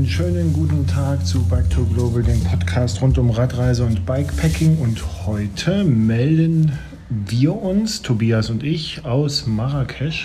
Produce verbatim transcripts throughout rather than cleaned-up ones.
Einen schönen guten Tag zu Bike to Global, dem Podcast rund um Radreise und Bikepacking. Und heute melden wir uns, Tobias und ich, aus Marrakesch,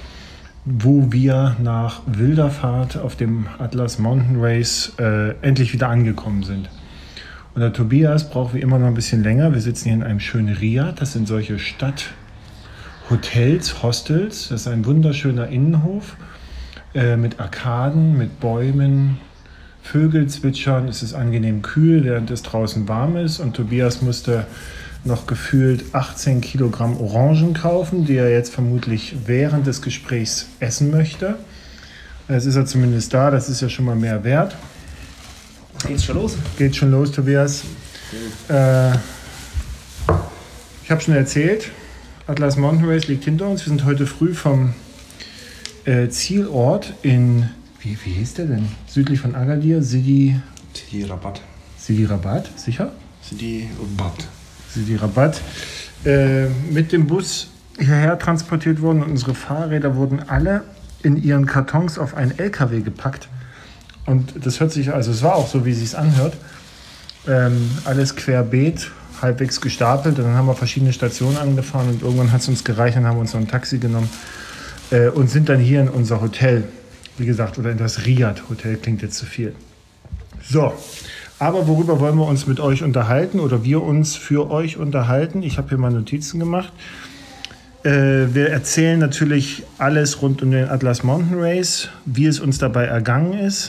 wo wir nach wilder Fahrt auf dem Atlas Mountain Race äh, endlich wieder angekommen sind. Und der Tobias braucht wie immer noch ein bisschen länger. Wir sitzen hier in einem schönen Riad. Das sind solche Stadthotels, Hostels. Das ist ein wunderschöner Innenhof äh, mit Arkaden, mit Bäumen, Vögel zwitschern. Es ist angenehm kühl, während es draußen warm ist. Und Tobias musste noch gefühlt achtzehn Kilogramm Orangen kaufen, die er jetzt vermutlich während des Gesprächs essen möchte. Jetzt ist er zumindest da, das ist ja schon mal mehr wert. Geht's schon los? Geht schon los, Tobias. Okay. Äh, ich habe schon erzählt, Atlas Mountain Race liegt hinter uns. Wir sind heute früh vom äh, Zielort in, wie, wie hieß der denn? Südlich von Agadir, Sidi... Sidi Rabat. Sidi Rabat, sicher? Sidi Rabat. Sidi Rabat. Äh, mit dem Bus hierher transportiert worden und unsere Fahrräder wurden alle in ihren Kartons auf einen L K W gepackt. Und das hört sich, also es war auch so, wie es sich anhört, ähm, alles querbeet, halbwegs gestapelt. Und dann haben wir verschiedene Stationen angefahren und irgendwann hat es uns gereicht, dann haben wir uns noch ein Taxi genommen äh, und sind dann hier in unser Hotel, wie gesagt, oder in das Riad. Hotel klingt jetzt zu viel. So, aber worüber wollen wir uns mit euch unterhalten oder wir uns für euch unterhalten? Ich habe hier mal Notizen gemacht. Äh, wir erzählen natürlich alles rund um den Atlas Mountain Race, wie es uns dabei ergangen ist.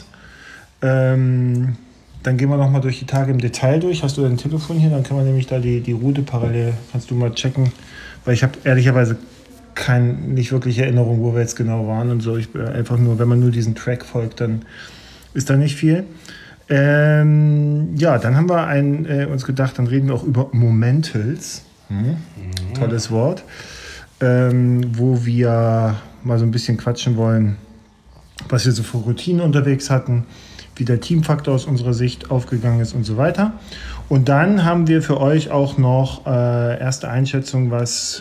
Ähm, dann gehen wir noch mal durch die Tage im Detail durch. Hast du dein Telefon hier? Dann können wir nämlich da die, die Route parallel, kannst du mal checken. Weil ich habe ehrlicherweise kein, nicht wirklich Erinnerung, wo wir jetzt genau waren und so. Ich bin einfach nur, wenn man nur diesen Track folgt, dann ist da nicht viel. Ähm, ja, dann haben wir ein, äh, uns gedacht, dann reden wir auch über Momentals. Hm? Mhm. Tolles Wort. Ähm, wo wir mal so ein bisschen quatschen wollen, was wir so für Routinen unterwegs hatten, wie der Teamfaktor aus unserer Sicht aufgegangen ist und so weiter. Und dann haben wir für euch auch noch äh, erste Einschätzung, was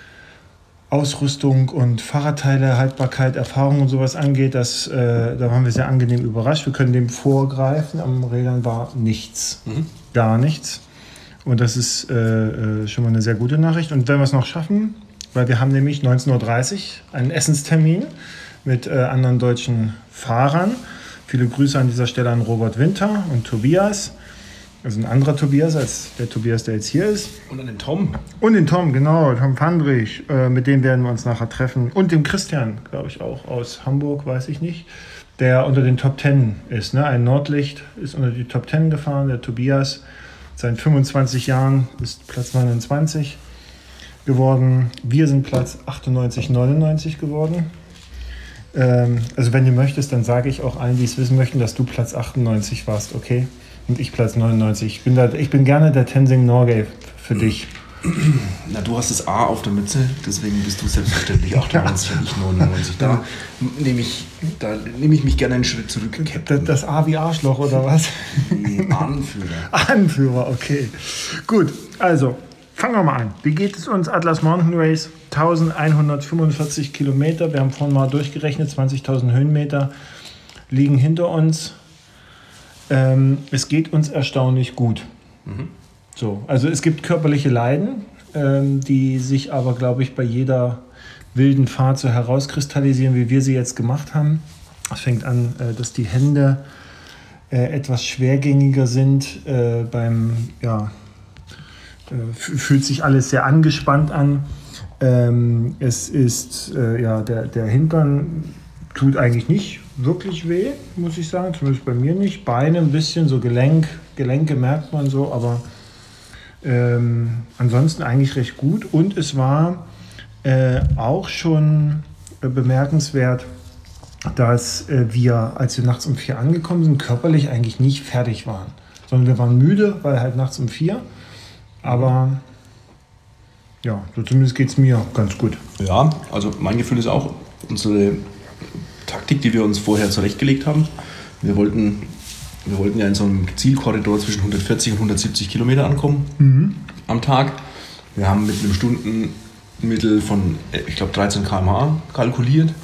Ausrüstung und Fahrradteile, Haltbarkeit, Erfahrung und sowas angeht. Das, äh, da waren wir sehr angenehm überrascht. Wir können dem vorgreifen. Am Rädern war nichts, mhm. gar nichts. Und das ist äh, schon mal eine sehr gute Nachricht. Und wenn wir es noch schaffen, weil wir haben nämlich neunzehn Uhr dreißig einen Essenstermin mit äh, anderen deutschen Fahrern. Viele Grüße an dieser Stelle an Robert Winter und Tobias. Also ein anderer Tobias als der Tobias, der jetzt hier ist. Und an den Tom. Und den Tom, genau, Tom Fandrich. Äh, mit dem werden wir uns nachher treffen. Und dem Christian, glaube ich auch, aus Hamburg, weiß ich nicht. Der unter den Top Ten ist. Ne? Ein Nordlicht ist unter die Top Ten gefahren. Der Tobias seit fünfundzwanzig Jahren ist Platz neunundzwanzig geworden. Wir sind Platz achtundneunzig, neunundneunzig geworden. Ähm, also wenn du möchtest, dann sage ich auch allen, die es wissen möchten, dass du Platz achtundneunzig warst, okay? Und ich Platz neunundneunzig. Ich bin, da, ich bin gerne der Tenzing Norgay für dich. Na, du hast das A auf der Mütze, deswegen bist du selbstverständlich achtundneunzig und ich neunundneunzig. Da nehme ich, da nehme ich mich gerne einen Schritt zurück, Captain. Das, das A wie Arschloch, oder was? Nee, Anführer. Anführer, okay. Gut, also fangen wir mal an. Wie geht es uns? Atlas Mountain Race, eintausendeinhundertfünfundvierzig Kilometer. Wir haben vorhin mal durchgerechnet, zwanzigtausend Höhenmeter liegen hinter uns. Ähm, es geht uns erstaunlich gut. Mhm. So, also es gibt körperliche Leiden, ähm, die sich aber, glaube ich, bei jeder wilden Fahrt so herauskristallisieren, wie wir sie jetzt gemacht haben. Es fängt an, äh, dass die Hände äh, etwas schwergängiger sind. Äh, beim, ja, äh, fühlt sich alles sehr angespannt an. Ähm, es ist, äh, ja, der, der Hintern tut eigentlich nicht wirklich weh, muss ich sagen, zumindest bei mir nicht. Beine ein bisschen, so Gelenk, Gelenke merkt man so, aber ähm, ansonsten eigentlich recht gut. Und es war äh, auch schon äh, bemerkenswert, dass äh, wir, als wir nachts um vier angekommen sind, körperlich eigentlich nicht fertig waren, sondern wir waren müde, weil halt nachts um vier, aber ja, so zumindest geht es mir ganz gut. Ja, also mein Gefühl ist auch, unsere Taktik, die wir uns vorher zurechtgelegt haben. Wir wollten, wir wollten ja in so einem Zielkorridor zwischen hundertvierzig und hundertsiebzig Kilometer ankommen mhm. am Tag. Wir haben mit einem Stundenmittel von, ich glaube, dreizehn Kilometer pro Stunde kalkuliert.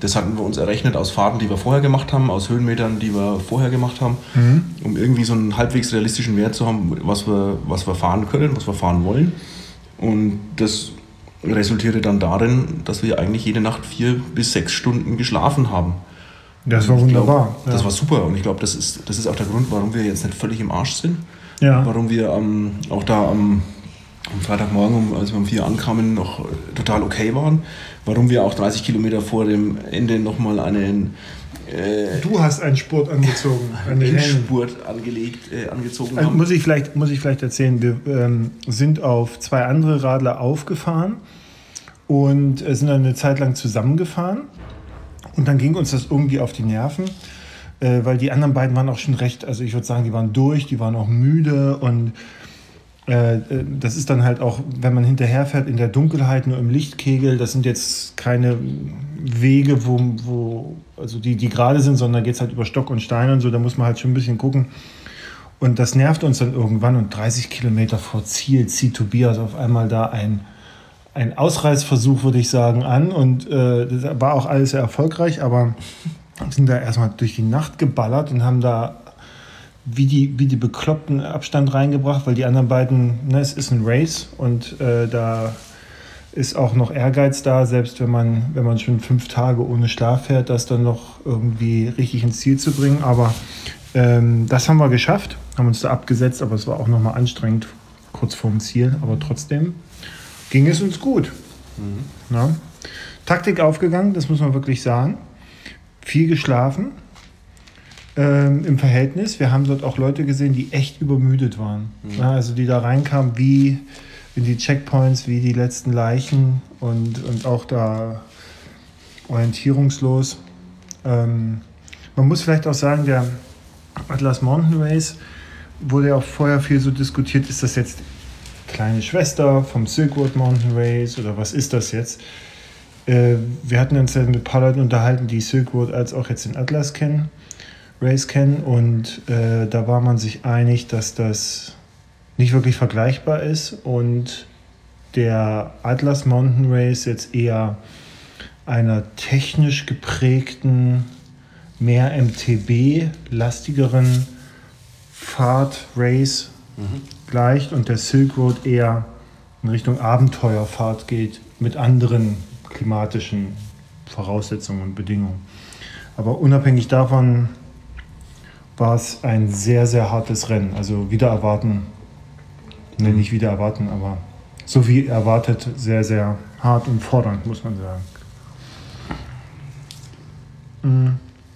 Das hatten wir uns errechnet aus Fahrten, die wir vorher gemacht haben, aus Höhenmetern, die wir vorher gemacht haben, mhm. um irgendwie so einen halbwegs realistischen Wert zu haben, was wir, was wir fahren können, was wir fahren wollen. Und das resultierte dann darin, dass wir eigentlich jede Nacht vier bis sechs Stunden geschlafen haben. Das war wunderbar. Glaub, das ja. war super und ich glaube, das ist, das ist auch der Grund, warum wir jetzt nicht völlig im Arsch sind. Ja. Warum wir ähm, auch da am, am Freitagmorgen, als wir um vier ankamen, noch total okay waren. Warum wir auch dreißig Kilometer vor dem Ende nochmal einen... Äh, du hast einen Spurt angezogen. Einen Endspurt angelegt, äh, angezogen also haben. Muss ich, vielleicht, muss ich vielleicht erzählen, wir ähm, sind auf zwei andere Radler aufgefahren und äh, sind dann eine Zeit lang zusammengefahren. Und dann ging uns das irgendwie auf die Nerven, äh, weil die anderen beiden waren auch schon recht, also ich würde sagen, die waren durch, die waren auch müde und äh, das ist dann halt auch, wenn man hinterherfährt in der Dunkelheit, nur im Lichtkegel, das sind jetzt keine Wege, wo, wo also die, die gerade sind, sondern da geht es halt über Stock und Stein und so, da muss man halt schon ein bisschen gucken. Und das nervt uns dann irgendwann und dreißig Kilometer vor Ziel zieht Tobias auf einmal da ein Ein Ausreißversuch, würde ich sagen, an und äh, das war auch alles sehr erfolgreich, aber sind da erstmal durch die Nacht geballert und haben da wie die, wie die Bekloppten Abstand reingebracht, weil die anderen beiden, ne, es ist ein Race und äh, da ist auch noch Ehrgeiz da, selbst wenn man, wenn man schon fünf Tage ohne Schlaf fährt, das dann noch irgendwie richtig ins Ziel zu bringen, aber ähm, das haben wir geschafft, haben uns da abgesetzt, aber es war auch nochmal anstrengend, kurz vorm Ziel, aber trotzdem ging es uns gut. Mhm. Ja. Taktik aufgegangen, das muss man wirklich sagen. Viel geschlafen ähm, im Verhältnis. Wir haben dort auch Leute gesehen, die echt übermüdet waren. Mhm. Ja, also die da reinkamen wie in die Checkpoints, wie die letzten Leichen und, und auch da orientierungslos. Ähm, man muss vielleicht auch sagen, der Atlas Mountain Race wurde ja auch vorher viel so diskutiert, ist das jetzt kleine Schwester vom Silk Road Mountain Race oder was ist das jetzt? Äh, wir hatten uns ja mit ein paar Leuten unterhalten, die Silk Road als auch jetzt den Atlas kennen, Race kennen und äh, da war man sich einig, dass das nicht wirklich vergleichbar ist und der Atlas Mountain Race jetzt eher einer technisch geprägten, mehr M T B-lastigeren Fahrt-Race mhm. gleicht und der Silk Road eher in Richtung Abenteuerfahrt geht mit anderen klimatischen Voraussetzungen und Bedingungen. Aber unabhängig davon war es ein sehr, sehr hartes Rennen. Also wieder erwarten, ne, nicht wieder erwarten, aber so wie erwartet, sehr, sehr hart und fordernd, muss man sagen. Mhm.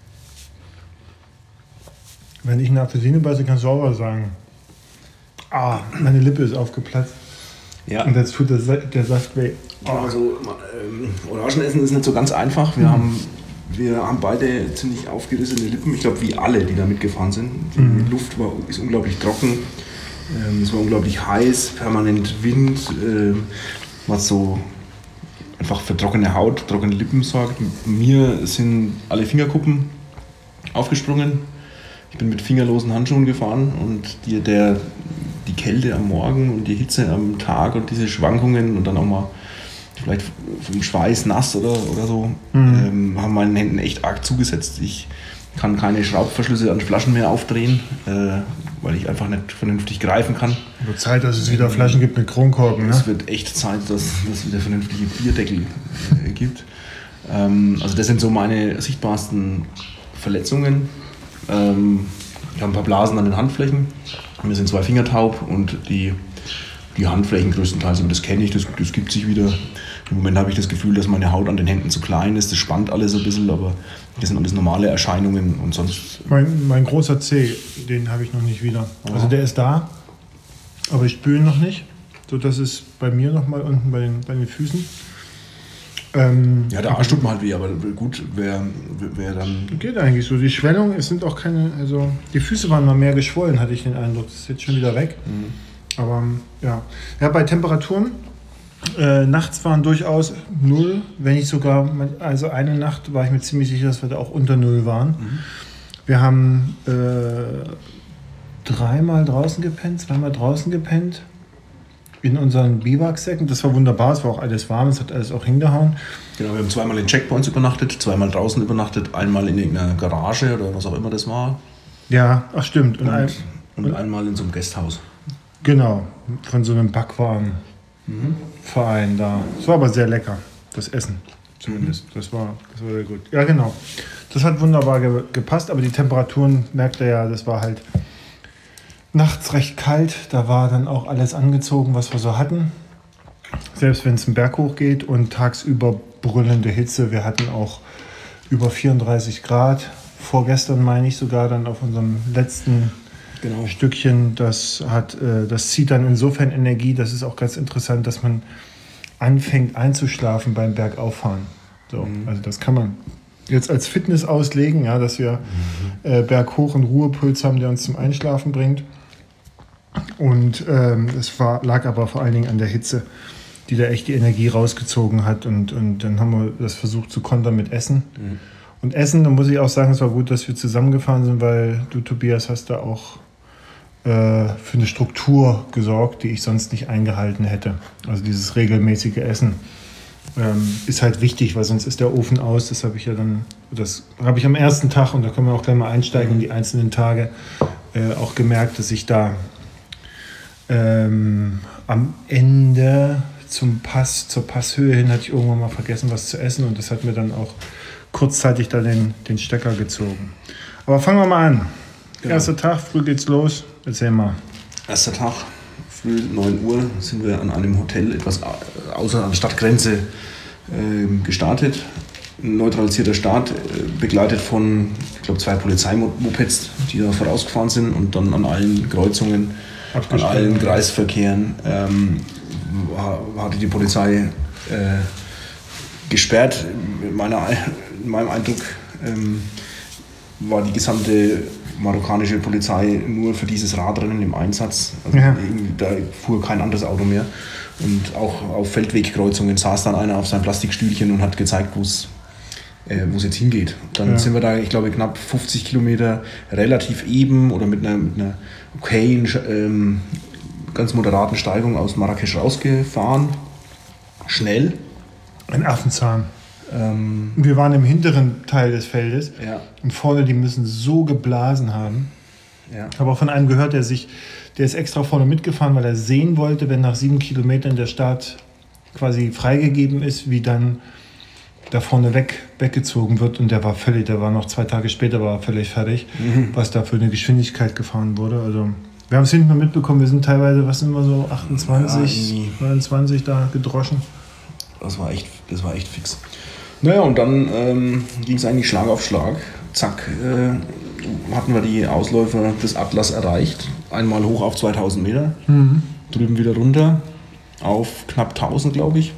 Wenn ich eine Apfelsine beiße, kannst du auch was sagen. Ah, meine Lippe ist aufgeplatzt. Ja. Und jetzt tut der, der Saft weh. Oh. Also, ähm, Orangenessen ist nicht so ganz einfach. Wir, mhm. haben, wir haben beide ziemlich aufgerissene Lippen. Ich glaube, wie alle, die da mitgefahren sind. Die mhm. Luft war, ist unglaublich trocken. Ähm, es war unglaublich heiß, permanent Wind, äh, was so einfach für trockene Haut, trockene Lippen sorgt. Mir sind alle Fingerkuppen aufgesprungen. Ich bin mit fingerlosen Handschuhen gefahren und die, der, die Kälte am Morgen und die Hitze am Tag und diese Schwankungen und dann auch mal vielleicht vom Schweiß nass oder, oder so, mhm. ähm, haben meinen Händen echt arg zugesetzt. Ich kann keine Schraubverschlüsse an Flaschen mehr aufdrehen, äh, weil ich einfach nicht vernünftig greifen kann. Wird Zeit, dass es wieder Flaschen gibt mit Kronkorken. Ne? Es wird echt Zeit, dass es wieder vernünftige Bierdeckel äh, gibt. Ähm, also das sind so meine sichtbarsten Verletzungen. Ähm, ich habe ein paar Blasen an den Handflächen. Mir sind zwei Finger taub und die, die Handflächen größtenteils, aber das kenne ich, das, das gibt sich wieder. Im Moment habe ich das Gefühl, dass meine Haut an den Händen zu klein ist. Das spannt alles ein bisschen, aber das sind alles normale Erscheinungen und sonst... Mein, mein großer Zeh, den habe ich noch nicht wieder. Also der ist da, aber ich spüre ihn noch nicht. So, das ist bei mir noch mal unten bei den, bei den Füßen. Ähm, ja, der Arsch tut mir halt weh, aber gut, wer, wer dann... Geht eigentlich so. Die Schwellung, es sind auch keine... Also die Füße waren mal mehr geschwollen, hatte ich den Eindruck. Das ist jetzt schon wieder weg. Mhm. Aber ja. Ja, bei Temperaturen... Äh, nachts waren durchaus null, wenn nicht sogar, also eine Nacht war ich mir ziemlich sicher, dass wir da auch unter null waren. Mhm. Wir haben äh, dreimal draußen gepennt, zweimal draußen gepennt. in unseren Biwaksäcken. Das war wunderbar, es war auch alles warm, es hat alles auch hingehauen. Genau, wir haben zweimal in Checkpoints übernachtet, zweimal draußen übernachtet, einmal in irgendeiner Garage oder was auch immer das war. Ja, ach stimmt. Und, Und, ein, und, und einmal in so einem Gasthaus. Genau, von so einem Backwarenverein da. Es war aber sehr lecker, das Essen zumindest. Mhm. Das war, das war sehr gut. Ja, genau. Das hat wunderbar ge gepasst, aber die Temperaturen, merkt ihr ja, das war halt nachts recht kalt. Da war dann auch alles angezogen, was wir so hatten. Selbst wenn es einen Berg hoch geht und tagsüber brüllende Hitze. Wir hatten auch über vierunddreißig Grad. Vorgestern meine ich sogar dann auf unserem letzten genau. Stückchen. Das, hat, äh, das zieht dann insofern Energie. Das ist auch ganz interessant, dass man anfängt einzuschlafen beim Bergauffahren. So, mhm. Also das kann man jetzt als Fitness auslegen, ja, dass wir mhm. äh, berghoch einen Ruhepuls haben, der uns zum Einschlafen bringt. Und ähm, es war, lag aber vor allen Dingen an der Hitze, die da echt die Energie rausgezogen hat. Und, und dann haben wir das versucht zu kontern mit Essen. Mhm. Und Essen, da muss ich auch sagen, es war gut, dass wir zusammengefahren sind, weil du, Tobias, hast da auch äh, für eine Struktur gesorgt, die ich sonst nicht eingehalten hätte. Also dieses regelmäßige Essen ähm, ist halt wichtig, weil sonst ist der Ofen aus. Das habe ich ja dann, das habe ich am ersten Tag, und da können wir auch gleich mal einsteigen in die einzelnen Tage, äh, auch gemerkt, dass ich da ähm, am Ende zum Pass, zur Passhöhe hin, hatte ich irgendwann mal vergessen, was zu essen, und das hat mir dann auch kurzzeitig da den, den Stecker gezogen. Aber fangen wir mal an. Genau. Erster Tag, früh geht's los. Erzähl mal. Erster Tag, früh neun Uhr, sind wir an einem Hotel etwas außer an der Stadtgrenze äh, gestartet. Ein neutralisierter Start, äh, begleitet von, ich glaube, zwei Polizeimopeds, die da vorausgefahren sind, und dann an allen Kreuzungen, an allen Kreisverkehren ähm, hatte die Polizei äh, gesperrt. In, meiner, in meinem Eindruck ähm, war die gesamte marokkanische Polizei nur für dieses Radrennen im Einsatz. Also ja. Da fuhr kein anderes Auto mehr. Und auch auf Feldwegkreuzungen saß dann einer auf seinem Plastikstühlchen und hat gezeigt, wo es äh, wo es jetzt hingeht. Dann ja. sind wir da, ich glaube, knapp fünfzig Kilometer relativ eben oder mit einer, mit einer okayen, ähm, ganz moderaten Steigung aus Marrakesch rausgefahren. Schnell. Ein Affenzahn. Ähm, wir waren im hinteren Teil des Feldes. Ja. Und vorne, die müssen so geblasen haben. Ja. Ich habe auch von einem gehört, der sich, der ist extra vorne mitgefahren, weil er sehen wollte, wenn nach sieben Kilometern der Start quasi freigegeben ist, wie dann da vorne weg, weggezogen wird. Und der war völlig, der war noch zwei Tage später, war völlig fertig, mhm. was da für eine Geschwindigkeit gefahren wurde. Also wir haben es hinten mal mitbekommen, wir sind teilweise, was sind wir so, achtundzwanzig, ja, neunundzwanzig da gedroschen. Das war echt, das war echt fix. Naja, und dann ähm, ging es eigentlich Schlag auf Schlag. Zack, äh, hatten wir die Ausläufer des Atlas erreicht. Einmal hoch auf zweitausend Meter, mhm. drüben wieder runter auf knapp tausend, glaube ich.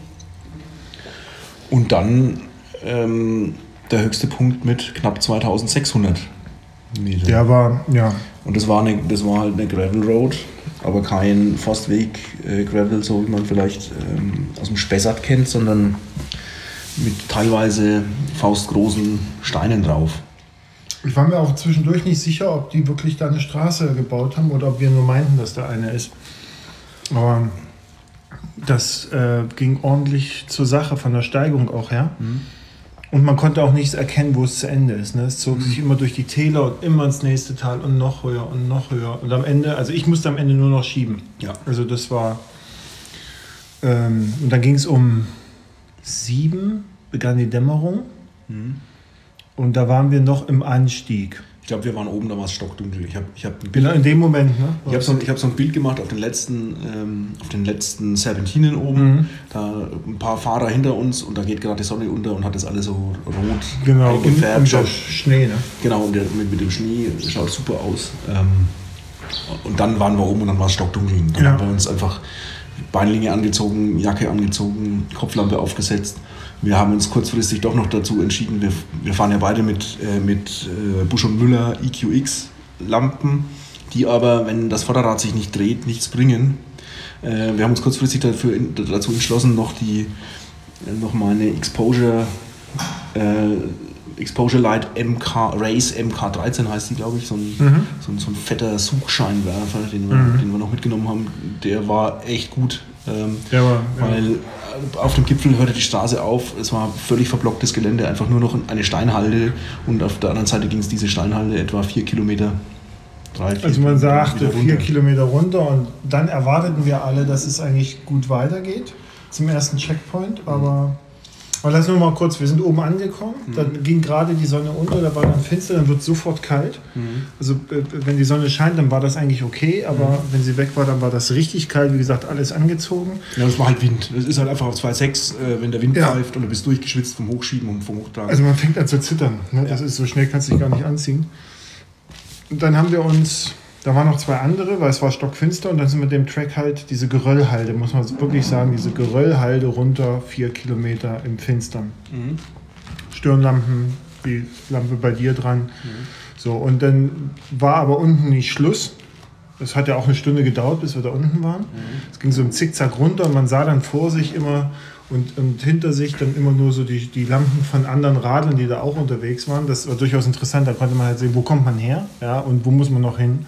Und dann ähm, der höchste Punkt mit knapp zweitausendsechshundert Meter. Der war, ja. Und das war, eine, das war halt eine Gravel Road, aber kein Forstweg äh, Gravel, so wie man vielleicht ähm, aus dem Spessart kennt, sondern mit teilweise faustgroßen Steinen drauf. Ich war mir auch zwischendurch nicht sicher, ob die wirklich da eine Straße gebaut haben oder ob wir nur meinten, dass da eine ist. Aber das äh, ging ordentlich zur Sache, von der Steigung auch her. Mhm. Und man konnte auch nichts erkennen, wo es zu Ende ist. Ne? Es zog mhm. sich immer durch die Täler und immer ins nächste Tal und noch höher und noch höher. Und am Ende, also ich musste am Ende nur noch schieben. Ja. Also das war... Ähm, und dann ging es um sieben, begann die Dämmerung. Mhm. Und da waren wir noch im Anstieg. Ich glaube, wir waren oben, da war es stockdunkel. Ich habe ich hab genau in dem Moment, ne? Ich habe so, hab so ein Bild gemacht auf den letzten, ähm, auf den letzten Serpentinen oben. Mhm. Da ein paar Fahrer hinter uns und da geht gerade die Sonne unter und hat das alles so rot genau, eingefärbt. Und, und der Schnee, ne? Genau, und der, mit, mit dem Schnee schaut super aus. Ähm, und dann waren wir oben und dann war es stockdunkel. Dann ja. haben wir uns einfach Beinlinge angezogen, Jacke angezogen, Kopflampe aufgesetzt. Wir haben uns kurzfristig doch noch dazu entschieden, wir, wir fahren ja beide mit, äh, mit äh, Busch und Müller E Q X-Lampen, die aber, wenn das Vorderrad sich nicht dreht, nichts bringen. Äh, wir haben uns kurzfristig dafür in, dazu entschlossen, noch, die, äh, noch mal eine Exposure, äh, Exposure Light M K, Race M K dreizehn heißt die, glaube ich, so ein, mhm. so ein, so ein fetter Suchscheinwerfer, den wir, mhm. den wir noch mitgenommen haben. Der war echt gut Ähm, ja, aber, ja. Weil auf dem Gipfel hörte die Straße auf, es war völlig verblocktes Gelände, einfach nur noch eine Steinhalde und auf der anderen Seite ging es diese Steinhalde etwa vier Kilometer. Drei, vier also man sagte Kilometer vier runter. Kilometer runter und dann erwarteten wir alle, dass es eigentlich gut weitergeht zum ersten Checkpoint, aber, aber lass nur mal kurz, wir sind oben angekommen, mhm. dann ging gerade die Sonne unter, da war dann finster, dann wird es sofort kalt. Mhm. Also äh, wenn die Sonne scheint, dann war das eigentlich okay, aber mhm. wenn sie weg war, dann war das richtig kalt, wie gesagt, alles angezogen. Ja, es war halt Wind, es ist halt einfach auf zwei Komma sechs, äh, wenn der Wind ja. pfeift und du bist durchgeschwitzt vom Hochschieben und vom Hochtragen. Also man fängt an zu zittern, ne? Ja. Das ist so schnell, kannst du dich gar nicht anziehen. Und dann haben wir uns... Da waren noch zwei andere, weil es war stockfinster und dann sind wir mit dem Track halt diese Geröllhalde, muss man wirklich sagen, diese Geröllhalde runter, vier Kilometer im Finstern. Mhm. Stirnlampen, die Lampe bei dir dran. Mhm. So, und dann war aber unten nicht Schluss. Es hat ja auch eine Stunde gedauert, bis wir da unten waren. Mhm. Es ging so im Zickzack runter und man sah dann vor sich immer und, und hinter sich dann immer nur so die, die Lampen von anderen Radlern, die da auch unterwegs waren. Das war durchaus interessant, da konnte man halt sehen, wo kommt man her, ja, und wo muss man noch hin.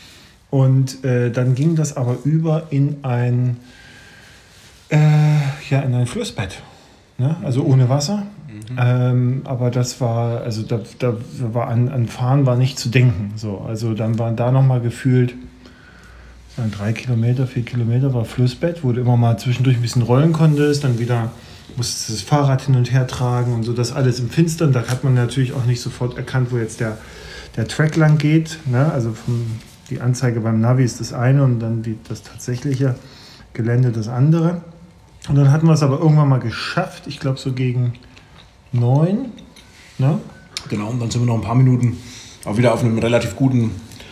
Und äh, dann ging das aber über in ein, äh, ja, in ein Flussbett, ne? Also ohne Wasser. Mhm. Ähm, aber das war, also da, da war an, an Fahren war nicht zu denken. So. Also dann waren da nochmal gefühlt waren drei Kilometer, vier Kilometer war Flussbett, wo du immer mal zwischendurch ein bisschen rollen konntest, dann wieder musstest du das Fahrrad hin und her tragen und so, das alles im Finstern. Da hat man natürlich auch nicht sofort erkannt, wo jetzt der, der Track lang geht, ne? Also vom die Anzeige beim Navi ist das eine und dann die, das tatsächliche Gelände das andere. Und dann hatten wir es aber irgendwann mal geschafft, ich glaube so gegen neun. Ne? Genau, und dann sind wir noch ein paar Minuten auch wieder auf einem relativ guten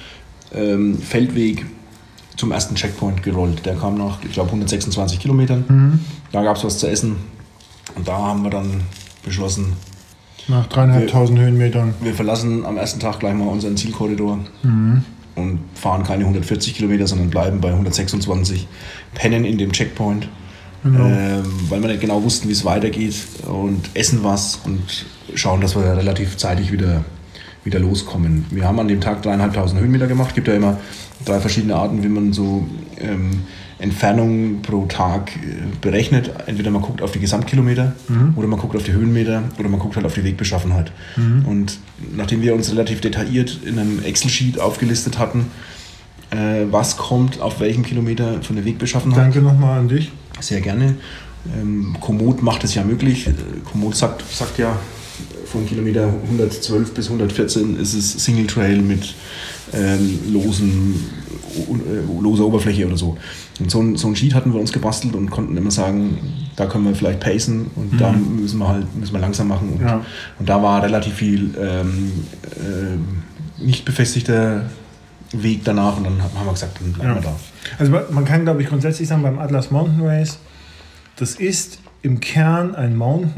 ähm, Feldweg zum ersten Checkpoint gerollt. Der kam nach, ich glaube, hundertsechsundzwanzig Kilometern. Mhm. Da gab es was zu essen und da haben wir dann beschlossen, nach dreieinhalbtausend Höhenmetern. Wir verlassen am ersten Tag gleich mal unseren Zielkorridor. Mhm. Und fahren keine hundertvierzig Kilometer, sondern bleiben bei hundertsechsundzwanzig, pennen in dem Checkpoint, genau. ähm, weil wir nicht genau wussten, wie es weitergeht und essen was und schauen, dass wir relativ zeitig wieder, wieder loskommen. Wir haben an dem Tag dreieinhalbtausend Höhenmeter gemacht. Es gibt ja immer drei verschiedene Arten, wie man so ähm, Entfernung pro Tag äh, berechnet. Entweder man guckt auf die Gesamtkilometer mhm. oder man guckt auf die Höhenmeter oder man guckt halt auf die Wegbeschaffenheit. Mhm. Und nachdem wir uns relativ detailliert in einem Excel-Sheet aufgelistet hatten, äh, was kommt auf welchem Kilometer von der Wegbeschaffenheit. Danke nochmal an dich. Sehr gerne. Ähm, Komoot macht es ja möglich. Komoot sagt, sagt ja, von Kilometer hundertzwölf bis hundertvierzehn ist es Single Trail mit ähm, losen, äh, loser Oberfläche oder so. Und so ein, so ein Sheet hatten wir uns gebastelt und konnten immer sagen, da können wir vielleicht pacen und mhm. da müssen wir halt müssen wir langsam machen. Und, ja. und da war relativ viel ähm, äh, nicht befestigter Weg danach und dann haben wir gesagt, dann bleiben ja. wir da. Also man kann, glaube ich, grundsätzlich sagen, beim Atlas Mountain Race, das ist im Kern ein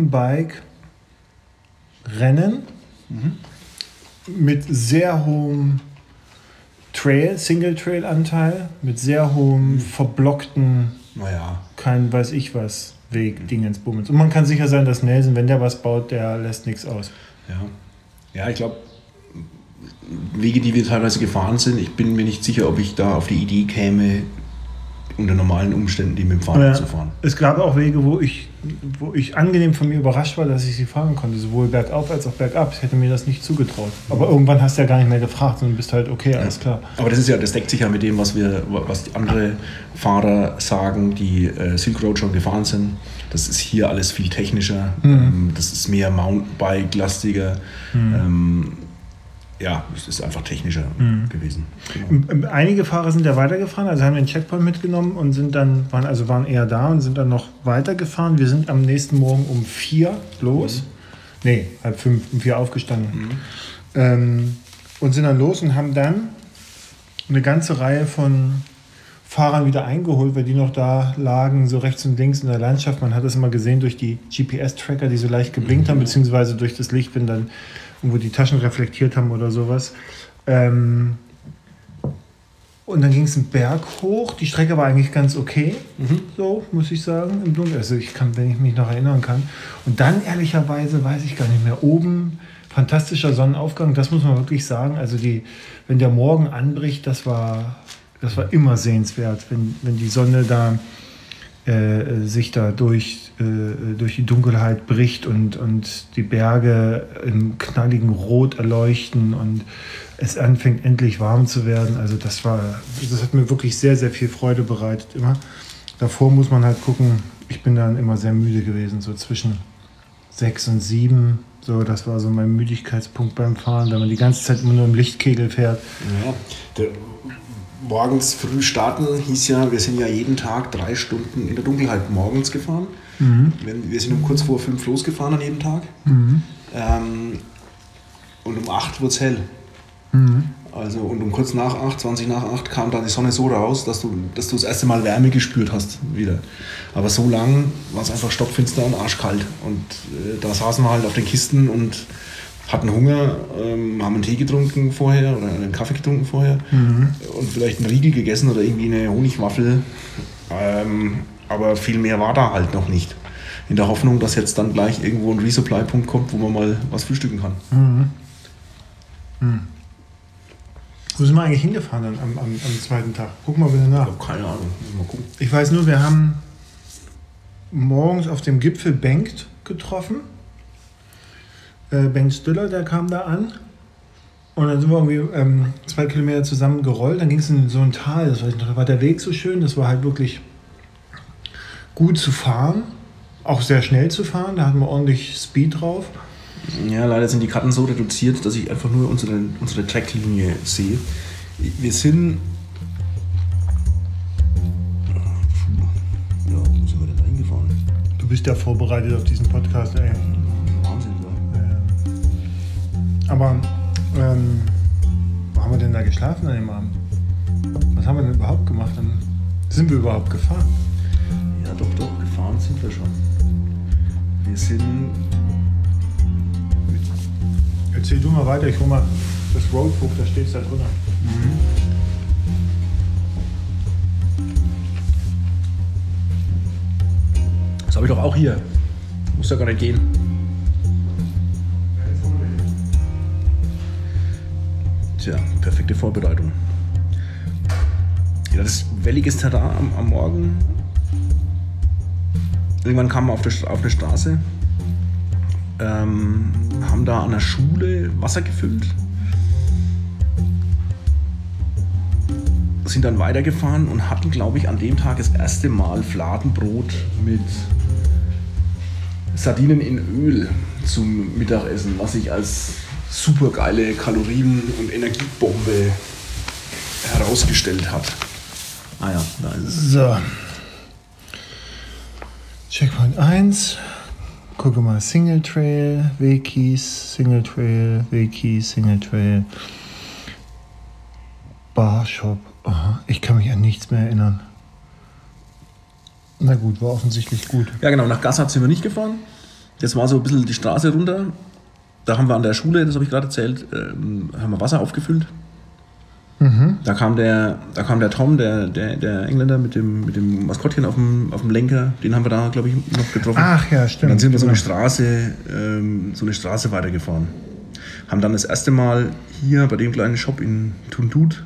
Mountainbike-Rennen mhm. mit sehr hohem Trail, Single-Trail-Anteil, mit sehr hohem mhm. verblockten, naja. kein weiß ich was, Weg, Dingensbummens. Und man kann sicher sein, dass Nelson, wenn der was baut, der lässt nichts aus. Ja, ja, ich glaube, Wege, die wir teilweise gefahren sind, ich bin mir nicht sicher, ob ich da auf die Idee käme, unter normalen Umständen die mit dem Fahrrad ja, zu fahren. Es gab auch Wege, wo ich, wo ich angenehm von mir überrascht war, dass ich sie fahren konnte, sowohl bergauf als auch bergab. Ich hätte mir das nicht zugetraut. Aber irgendwann hast du ja gar nicht mehr gefragt, sondern bist halt, okay, alles ja. klar. Aber das ist ja, das deckt sich ja mit dem, was wir, was andere Fahrer sagen, die äh, Silk Road schon gefahren sind. Das ist hier alles viel technischer. Mhm. Ähm, das ist mehr Mountainbike-lastiger. Mhm. Ähm, Ja, es ist einfach technischer mhm. gewesen. Genau. Einige Fahrer sind ja weitergefahren, also haben den Checkpoint mitgenommen und sind dann, waren, also waren eher da und sind dann noch weitergefahren. Wir sind am nächsten Morgen um vier los. Mhm. Nee, halb fünf, um vier aufgestanden. Mhm. Ähm, und sind dann los und haben dann eine ganze Reihe von Fahrern wieder eingeholt, weil die noch da lagen, so rechts und links in der Landschaft. Man hat das immer gesehen durch die G P S-Tracker, die so leicht geblinkt mhm. haben, beziehungsweise durch das Licht, wenn dann wo die Taschen reflektiert haben oder sowas. Ähm und dann ging es einen Berg hoch. Die Strecke war eigentlich ganz okay, mhm. so muss ich sagen, im Dunkeln. Also ich kann, wenn ich mich noch erinnern kann. Und dann ehrlicherweise weiß ich gar nicht mehr. Oben fantastischer Sonnenaufgang, das muss man wirklich sagen. Also die, wenn der Morgen anbricht, das war, das war immer sehenswert, wenn, wenn die Sonne da äh, sich da durch, äh, durch die Dunkelheit bricht und, und die Berge im knalligen Rot erleuchten und es anfängt endlich warm zu werden. Also das war, das hat mir wirklich sehr, sehr viel Freude bereitet immer. Davor muss man halt gucken, ich bin dann immer sehr müde gewesen, so zwischen sechs und sieben. So, das war so mein Müdigkeitspunkt beim Fahren, wenn man die ganze Zeit immer nur im Lichtkegel fährt. Ja, der, morgens früh starten hieß ja, wir sind ja jeden Tag drei Stunden in der Dunkelheit morgens gefahren. Mhm. Wir sind um kurz vor fünf losgefahren an jedem Tag. Mhm. Ähm, und um acht wurde es hell. Mhm. Also, und um kurz nach acht, zwanzig nach acht kam dann die Sonne so raus, dass du, dass du das erste Mal Wärme gespürt hast wieder. Aber so lang war es einfach stockfinster und arschkalt. Und äh, da saßen wir halt auf den Kisten und hatten Hunger, ähm, haben einen Tee getrunken vorher oder einen Kaffee getrunken vorher mhm. und vielleicht einen Riegel gegessen oder irgendwie eine Honigwaffel. Ähm, aber viel mehr war da halt noch nicht. In der Hoffnung, dass jetzt dann gleich irgendwo ein Resupply-Punkt kommt, wo man mal was frühstücken kann. Mhm. Mhm. Wo sind wir eigentlich hingefahren dann am, am, am zweiten Tag? Guck mal wieder nach. Ich habe keine Ahnung, muss mal gucken. Ich weiß nur, wir haben morgens auf dem Gipfel Bengt getroffen. Äh, Bengt Stüller, der kam da an. Und dann sind wir irgendwie ähm, zwei Kilometer zusammen gerollt. Dann ging es in so ein Tal, das weiß ich noch, da war der Weg so schön. Das war halt wirklich gut zu fahren. Auch sehr schnell zu fahren, da hatten wir ordentlich Speed drauf. Ja, leider sind die Karten so reduziert, dass ich einfach nur unsere, unsere Tracklinie sehe. Wir sind... Ja, wo sind wir denn eingefahren? Du bist ja vorbereitet auf diesen Podcast, ey. Wahnsinn, ja. Aber, ähm, wo haben wir denn da geschlafen an dem Abend? Was haben wir denn überhaupt gemacht? Dann sind wir überhaupt gefahren? Ja, doch, doch, gefahren sind wir schon. Wir sind... Erzähl du mal weiter, ich hol mal das Roadbook, da steht es da drunter. Mhm. Das habe ich doch auch hier. Muss ja gar nicht gehen. Tja, perfekte Vorbereitung. Ja, das welliges Terrain am, am Morgen. Irgendwann kamen wir auf, der, auf eine Straße. Ähm, haben da an der Schule Wasser gefüllt, sind dann weitergefahren und hatten, glaube ich, an dem Tag das erste Mal Fladenbrot mit Sardinen in Öl zum Mittagessen, was sich als super geile Kalorien- und Energiebombe herausgestellt hat. Ah ja, da ist es. So. Checkpoint eins. Gucke mal, Single Trail, Wegkies, Single Trail, Wegkies, Single Trail, Barshop. Aha, ich kann mich an nichts mehr erinnern. Na gut, war offensichtlich gut. Ja genau, nach Gassat sind wir nicht gefahren. Das war so ein bisschen die Straße runter. Da haben wir an der Schule, das habe ich gerade erzählt, ähm, haben wir Wasser aufgefüllt. Mhm. Da kam der, da kam der Tom, der, der, der Engländer mit dem, mit dem Maskottchen auf dem, auf dem Lenker, den haben wir da, glaube ich, noch getroffen. Ach ja, stimmt. Und dann sind wir so eine Straße, ähm, so eine Straße weitergefahren. Haben dann das erste Mal hier bei dem kleinen Shop in Tundut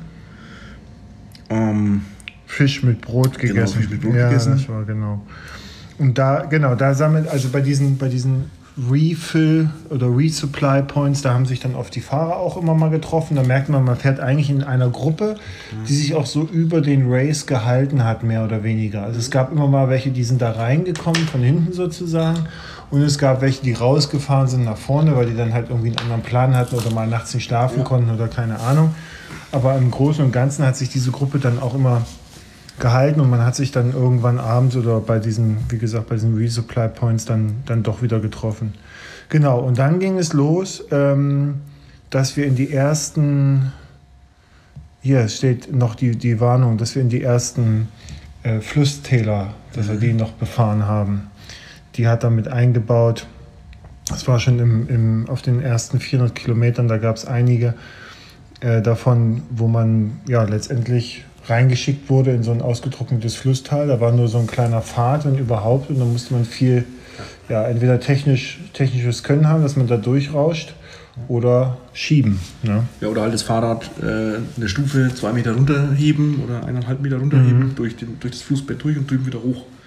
ähm, Fisch mit Brot gegessen. Genau, Fisch mit Brot ja, gegessen. Das war genau. Und da, genau, da sammelt, also bei diesen, bei diesen Refill oder Resupply Points, da haben sich dann oft die Fahrer auch immer mal getroffen. Da merkt man, man fährt eigentlich in einer Gruppe, die sich auch so über den Race gehalten hat, mehr oder weniger. Also es gab immer mal welche, die sind da reingekommen, von hinten sozusagen. Und es gab welche, die rausgefahren sind nach vorne, weil die dann halt irgendwie einen anderen Plan hatten oder mal nachts nicht schlafen ja. konnten oder keine Ahnung. Aber im Großen und Ganzen hat sich diese Gruppe dann auch immer gehalten und man hat sich dann irgendwann abends oder bei diesen, wie gesagt, bei diesen Resupply Points dann, dann doch wieder getroffen. Genau, und dann ging es los, ähm, dass wir in die ersten, hier steht noch die, die Warnung, dass wir in die ersten äh, Flusstäler, dass wir die noch befahren haben. Die hat damit eingebaut, das war schon im, im, auf den ersten vierhundert Kilometern, da gab es einige äh, davon, wo man ja letztendlich reingeschickt wurde in so ein ausgetrocknetes Flusstal. Da war nur so ein kleiner Pfad, wenn überhaupt, und da musste man viel, ja, entweder technisch, technisches Können haben, dass man da durchrauscht, oder schieben. Ne? Ja, oder halt das Fahrrad äh, eine Stufe zwei Meter runterheben oder eineinhalb Meter runterheben, mhm. durch, den, durch das Flussbett durch und drüben wieder hoch.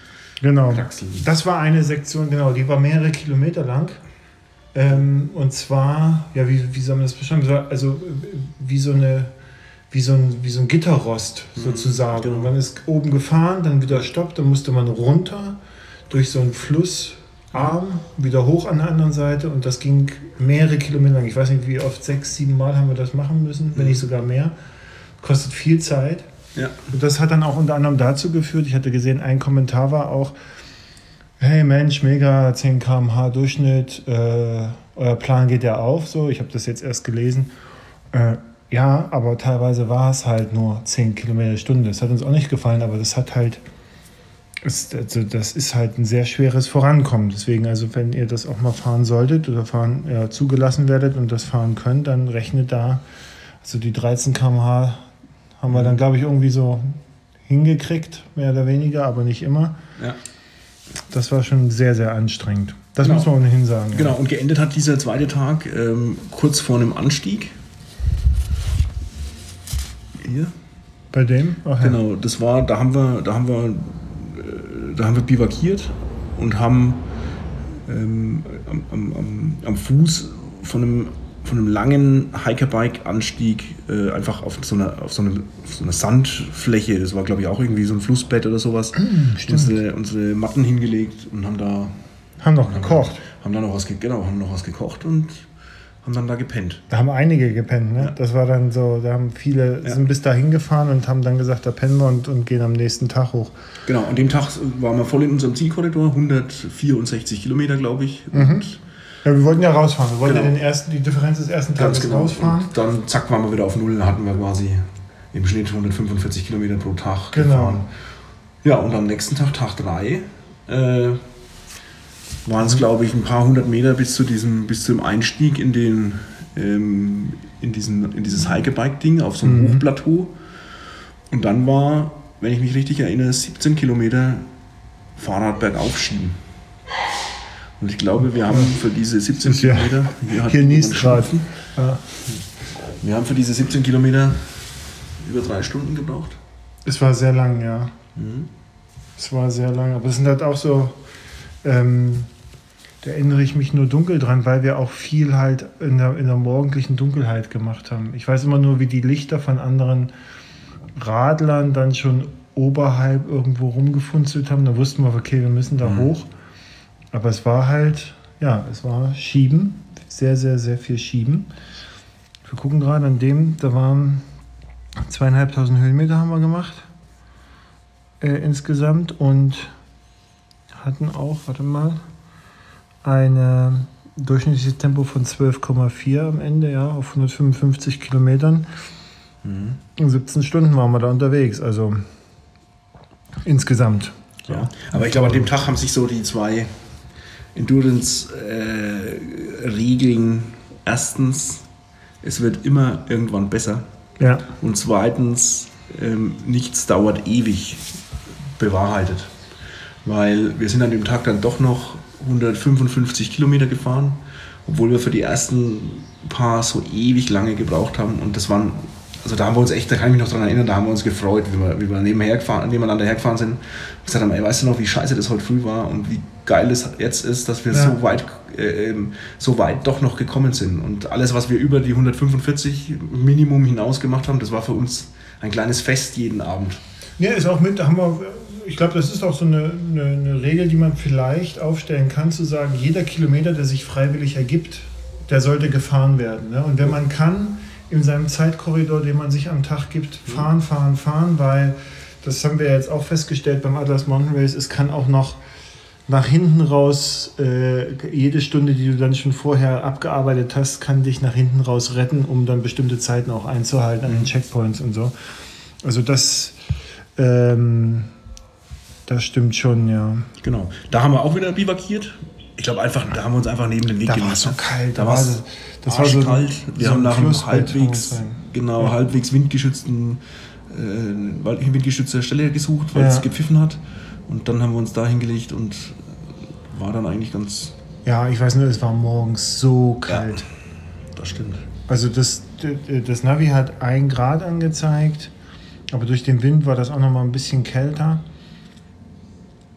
Genau. Kraxel. Das war eine Sektion, genau, die war mehrere Kilometer lang. Ähm, und zwar, ja, wie, wie soll man das beschreiben? Also wie so eine, wie so ein, wie so ein Gitterrost sozusagen. Genau. Man ist oben gefahren, dann wieder stoppt, dann musste man runter durch so einen Flussarm, wieder hoch an der anderen Seite und das ging mehrere Kilometer lang. Ich weiß nicht, wie oft, sechs, sieben Mal haben wir das machen müssen, wenn nicht sogar mehr. Kostet viel Zeit. Ja. Und das hat dann auch unter anderem dazu geführt, ich hatte gesehen, ein Kommentar war auch, hey Mensch, mega, zehn Kilometer pro Stunde Durchschnitt, äh, euer Plan geht ja auf, so, ich habe das jetzt erst gelesen. Äh, ja, aber teilweise war es halt nur zehn Kilometer Stunde. Das hat uns auch nicht gefallen, aber das hat halt, ist, also das ist halt ein sehr schweres Vorankommen. Deswegen, also wenn ihr das auch mal fahren solltet oder fahren, ja, zugelassen werdet und das fahren könnt, dann rechnet da, also die dreizehn Kilometer pro Stunde haben wir dann, glaube ich, irgendwie so hingekriegt, mehr oder weniger, aber nicht immer. Ja. Das war schon sehr, sehr anstrengend. Das Genau. muss man ohnehin sagen. Ja. Genau, und geendet hat dieser zweite Tag ähm, kurz vor einem Anstieg. Hier. Bei dem? Ach, ja. Genau, das war, da haben wir, da haben wir, äh, da haben wir bivakiert und haben ähm, am, am, am, am Fuß von einem, von einem langen Hikerbike-Anstieg äh, einfach auf so einer, auf so einer, auf so einer Sandfläche, das war glaube ich auch irgendwie so ein Flussbett oder sowas, unsere, unsere Matten hingelegt und haben da Haben noch gekocht. haben da noch was, ge- genau, haben noch was gekocht und haben dann da gepennt. Da haben einige gepennt, ne? Ja. Das war dann so, da haben viele, Ja. sind bis dahin gefahren und haben dann gesagt, da pennen wir und, und gehen am nächsten Tag hoch. Genau, an dem Tag waren wir voll in unserem Zielkorridor, hundertvierundsechzig Kilometer, glaube ich. Und Ja, wir wollten ja rausfahren. Wir wollten Genau. den ersten, die Differenz des ersten Tages ganz genau. rausfahren. Und dann zack, waren wir wieder auf Null, hatten wir quasi im Schnitt hundertfünfundvierzig Kilometer pro Tag Genau. gefahren. Ja, und am nächsten Tag, Tag drei, äh, waren es, glaube ich, ein paar hundert Meter bis zu diesem, bis zum Einstieg in den ähm, in, diesen, in dieses Hikebike-Ding auf so einem Mhm. Hochplateau. Und dann war, wenn ich mich richtig erinnere, siebzehn Kilometer Fahrrad bergauf schieben. Und ich glaube, wir haben für diese siebzehn Das ist ja- Kilometer, hier, hat Hier jemand niest gerade. geschimpft. Ja. Wir haben für diese siebzehn Kilometer über drei Stunden gebraucht. Es war sehr lang, ja. Mhm. Es war sehr lang. Aber es sind halt auch so, ähm, da erinnere ich mich nur dunkel dran, weil wir auch viel halt in der, in der morgendlichen Dunkelheit gemacht haben. Ich weiß immer nur, wie die Lichter von anderen Radlern dann schon oberhalb irgendwo rumgefunzelt haben. Da wussten wir, okay, wir müssen da Mhm. hoch. Aber es war halt, ja, es war Schieben. Sehr, sehr, sehr viel Schieben. Wir gucken gerade an dem, da waren zweieinhalbtausend Höhenmeter haben wir gemacht. Äh, insgesamt und hatten auch, warte mal, ein durchschnittliches Tempo von zwölf Komma vier am Ende, ja, auf hundertfünfundfünfzig Kilometern. Mhm. In siebzehn Stunden waren wir da unterwegs, also insgesamt. Ja. Aber ich glaube, an dem Tag haben sich so die zwei Endurance-Regeln. Erstens, es wird immer irgendwann besser. Ja, Und zweitens, ähm, nichts dauert ewig, bewahrheitet. Weil wir sind an dem Tag dann doch noch hundertfünfundfünfzig Kilometer gefahren, obwohl wir für die ersten paar so ewig lange gebraucht haben. Und das waren, also da haben wir uns echt, da kann ich mich noch daran erinnern, da haben wir uns gefreut, wie wir, wie wir nebenher gefahren, nebeneinander hergefahren sind. Und gesagt haben, ey, weißt du noch, wie scheiße das heute früh war und wie geil es jetzt ist, dass wir Ja. so weit, äh, ähm, so weit doch noch gekommen sind. Und alles, was wir über die hundertfünfundvierzig Minimum hinaus gemacht haben, das war für uns ein kleines Fest jeden Abend. ja, ist auch mit, haben wir, ich glaube, das ist auch so eine, eine, eine Regel, die man vielleicht aufstellen kann, zu sagen, jeder Kilometer, der sich freiwillig ergibt, der sollte gefahren werden. Ne? Und wenn man kann, in seinem Zeitkorridor, den man sich am Tag gibt, fahren, fahren, fahren, weil das haben wir jetzt auch festgestellt beim Atlas Mountain Race, es kann auch noch nach hinten raus, äh, jede Stunde, die du dann schon vorher abgearbeitet hast, kann dich nach hinten raus retten, um dann bestimmte Zeiten auch einzuhalten an den Checkpoints und so. Also das, ähm, das stimmt schon, ja. Genau. Da haben wir auch wieder bivakiert. Ich glaube einfach, da haben wir uns einfach neben den Weg Da gelegt. war es so kalt, Da da war war es so- das war so- arschkalt. Wir so haben ein nach einem Flussbett halbwegs, muss sein. genau, Ja. halbwegs windgeschützten, äh, windgeschützter Stelle gesucht, weil Ja. es gepfiffen hat. Und dann haben wir uns da hingelegt und war dann eigentlich ganz, Ja, ich weiß nur, es war morgens so kalt. das stimmt. Also das, das Navi hat ein Grad angezeigt, aber durch den Wind war das auch noch mal ein bisschen kälter.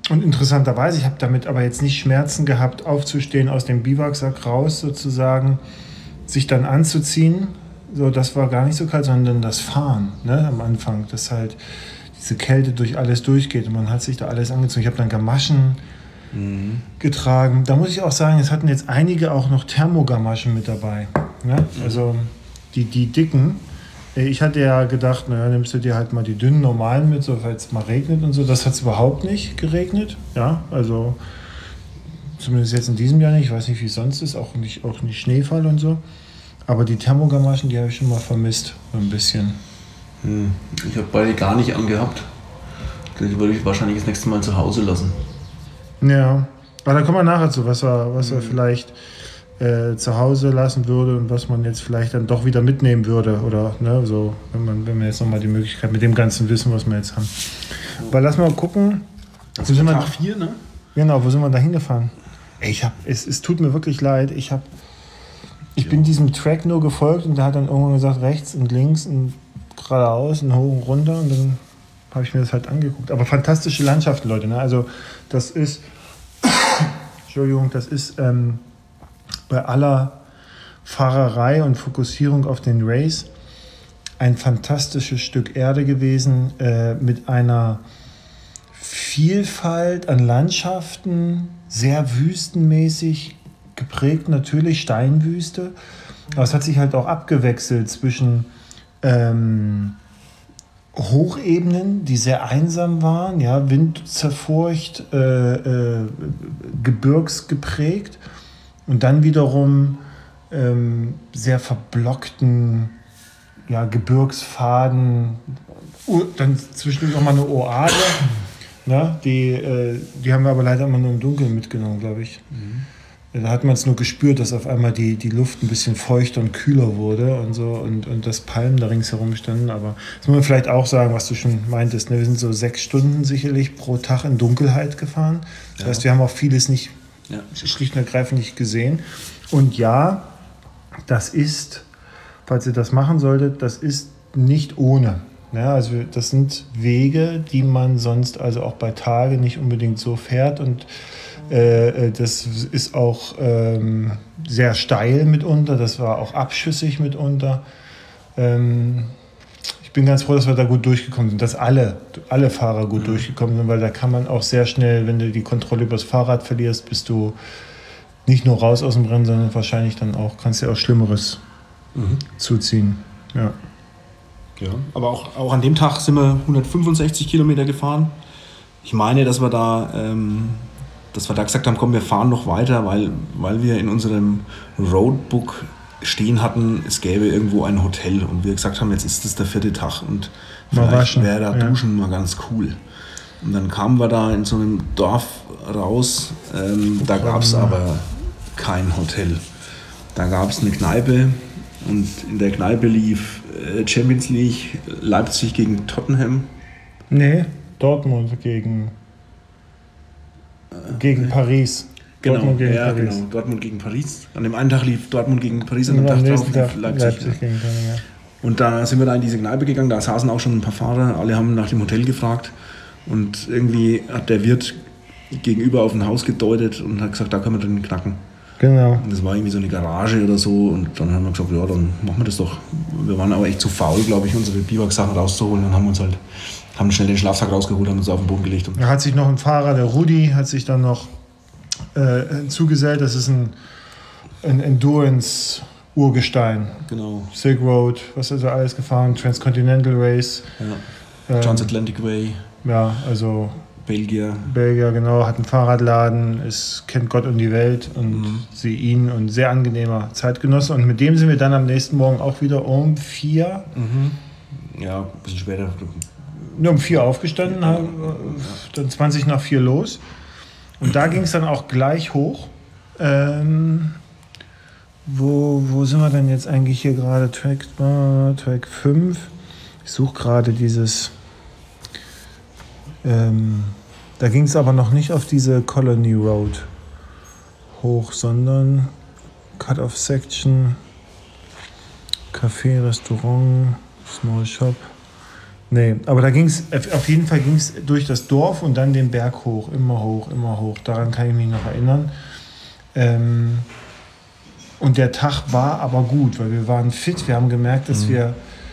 Und interessanterweise, ich habe damit aber jetzt nicht Schmerzen gehabt, aufzustehen, aus dem Biwaksack raus sozusagen, sich dann anzuziehen. So, das war gar nicht so kalt, sondern das Fahren, ne, am Anfang, dass halt diese Kälte durch alles durchgeht und man hat sich da alles angezogen. Ich habe dann Gamaschen mhm. getragen. Da muss ich auch sagen, es hatten jetzt einige auch noch Thermogamaschen mit dabei. Ne? Mhm. Also die, die dicken. Ich hatte ja gedacht, naja, nimmst du dir halt mal die dünnen, normalen mit, so falls es mal regnet und so. Das hat es überhaupt nicht geregnet. Ja, also zumindest jetzt in diesem Jahr nicht. Ich weiß nicht, wie es sonst ist, auch nicht, auch nicht Schneefall und so. Aber die Thermogamaschen, die habe ich schon mal vermisst, so ein bisschen. Hm. Ich habe beide gar nicht angehabt. Die würde ich wahrscheinlich das nächste Mal zu Hause lassen. Ja, aber da kommen wir nachher zu, was er, was er mhm. vielleicht äh, zu Hause lassen würde und was man jetzt vielleicht dann doch wieder mitnehmen würde. Oder ne, so, wenn man, wenn wir jetzt nochmal die Möglichkeit mit dem ganzen Wissen, was wir jetzt haben. Aber lass mal gucken. Das ist Tag vier, ne? Genau, wo sind wir da hingefahren? Ey, ich hab, es, es tut mir wirklich leid. Ich, hab, ich ja. bin diesem Track nur gefolgt und der hat dann irgendwann gesagt, rechts und links und geradeaus und hoch und runter. Und dann habe ich mir das halt angeguckt. Aber fantastische Landschaften, Leute. Ne? Also das ist, Entschuldigung, das ist ähm, bei aller Fahrerei und Fokussierung auf den Race ein fantastisches Stück Erde gewesen äh, mit einer Vielfalt an Landschaften, sehr wüstenmäßig geprägt, natürlich Steinwüste. Aber es hat sich halt auch abgewechselt zwischen ähm, Hochebenen, die sehr einsam waren, ja, windzerfurcht, äh, äh, gebirgsgeprägt und dann wiederum ähm, sehr verblockten ja, Gebirgspfaden, dann zwischendurch auch mal eine Oase, ne, die, äh, die haben wir aber leider immer nur im Dunkeln mitgenommen, glaube ich. Mhm. Da hat man es nur gespürt, dass auf einmal die, die Luft ein bisschen feuchter und kühler wurde und so und, und das Palmen da ringsherum standen. Aber das muss man vielleicht auch sagen, was du schon meintest. Ne? Wir sind so sechs Stunden sicherlich pro Tag in Dunkelheit gefahren. Das ja. heißt, wir haben auch vieles nicht, ja. schlicht und ergreifend nicht gesehen. Und ja, das ist, falls ihr das machen solltet, das ist nicht ohne. Ja, also das sind Wege, die man sonst also auch bei Tage nicht unbedingt so fährt und Äh, das ist auch ähm, sehr steil mitunter, das war auch abschüssig mitunter. Ähm, ich bin ganz froh, dass wir da gut durchgekommen sind, dass alle, alle Fahrer gut mhm. durchgekommen sind, weil da kann man auch sehr schnell, wenn du die Kontrolle über das Fahrrad verlierst, bist du nicht nur raus aus dem Rennen, sondern wahrscheinlich dann auch, kannst dir auch Schlimmeres mhm. zuziehen. Ja. Ja, aber auch, auch an dem Tag sind wir hundertfünfundsechzig Kilometer gefahren. Ich meine, dass wir da... Ähm dass wir da gesagt haben, komm, wir fahren noch weiter, weil, weil wir in unserem Roadbook stehen hatten, es gäbe irgendwo ein Hotel und wir gesagt haben, jetzt ist das der vierte Tag und vielleicht wäre da ja. Duschen mal ganz cool. Und dann kamen wir da in so einem Dorf raus, ähm, da gab es aber kein Hotel. Da gab es eine Kneipe und in der Kneipe lief äh, Champions League Leipzig gegen Tottenham. Nee, Dortmund gegen... Gegen Paris. Genau, Dortmund gegen ja, Paris. genau. Dortmund gegen Paris. An dem einen Tag lief Dortmund gegen Paris, an dem Tag drauf lief Leipzig, Leipzig. Gegen Paris, ja. Und da sind wir da in diese Kneipe gegangen, da saßen auch schon ein paar Fahrer, alle haben nach dem Hotel gefragt und irgendwie hat der Wirt gegenüber auf ein Haus gedeutet und hat gesagt, da können wir drin knacken. Genau. Und das war irgendwie so eine Garage oder so und dann haben wir gesagt, ja, dann machen wir das doch. Wir waren aber echt zu faul, glaube ich, unsere Biwak-Sachen rauszuholen und haben uns halt haben schnell den Schlafsack rausgeholt und uns auf den Boden gelegt. Da hat sich noch ein Fahrer, der Rudi, hat sich dann noch äh, zugesellt. Das ist ein, ein Endurance-Urgestein. Genau. Silk Road, was ist da alles gefahren? Transcontinental Race. Ja. Transatlantic ähm, Way. Ja, also... Belgier. Belgier, genau. Hat einen Fahrradladen, ist, kennt Gott und die Welt und mhm. sie ihn und sehr angenehmer Zeitgenosse. Und mit dem sind wir dann am nächsten Morgen auch wieder um vier. Mhm. Ja, ein bisschen später. Nur um vier aufgestanden, ja. Dann zwanzig nach vier los. Und da ging es dann auch gleich hoch. Ähm, wo, wo sind wir denn jetzt eigentlich hier gerade? Track, äh, Track fünf. Ich suche gerade dieses... Ähm, da ging es aber noch nicht auf diese Colony Road hoch, sondern Cut-Off Section, Café, Restaurant, Small Shop. Nee, aber da ging es, auf jeden Fall ging es durch das Dorf und dann den Berg hoch, immer hoch, immer hoch. Daran kann ich mich noch erinnern. Ähm, und der Tag war aber gut, weil wir waren fit. Wir haben gemerkt, dass mhm. wir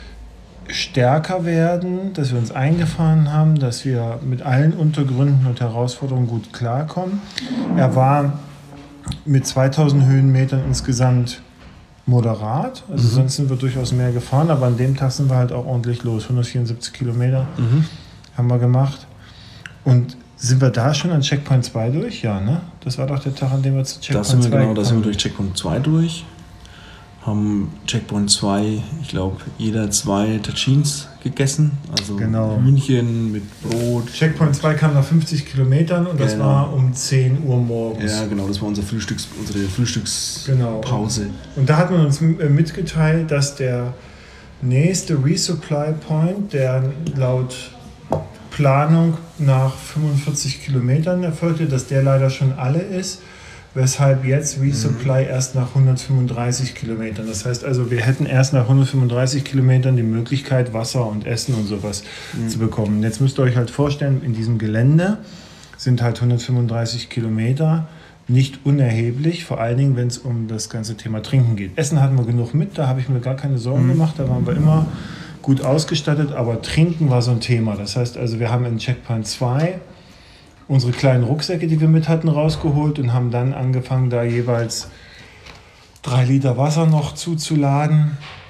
stärker werden, dass wir uns eingefahren haben, dass wir mit allen Untergründen und Herausforderungen gut klarkommen. Er war mit zweitausend Höhenmetern insgesamt moderat, also mhm. sonst sind wir durchaus mehr gefahren, aber an dem Tag sind wir halt auch ordentlich los. hundertvierundsiebzig Kilometer mhm. haben wir gemacht. Und sind wir da schon an Checkpoint zwei durch? Ja, ne? Das war doch der Tag, an dem wir zu Checkpoint zwei kamen. Genau, da sind wir durch Checkpoint zwei durch. Haben Checkpoint zwei, ich glaube, jeder zwei Tagines gegessen. Also genau. Hühnchen mit Brot. Checkpoint zwei kam nach fünfzig Kilometern und das genau. war um zehn Uhr morgens. Ja, genau, das war unser Frühstücks, unsere Frühstückspause. Genau. Und da hat man uns mitgeteilt, dass der nächste Resupply Point, der laut Planung nach fünfundvierzig Kilometern erfolgte, dass der leider schon alle ist. Weshalb jetzt Resupply mhm. erst nach hundertfünfunddreißig Kilometern. Das heißt also, wir hätten erst nach hundertfünfunddreißig Kilometern die Möglichkeit, Wasser und Essen und sowas mhm. zu bekommen. Jetzt müsst ihr euch halt vorstellen, in diesem Gelände sind halt hundertfünfunddreißig Kilometer nicht unerheblich, vor allen Dingen, wenn es um das ganze Thema Trinken geht. Essen hatten wir genug mit, da habe ich mir gar keine Sorgen mhm. gemacht, da waren wir immer gut ausgestattet, aber Trinken war so ein Thema. Das heißt also, wir haben in Checkpoint zwei unsere kleinen Rucksäcke, die wir mit hatten, rausgeholt und haben dann angefangen, da jeweils drei Liter Wasser noch zuzuladen,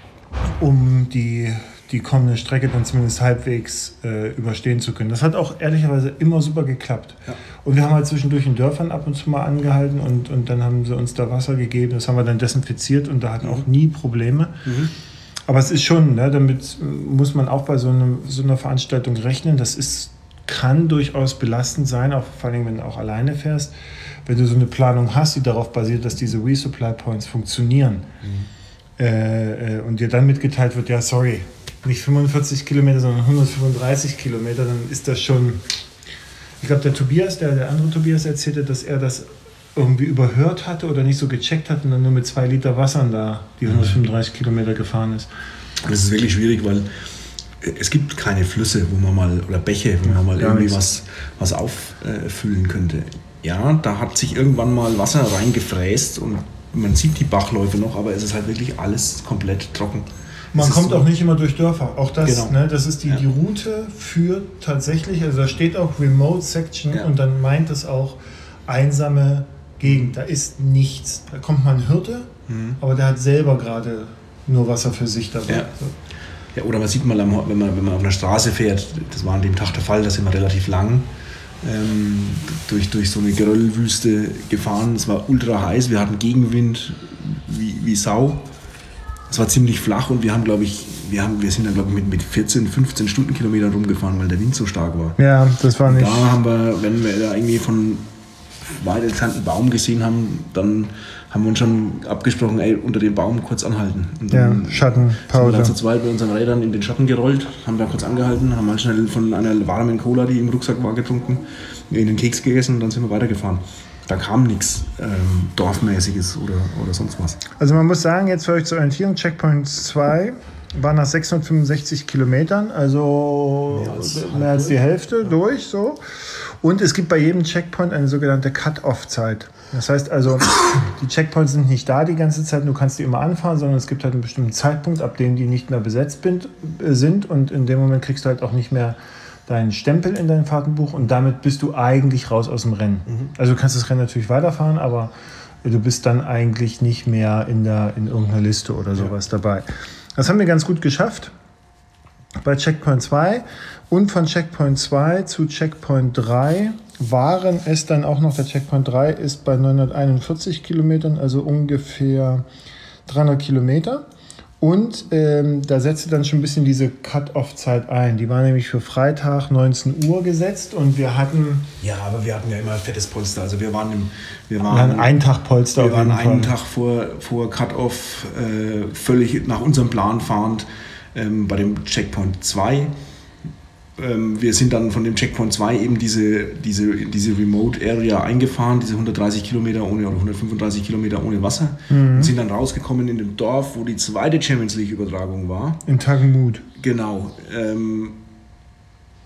um die, die kommende Strecke dann zumindest halbwegs äh, überstehen zu können. Das hat auch ehrlicherweise immer super geklappt. Ja. Und wir haben halt zwischendurch in Dörfern ab und zu mal angehalten und, und dann haben sie uns da Wasser gegeben. Das haben wir dann desinfiziert und da hatten auch nie Probleme. Mhm. Aber es ist schon, ne, damit muss man auch bei so, einem, so einer Veranstaltung rechnen. Das ist kann durchaus belastend sein, auch vor allem, wenn du auch alleine fährst, wenn du so eine Planung hast, die darauf basiert, dass diese Resupply Points funktionieren mhm. äh, und dir dann mitgeteilt wird, ja sorry, nicht fünfundvierzig Kilometer, sondern hundertfünfunddreißig Kilometer, dann ist das schon, ich glaube der Tobias, der, der andere Tobias erzählte, dass er das irgendwie überhört hatte oder nicht so gecheckt hat und dann nur mit zwei Liter Wassern da die hundertfünfunddreißig mhm. Kilometer gefahren ist. Das ist wirklich schwierig, weil es gibt keine Flüsse, wo man mal, oder Bäche, wo man mal ja, irgendwie was, was auffüllen könnte. Ja, da hat sich irgendwann mal Wasser reingefräst und man sieht die Bachläufe noch, aber es ist halt wirklich alles komplett trocken. Man kommt so auch nicht immer durch Dörfer. Auch das, genau. ne, das ist die, ja. die Route führt tatsächlich, also da steht auch Remote Section ja. und dann meint es auch einsame Gegend. Da ist nichts. Da kommt mal ein Hirte, mhm. aber der hat selber gerade nur Wasser für sich dabei. Ja. So. Ja, oder man sieht mal, wenn man, wenn man auf einer Straße fährt, das war an dem Tag der Fall, da sind wir relativ lang ähm, durch, durch so eine Geröllwüste gefahren. Es war ultra heiß, wir hatten Gegenwind wie, wie Sau. Es war ziemlich flach und wir haben, glaube ich, wir, haben, wir sind dann, glaube ich, mit, mit vierzehn, fünfzehn Stundenkilometern rumgefahren, weil der Wind so stark war. Ja, das war nicht... Und da haben wir, wenn wir da irgendwie von weit entfernten Baum gesehen haben, dann haben wir uns schon abgesprochen, ey, unter dem Baum kurz anhalten. Und dann ja, Schattenpause. Sind wir dann zu zweit bei unseren Rädern in den Schatten gerollt, haben da kurz angehalten, haben mal schnell von einer warmen Cola, die im Rucksack war, getrunken, in den Keks gegessen und dann sind wir weitergefahren. Da kam nichts ähm, Dorfmäßiges oder, oder sonst was. Also man muss sagen, jetzt für euch zur Orientierung, Checkpoint zwei war nach sechshundertfünfundsechzig Kilometern, also mehr als, mehr als die Hälfte ja. durch. So. Und es gibt bei jedem Checkpoint eine sogenannte Cut-Off-Zeit. Das heißt also, die Checkpoints sind nicht da die ganze Zeit, du kannst die immer anfahren, sondern es gibt halt einen bestimmten Zeitpunkt, ab dem die nicht mehr besetzt sind und in dem Moment kriegst du halt auch nicht mehr deinen Stempel in dein Fahrtenbuch und damit bist du eigentlich raus aus dem Rennen. Mhm. Also du kannst das Rennen natürlich weiterfahren, aber du bist dann eigentlich nicht mehr in, der, in irgendeiner Liste oder sowas ja. dabei. Das haben wir ganz gut geschafft bei Checkpoint zwei und von Checkpoint zwei zu Checkpoint drei waren es dann auch noch, der Checkpoint drei ist bei neunhunderteinundvierzig Kilometern, also ungefähr dreihundert Kilometer. Und ähm, da setzte dann schon ein bisschen diese Cut-Off-Zeit ein. Die war nämlich für Freitag neunzehn Uhr gesetzt und wir hatten... Ja, aber wir hatten ja immer fettes Polster. Also wir waren im... Wir waren, wir einen Tag Polster. Wir waren einen Tag vor, vor Cut-Off äh, völlig nach unserem Plan fahrend ähm, bei dem Checkpoint zwei. Ähm, wir sind dann von dem Checkpoint zwei eben diese, diese, diese Remote Area eingefahren, diese hundertdreißig Kilometer ohne oder hundertfünfunddreißig Kilometer ohne Wasser mhm. und sind dann rausgekommen in dem Dorf, wo die zweite Champions League Übertragung war. In Tagenmut. Genau. Ähm,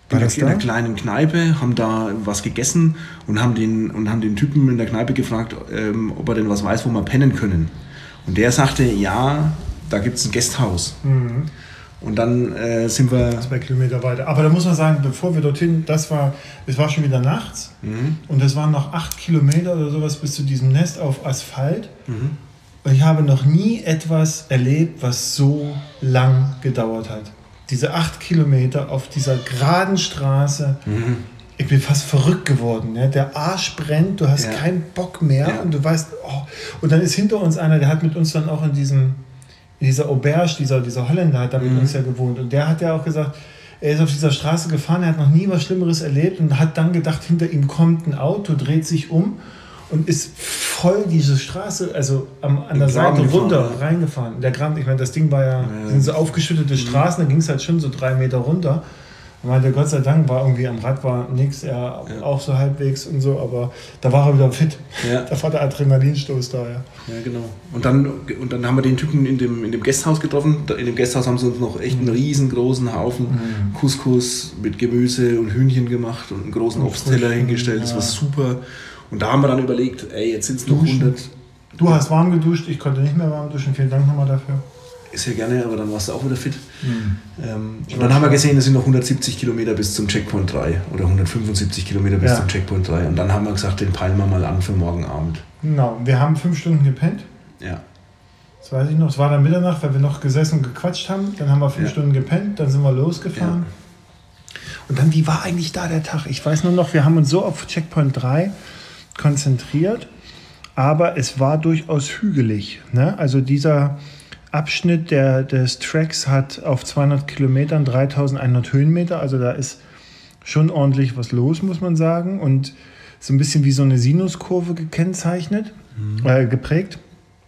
in, der, in einer kleinen Kneipe, haben da was gegessen und haben den, und haben den Typen in der Kneipe gefragt, ähm, ob er denn was weiß, wo wir pennen können. Und der sagte, ja, da gibt es ein Gasthaus. Mhm. Und dann äh, sind wir... Zwei Kilometer weiter. Aber da muss man sagen, bevor wir dorthin, das war, es war schon wieder nachts mhm. und es waren noch acht Kilometer oder sowas bis zu diesem Nest auf Asphalt. Mhm. Und ich habe noch nie etwas erlebt, was so lang gedauert hat. Diese acht Kilometer auf dieser geraden Straße. Mhm. Ich bin fast verrückt geworden. Ne? Der Arsch brennt, du hast ja. keinen Bock mehr ja. und du weißt, oh. Und dann ist hinter uns einer, der hat mit uns dann auch in diesem, in dieser Auberge, dieser, dieser Holländer hat da mit mhm. uns ja gewohnt. Und der hat ja auch gesagt, er ist auf dieser Straße gefahren, er hat noch nie was Schlimmeres erlebt und hat dann gedacht, hinter ihm kommt ein Auto, dreht sich um und ist voll diese Straße, also am, an der Seite runter gefahren, reingefahren. Der Graben, ich meine, das Ding war ja, ja. sind so aufgeschüttete mhm. Straßen, da ging es halt schon so drei Meter runter. Ich meinte, Gott sei Dank war irgendwie am Rad war nichts, er ja. auch so halbwegs und so, aber da war er wieder fit. Ja. Da war der Adrenalinstoß da, ja. Ja, genau. Und dann, und dann haben wir den Typen in dem, in dem Gasthaus getroffen. In dem Gasthaus haben sie uns noch echt einen riesengroßen Haufen mhm. Couscous mit Gemüse und Hühnchen gemacht und einen großen Obstteller hingestellt. Das ja. war super. Und da haben wir dann überlegt, ey, jetzt sind es noch hundert. Du hast warm geduscht, ich konnte nicht mehr warm duschen. Vielen Dank nochmal dafür. Sehr gerne, aber dann warst du auch wieder fit. Mhm. Ähm, und dann haben wir gesehen, es sind noch hundertsiebzig Kilometer bis zum Checkpoint drei oder hundertfünfundsiebzig Kilometer bis ja. zum Checkpoint drei. Und dann haben wir gesagt, den peilen wir mal an für morgen Abend. Genau, wir haben fünf Stunden gepennt. Ja. Das weiß ich noch. Es war dann Mitternacht, weil wir noch gesessen und gequatscht haben. Dann haben wir fünf ja. Stunden gepennt, dann sind wir losgefahren. Ja. Und dann, wie war eigentlich da der Tag? Ich weiß nur noch, wir haben uns so auf Checkpoint drei konzentriert, aber es war durchaus hügelig. Ne? Also dieser Abschnitt der, des Tracks hat auf zweihundert Kilometern dreitausendeinhundert Höhenmeter, also da ist schon ordentlich was los, muss man sagen, und so ein bisschen wie so eine Sinuskurve gekennzeichnet, mhm. äh, geprägt,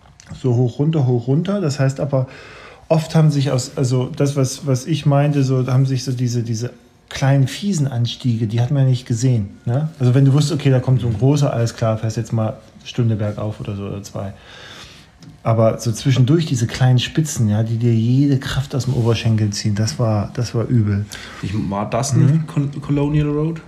so hoch, runter, hoch, runter. Das heißt aber, oft haben sich aus, also das, was, was ich meinte, so haben sich so diese, diese kleinen fiesen Anstiege, die hat man ja nicht gesehen. Ne? Also wenn du wusstest, okay, da kommt so ein großer, alles klar, fährst jetzt mal eine Stunde bergauf oder so oder zwei. Aber so zwischendurch diese kleinen Spitzen, ja, die dir jede Kraft aus dem Oberschenkel ziehen, das war, das war übel. Ich, war das nicht mhm. Colonial Road?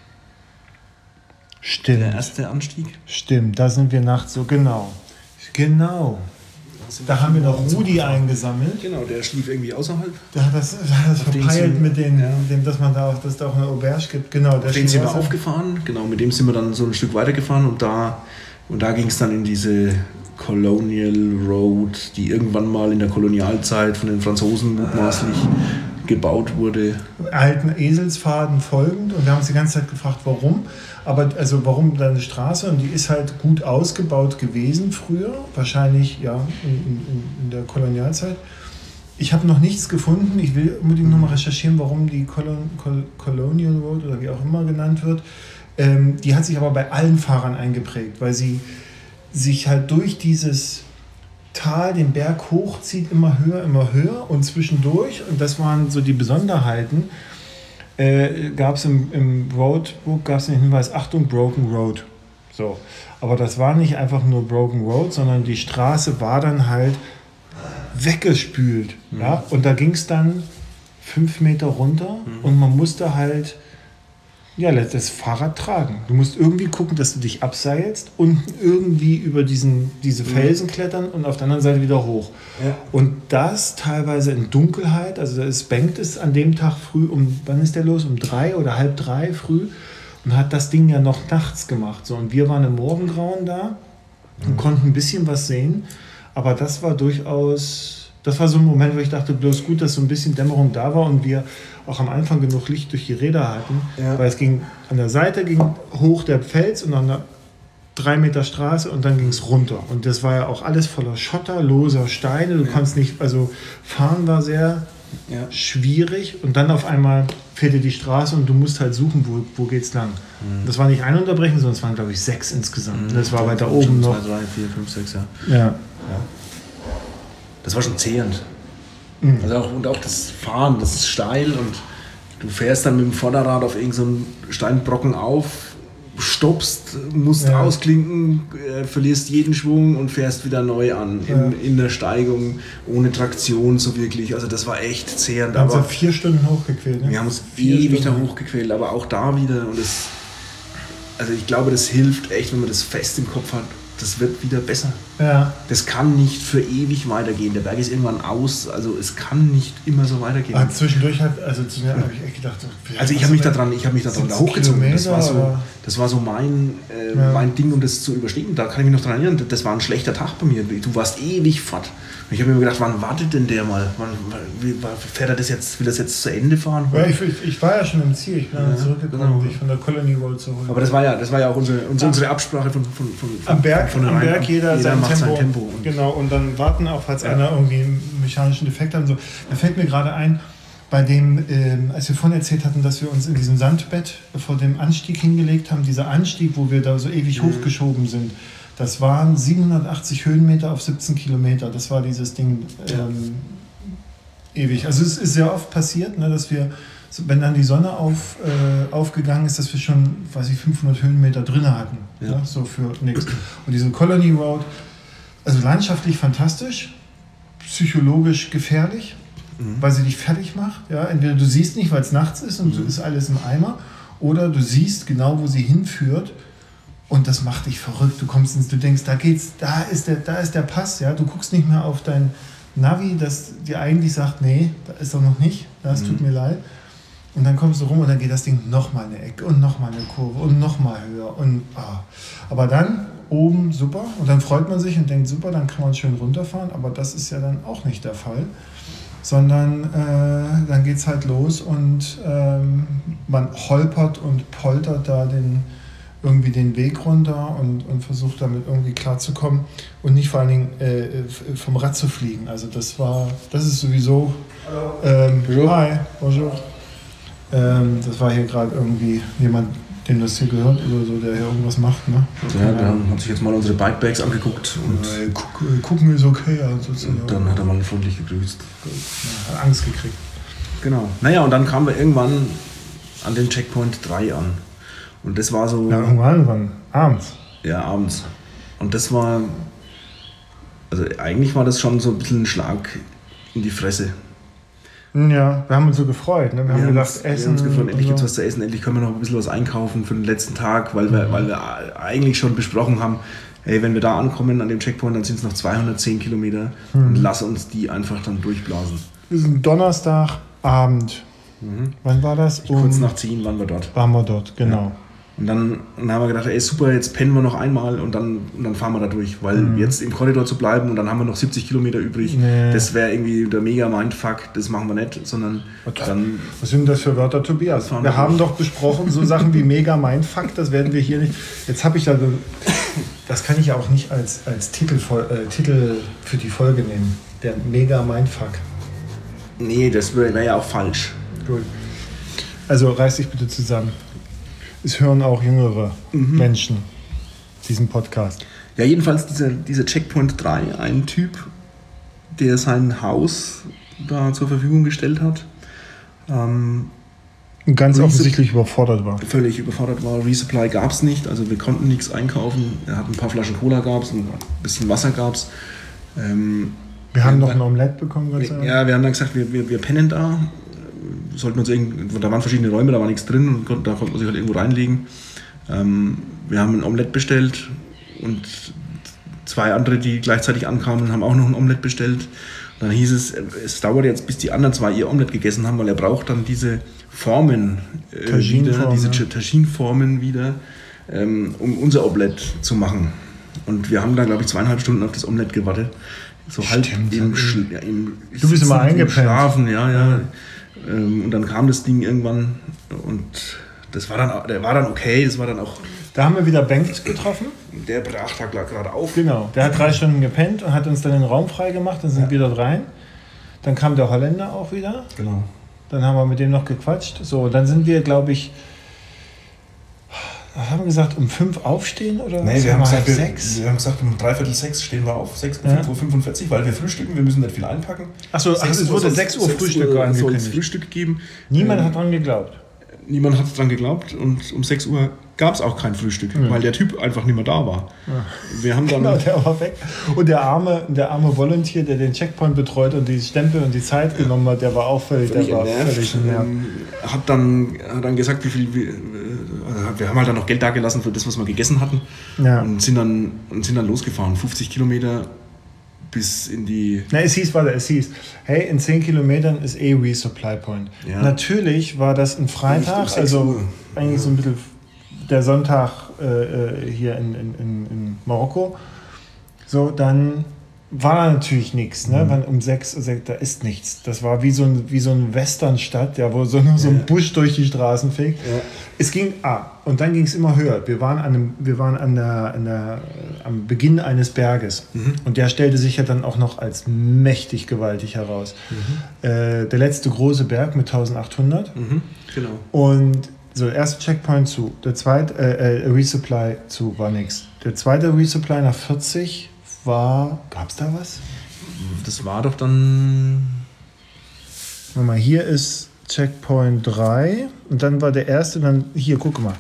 Stimmt. Der erste Anstieg? Stimmt, da sind wir nachts so, genau. Genau. Da haben wir noch Rudi eingesammelt. Genau, der schlief irgendwie außerhalb. Der hat das, der hat das verpeilt mit, den, ja. mit dem, dass man da auch, dass da auch eine Auberge gibt. Genau, der den sind wir aufgefahren. Genau, mit dem sind wir dann so ein Stück weitergefahren und da, und da ging es dann in diese Colonial Road, die irgendwann mal in der Kolonialzeit von den Franzosen mutmaßlich gebaut wurde. Alten Eselsfaden folgend, und wir haben uns die ganze Zeit gefragt, warum. Aber also warum da eine Straße? Und die ist halt gut ausgebaut gewesen früher, wahrscheinlich ja in, in, in der Kolonialzeit. Ich habe noch nichts gefunden. Ich will unbedingt nochmal recherchieren, warum die Colon, Col, Colonial Road oder wie auch immer genannt wird. Ähm, die hat sich aber bei allen Fahrern eingeprägt, weil sie sich halt durch dieses Tal den Berg hochzieht, immer höher, immer höher, und zwischendurch, und das waren so die Besonderheiten, äh, gab es im, im Roadbook gab es den Hinweis, Achtung, Broken Road. So. Aber das war nicht einfach nur Broken Road, sondern die Straße war dann halt weggespült. Mhm. Ja? Und da ging es dann fünf Meter runter mhm. und man musste halt ja, das Fahrrad tragen. Du musst irgendwie gucken, dass du dich abseilst und irgendwie über diesen, diese Felsen mhm. klettern und auf der anderen Seite wieder hoch. Ja. Und das teilweise in Dunkelheit, also es bangt es an dem Tag früh um, wann ist der los? Um drei oder halb drei früh, und hat das Ding ja noch nachts gemacht. So, und wir waren im Morgengrauen da und mhm. konnten ein bisschen was sehen, aber das war durchaus, das war so ein Moment, wo ich dachte, bloß gut, dass so ein bisschen Dämmerung da war und wir auch am Anfang genug Licht durch die Räder hatten, ja. weil es ging an der Seite ging hoch der Fels und dann drei Meter Straße und dann ging es runter. Und das war ja auch alles voller Schotter, loser Steine. Du ja. konntest nicht, also fahren war sehr ja. schwierig, und dann auf einmal fehlte die Straße und du musst halt suchen, wo, wo geht's lang. Mhm. Das war nicht ein Unterbrechen, sondern es waren, glaube ich, sechs insgesamt. Mhm. Das war weiter oben noch. zwei, drei, vier, fünf, sechs, ja. Ja. ja. Das war schon zehrend. Mhm. Also auch, und auch das Fahren, das ist steil und du fährst dann mit dem Vorderrad auf irgendeinen so Steinbrocken auf. stoppst, musst Ja. ausklinken, äh, verlierst jeden Schwung und fährst wieder neu an Ja. in, in der Steigung, ohne Traktion so wirklich. Also das war echt zehrend. Wir haben uns Aber ja vier Stunden hochgequält. Ne? wir haben uns Vier ewig da Stunden. hochgequält, aber auch da wieder. Und das, also ich glaube, das hilft echt, wenn man das fest im Kopf hat. Das wird wieder besser. Ja. Das kann nicht für ewig weitergehen. Der Berg ist irgendwann aus. Also es kann nicht immer so weitergehen. Aber zwischendurch hat, also zu mir habe ich echt gedacht, wie Also ich hast habe mich du da dran, ich habe mich da dran siebzig hochgezogen. Das war so, Kilometer, das war so mein, äh, Ja. mein Ding, um das zu überstehen. Da kann ich mich noch dran erinnern. Das war ein schlechter Tag bei mir. Du warst ewig fort. Und ich habe mir gedacht, wann wartet denn der mal? Wann, wie, fährt er das jetzt? Will das jetzt zu Ende fahren? Ja, ich, ich, ich war ja schon im Ziel, ich bin dann Ja, zurückgekommen, genau. um dich von der Colony Road zu holen. Aber das war ja, das war ja auch unsere, unsere, unsere Absprache von, von, von, am Berg, von am Berg jeder, jeder sein, macht Tempo. sein Tempo. Und Genau, und dann warten auch, falls Ja. einer irgendwie einen mechanischen Defekt hat und so. Da fällt mir gerade ein, bei dem, ähm, als wir vorhin erzählt hatten, dass wir uns in diesem Sandbett vor dem Anstieg hingelegt haben, dieser Anstieg, wo wir da so ewig Mhm. hochgeschoben sind, das waren siebenhundertachtzig Höhenmeter auf siebzehn Kilometer. Das war dieses Ding ähm, ewig. Also es ist sehr oft passiert, ne, dass wir, so, wenn dann die Sonne auf, äh, aufgegangen ist, dass wir schon, weiß ich, fünfhundert Höhenmeter drin hatten. Ja. Ne, so für nichts. Und diese Colony Road, also landschaftlich fantastisch, psychologisch gefährlich, Mhm. weil sie dich fertig macht. Ja, entweder du siehst nicht, weil es nachts ist und Mhm. ist alles im Eimer, oder du siehst genau, wo sie hinführt und das macht dich verrückt. Du kommst ins, du denkst, da geht's, da ist der, da ist der Pass. Ja, du guckst nicht mehr auf dein Navi, das dir eigentlich sagt, nee, da ist er noch nicht. Das Mhm. tut mir leid. Und dann kommst du rum und dann geht das Ding nochmal eine Ecke und nochmal eine Kurve und nochmal höher. Und, ah. Aber dann oben super und dann freut man sich und denkt, super, dann kann man schön runterfahren. Aber das ist ja dann auch nicht der Fall. Sondern äh, dann geht es halt los und ähm, man holpert und poltert da den, irgendwie den Weg runter und, und versucht damit irgendwie klarzukommen und nicht vor allen Dingen äh, vom Rad zu fliegen. Also das war, das ist sowieso... Ähm, Bonjour. Hi, bonjour. Ähm, das war hier gerade irgendwie jemand, dem das hier gehört oder so, der hier irgendwas macht. Ne? Ja, der hat sich jetzt mal unsere Bikebags angeguckt und, Äh, guck, äh, gucken ist okay. Also sozusagen. und dann hat er mal freundlich gegrüßt. Ja, hat Angst gekriegt. Genau. Naja, und dann kamen wir irgendwann an den Checkpoint drei an. Und das war so, Ja, irgendwann, wann? Abends. ja, abends. Und das war, also eigentlich war das schon so ein bisschen ein Schlag in die Fresse. Ja, wir haben uns so gefreut. Ne? Wir, haben gedacht, uns, essen. wir haben uns gefreut, endlich und gibt es so. was zu essen, endlich können wir noch ein bisschen was einkaufen für den letzten Tag, weil wir, weil wir eigentlich schon besprochen haben, hey, wenn wir da ankommen an dem Checkpoint, dann sind es noch zweihundertzehn Kilometer und lass uns die einfach dann durchblasen. Wir sind Donnerstagabend. Wann war das? Kurz nach zehn waren wir dort. waren wir dort, genau. Und dann, dann haben wir gedacht, ey super, jetzt pennen wir noch einmal und dann, und dann fahren wir da durch. Weil Mhm. jetzt im Korridor zu bleiben und dann haben wir noch siebzig Kilometer übrig, Nee. das wäre irgendwie der mega Mindfuck, das machen wir nicht, sondern dann, Was sind das für Wörter, Tobias? Fahren Wir wir haben durch. doch besprochen, so Sachen wie Mega Mindfuck, das werden wir hier nicht. Jetzt habe ich ja, so- das kann ich ja auch nicht als, als Titel, äh, Titel für die Folge nehmen. Der Mega Mindfuck. nee, das wäre wär ja auch falsch. Gut. Also reiß dich bitte zusammen. Es hören auch jüngere Menschen diesen Podcast. Ja, jedenfalls dieser, dieser Checkpoint drei, ein Typ, der sein Haus da zur Verfügung gestellt hat, ähm, Und ganz Resup- offensichtlich überfordert war. völlig überfordert war. Resupply gab es nicht, also wir konnten nichts einkaufen. Er hat ein paar Flaschen Cola gab es, ein bisschen Wasser gab es. Ähm, Wir haben Ja, noch ein Omelett bekommen, Gott sei Dank. ja, wir haben dann gesagt, wir, wir, wir pennen da. Sollten uns irgend, da waren verschiedene Räume, da war nichts drin und kon- da konnte man sich halt irgendwo reinlegen. Ähm, wir haben ein Omelett bestellt und zwei andere, die gleichzeitig ankamen, haben auch noch ein Omelett bestellt. Dann hieß es, es dauert jetzt, bis die anderen zwei ihr Omelett gegessen haben, weil er braucht dann diese Formen äh, wieder, Tagine-Formen, diese ja. Tagine-Formen wieder, ähm, um unser Omelett zu machen. Und wir haben da, glaube ich, zweieinhalb Stunden auf das Omelett gewartet. So halb Stimmt, im, ja. Schl- ja, im Du bist immer Sitzen, im eingepennt. Schlafen, ja, ja. Ähm, und dann kam das Ding irgendwann und das war dann, auch- der war dann okay, das war dann auch, Da haben wir wieder Bengt getroffen. der brach da gerade auf. Genau. Der hat drei Stunden gepennt und hat uns dann den Raum frei gemacht. Dann sind wir dort rein. Dann kam der Holländer auch wieder. Genau. Dann haben wir mit dem noch gequatscht. So, dann sind wir, glaube ich, was haben wir gesagt, um fünf aufstehen oder Nee, was? wir haben, halb gesagt, wir, sechs. wir haben gesagt, um dreiviertel sechs stehen wir auf, sechs, Ja. fünf Uhr fünfundvierzig, weil wir frühstücken, wir müssen nicht viel einpacken. Achso, ach, es wurde sechs Uhr Frühstück soll es angekündigt. Frühstück geben. Niemand Ähm, hat dran geglaubt. Niemand hat dran geglaubt und um sechs Uhr gab es auch kein Frühstück, ja. weil der Typ einfach nicht mehr da war. Ja. Wir haben dann genau, der war weg. Und der arme, der arme Volunteer, der den Checkpoint betreut und die Stempel und die Zeit genommen hat, der war auch völlig, völlig der war entnervt. völlig ähm, hat, dann, hat dann gesagt, wie viel... Wie, wir haben halt dann noch Geld dagelassen für das, was wir gegessen hatten. Ja. Und, sind dann, und sind dann losgefahren. fünfzig Kilometer bis in die... Na, es hieß, warte, es hieß, hey, in zehn Kilometern ist eh Resupply Point. Ja. Natürlich war das ein Freitag, um also Uhr. eigentlich ja. so ein bisschen der Sonntag äh, hier in, in, in Marokko. So, dann war da natürlich nichts, ne? Mhm. Um sechs, sechs, da ist nichts. Das war wie so ein, wie so ein Westernstadt, ja, wo so, so ein ja. Busch durch die Straßen fegt. Ja. Es ging, ah, und dann ging es immer höher. Wir waren, an einem, wir waren an der, an der, am Beginn eines Berges. Mhm. Und der stellte sich ja dann auch noch als mächtig gewaltig heraus. Mhm. Äh, der letzte große Berg mit eintausendachthundert. Mhm. Genau. Und so, der erste Checkpoint zu, der zweite äh, äh, Resupply zu war nichts. Der zweite Resupply nach vierzig war, gab es da was? Das war doch dann... Guck mal, hier ist Checkpoint drei und dann war der erste, dann hier, guck mal.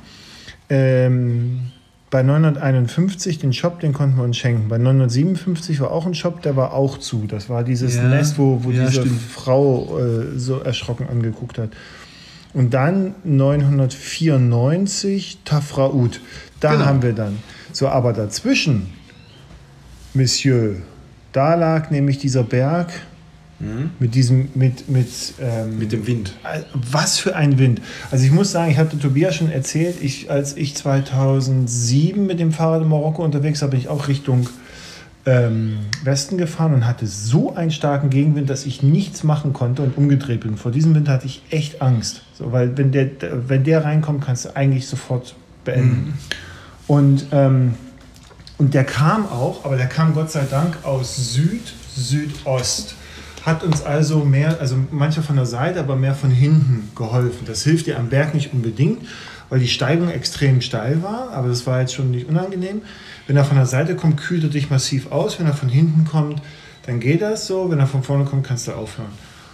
Ähm, bei neunhunderteinundfünfzig, den Shop, den konnten wir uns schenken. Bei neunhundertsiebenundfünfzig war auch ein Shop, der war auch zu. Das war dieses ja, Nest, wo, wo ja, diese stimmt. Frau äh, so erschrocken angeguckt hat. Und dann neunhundertvierundneunzig Tafraout. Da genau. haben wir dann. So, aber dazwischen, Monsieur, da lag nämlich dieser Berg mhm. mit diesem, mit, mit, ähm, mit dem Wind. Was für ein Wind. Also ich muss sagen, ich hatte Tobias schon erzählt, ich, als ich zweitausendsieben mit dem Fahrrad in Marokko unterwegs war, bin ich auch Richtung ähm, Westen gefahren und hatte so einen starken Gegenwind, dass ich nichts machen konnte und umgedreht bin. Vor diesem Wind hatte ich echt Angst. So, weil wenn der, wenn der reinkommt, kannst du eigentlich sofort beenden. Mhm. Und, ähm, und der kam auch, aber der kam Gott sei Dank aus Süd, Südost. Hat uns also mehr, also mancher von der Seite, aber mehr von hinten geholfen. Das hilft dir am Berg nicht unbedingt, weil die Steigung extrem steil war, aber das war jetzt schon nicht unangenehm. Wenn er von der Seite kommt, kühlt er dich massiv aus. Wenn er von hinten kommt, dann geht das so. Wenn er von vorne kommt, kannst du aufhören.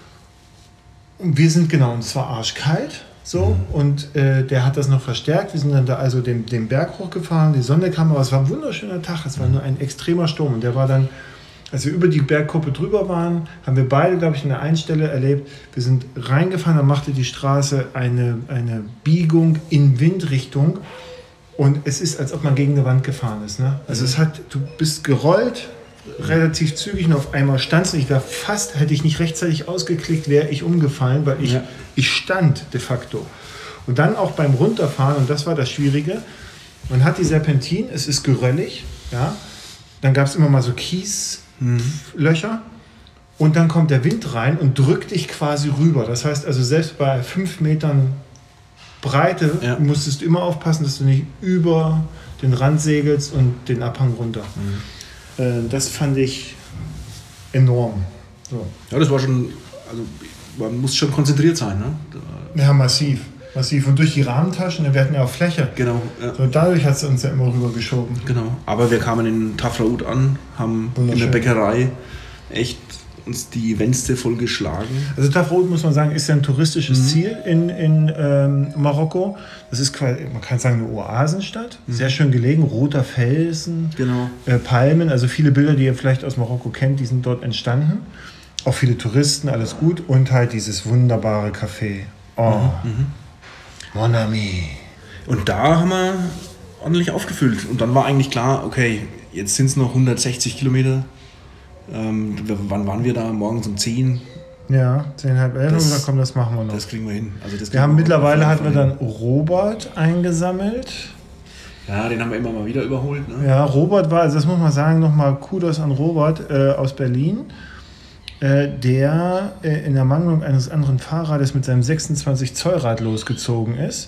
Und wir sind genau, und es war arschkalt. So, mhm. und äh, der hat das noch verstärkt. Wir sind dann da also den, den Berg hochgefahren, die Sonne kam, aber es war ein wunderschöner Tag. Es war nur ein extremer Sturm. Und der war dann, als wir über die Bergkuppe drüber waren, haben wir beide, glaube ich, an der einen Stelle erlebt, wir sind reingefahren, dann machte die Straße eine, eine Biegung in Windrichtung. Und es ist, als ob man gegen eine Wand gefahren ist. Ne? Also mhm. es hat, du bist gerollt, relativ zügig, und auf einmal standst du. Ich wäre fast, hätte ich nicht rechtzeitig ausgeklickt, wäre ich umgefallen, weil ich, ja. ich stand de facto. Und dann auch beim Runterfahren, und das war das Schwierige, man hat die Serpentin, es ist geröllig, ja? Dann gab es immer mal so Kieslöcher mhm. und dann kommt der Wind rein und drückt dich quasi rüber. Das heißt also, selbst bei fünf Metern Breite ja. musstest du immer aufpassen, dass du nicht über den Rand segelst und den Abhang runter. Mhm. Äh, das fand ich enorm. So. Ja, das war schon, also man muss schon konzentriert sein, ne? Ja, massiv. Massiv. Und durch die Rahmentaschen, wir hatten ja auch Fläche. Genau. Ja. So, dadurch hat es uns ja immer rübergeschoben. Genau. Aber wir kamen in Tafraout an, haben in der Bäckerei echt uns die Wänste voll geschlagen. Also Tafraout, muss man sagen, ist ja ein touristisches mhm. Ziel in, in ähm, Marokko. Das ist quasi, man kann sagen, eine Oasenstadt. Mhm. Sehr schön gelegen, roter Felsen, genau. äh, Palmen. Also viele Bilder, die ihr vielleicht aus Marokko kennt, die sind dort entstanden. Auch viele Touristen, alles gut. Und halt dieses wunderbare Café. Oh, mhm. Mon ami. Und da haben wir ordentlich aufgefüllt. Und dann war eigentlich klar, okay, jetzt sind es noch hundertsechzig Kilometer. Ähm, wann waren wir da? Morgens um zehn? Ja, zehn, halb elf. Und dann komm, das machen wir noch. Das kriegen wir hin. Also das wir haben wir mittlerweile hatten wir dann Robert eingesammelt. Ja, den haben wir immer mal wieder überholt. Ne? Ja, Robert war, also das muss man sagen, nochmal Kudos an Robert äh, aus Berlin, äh, der äh, in Ermangelung eines anderen Fahrrades mit seinem sechsundzwanzig Zoll Rad losgezogen ist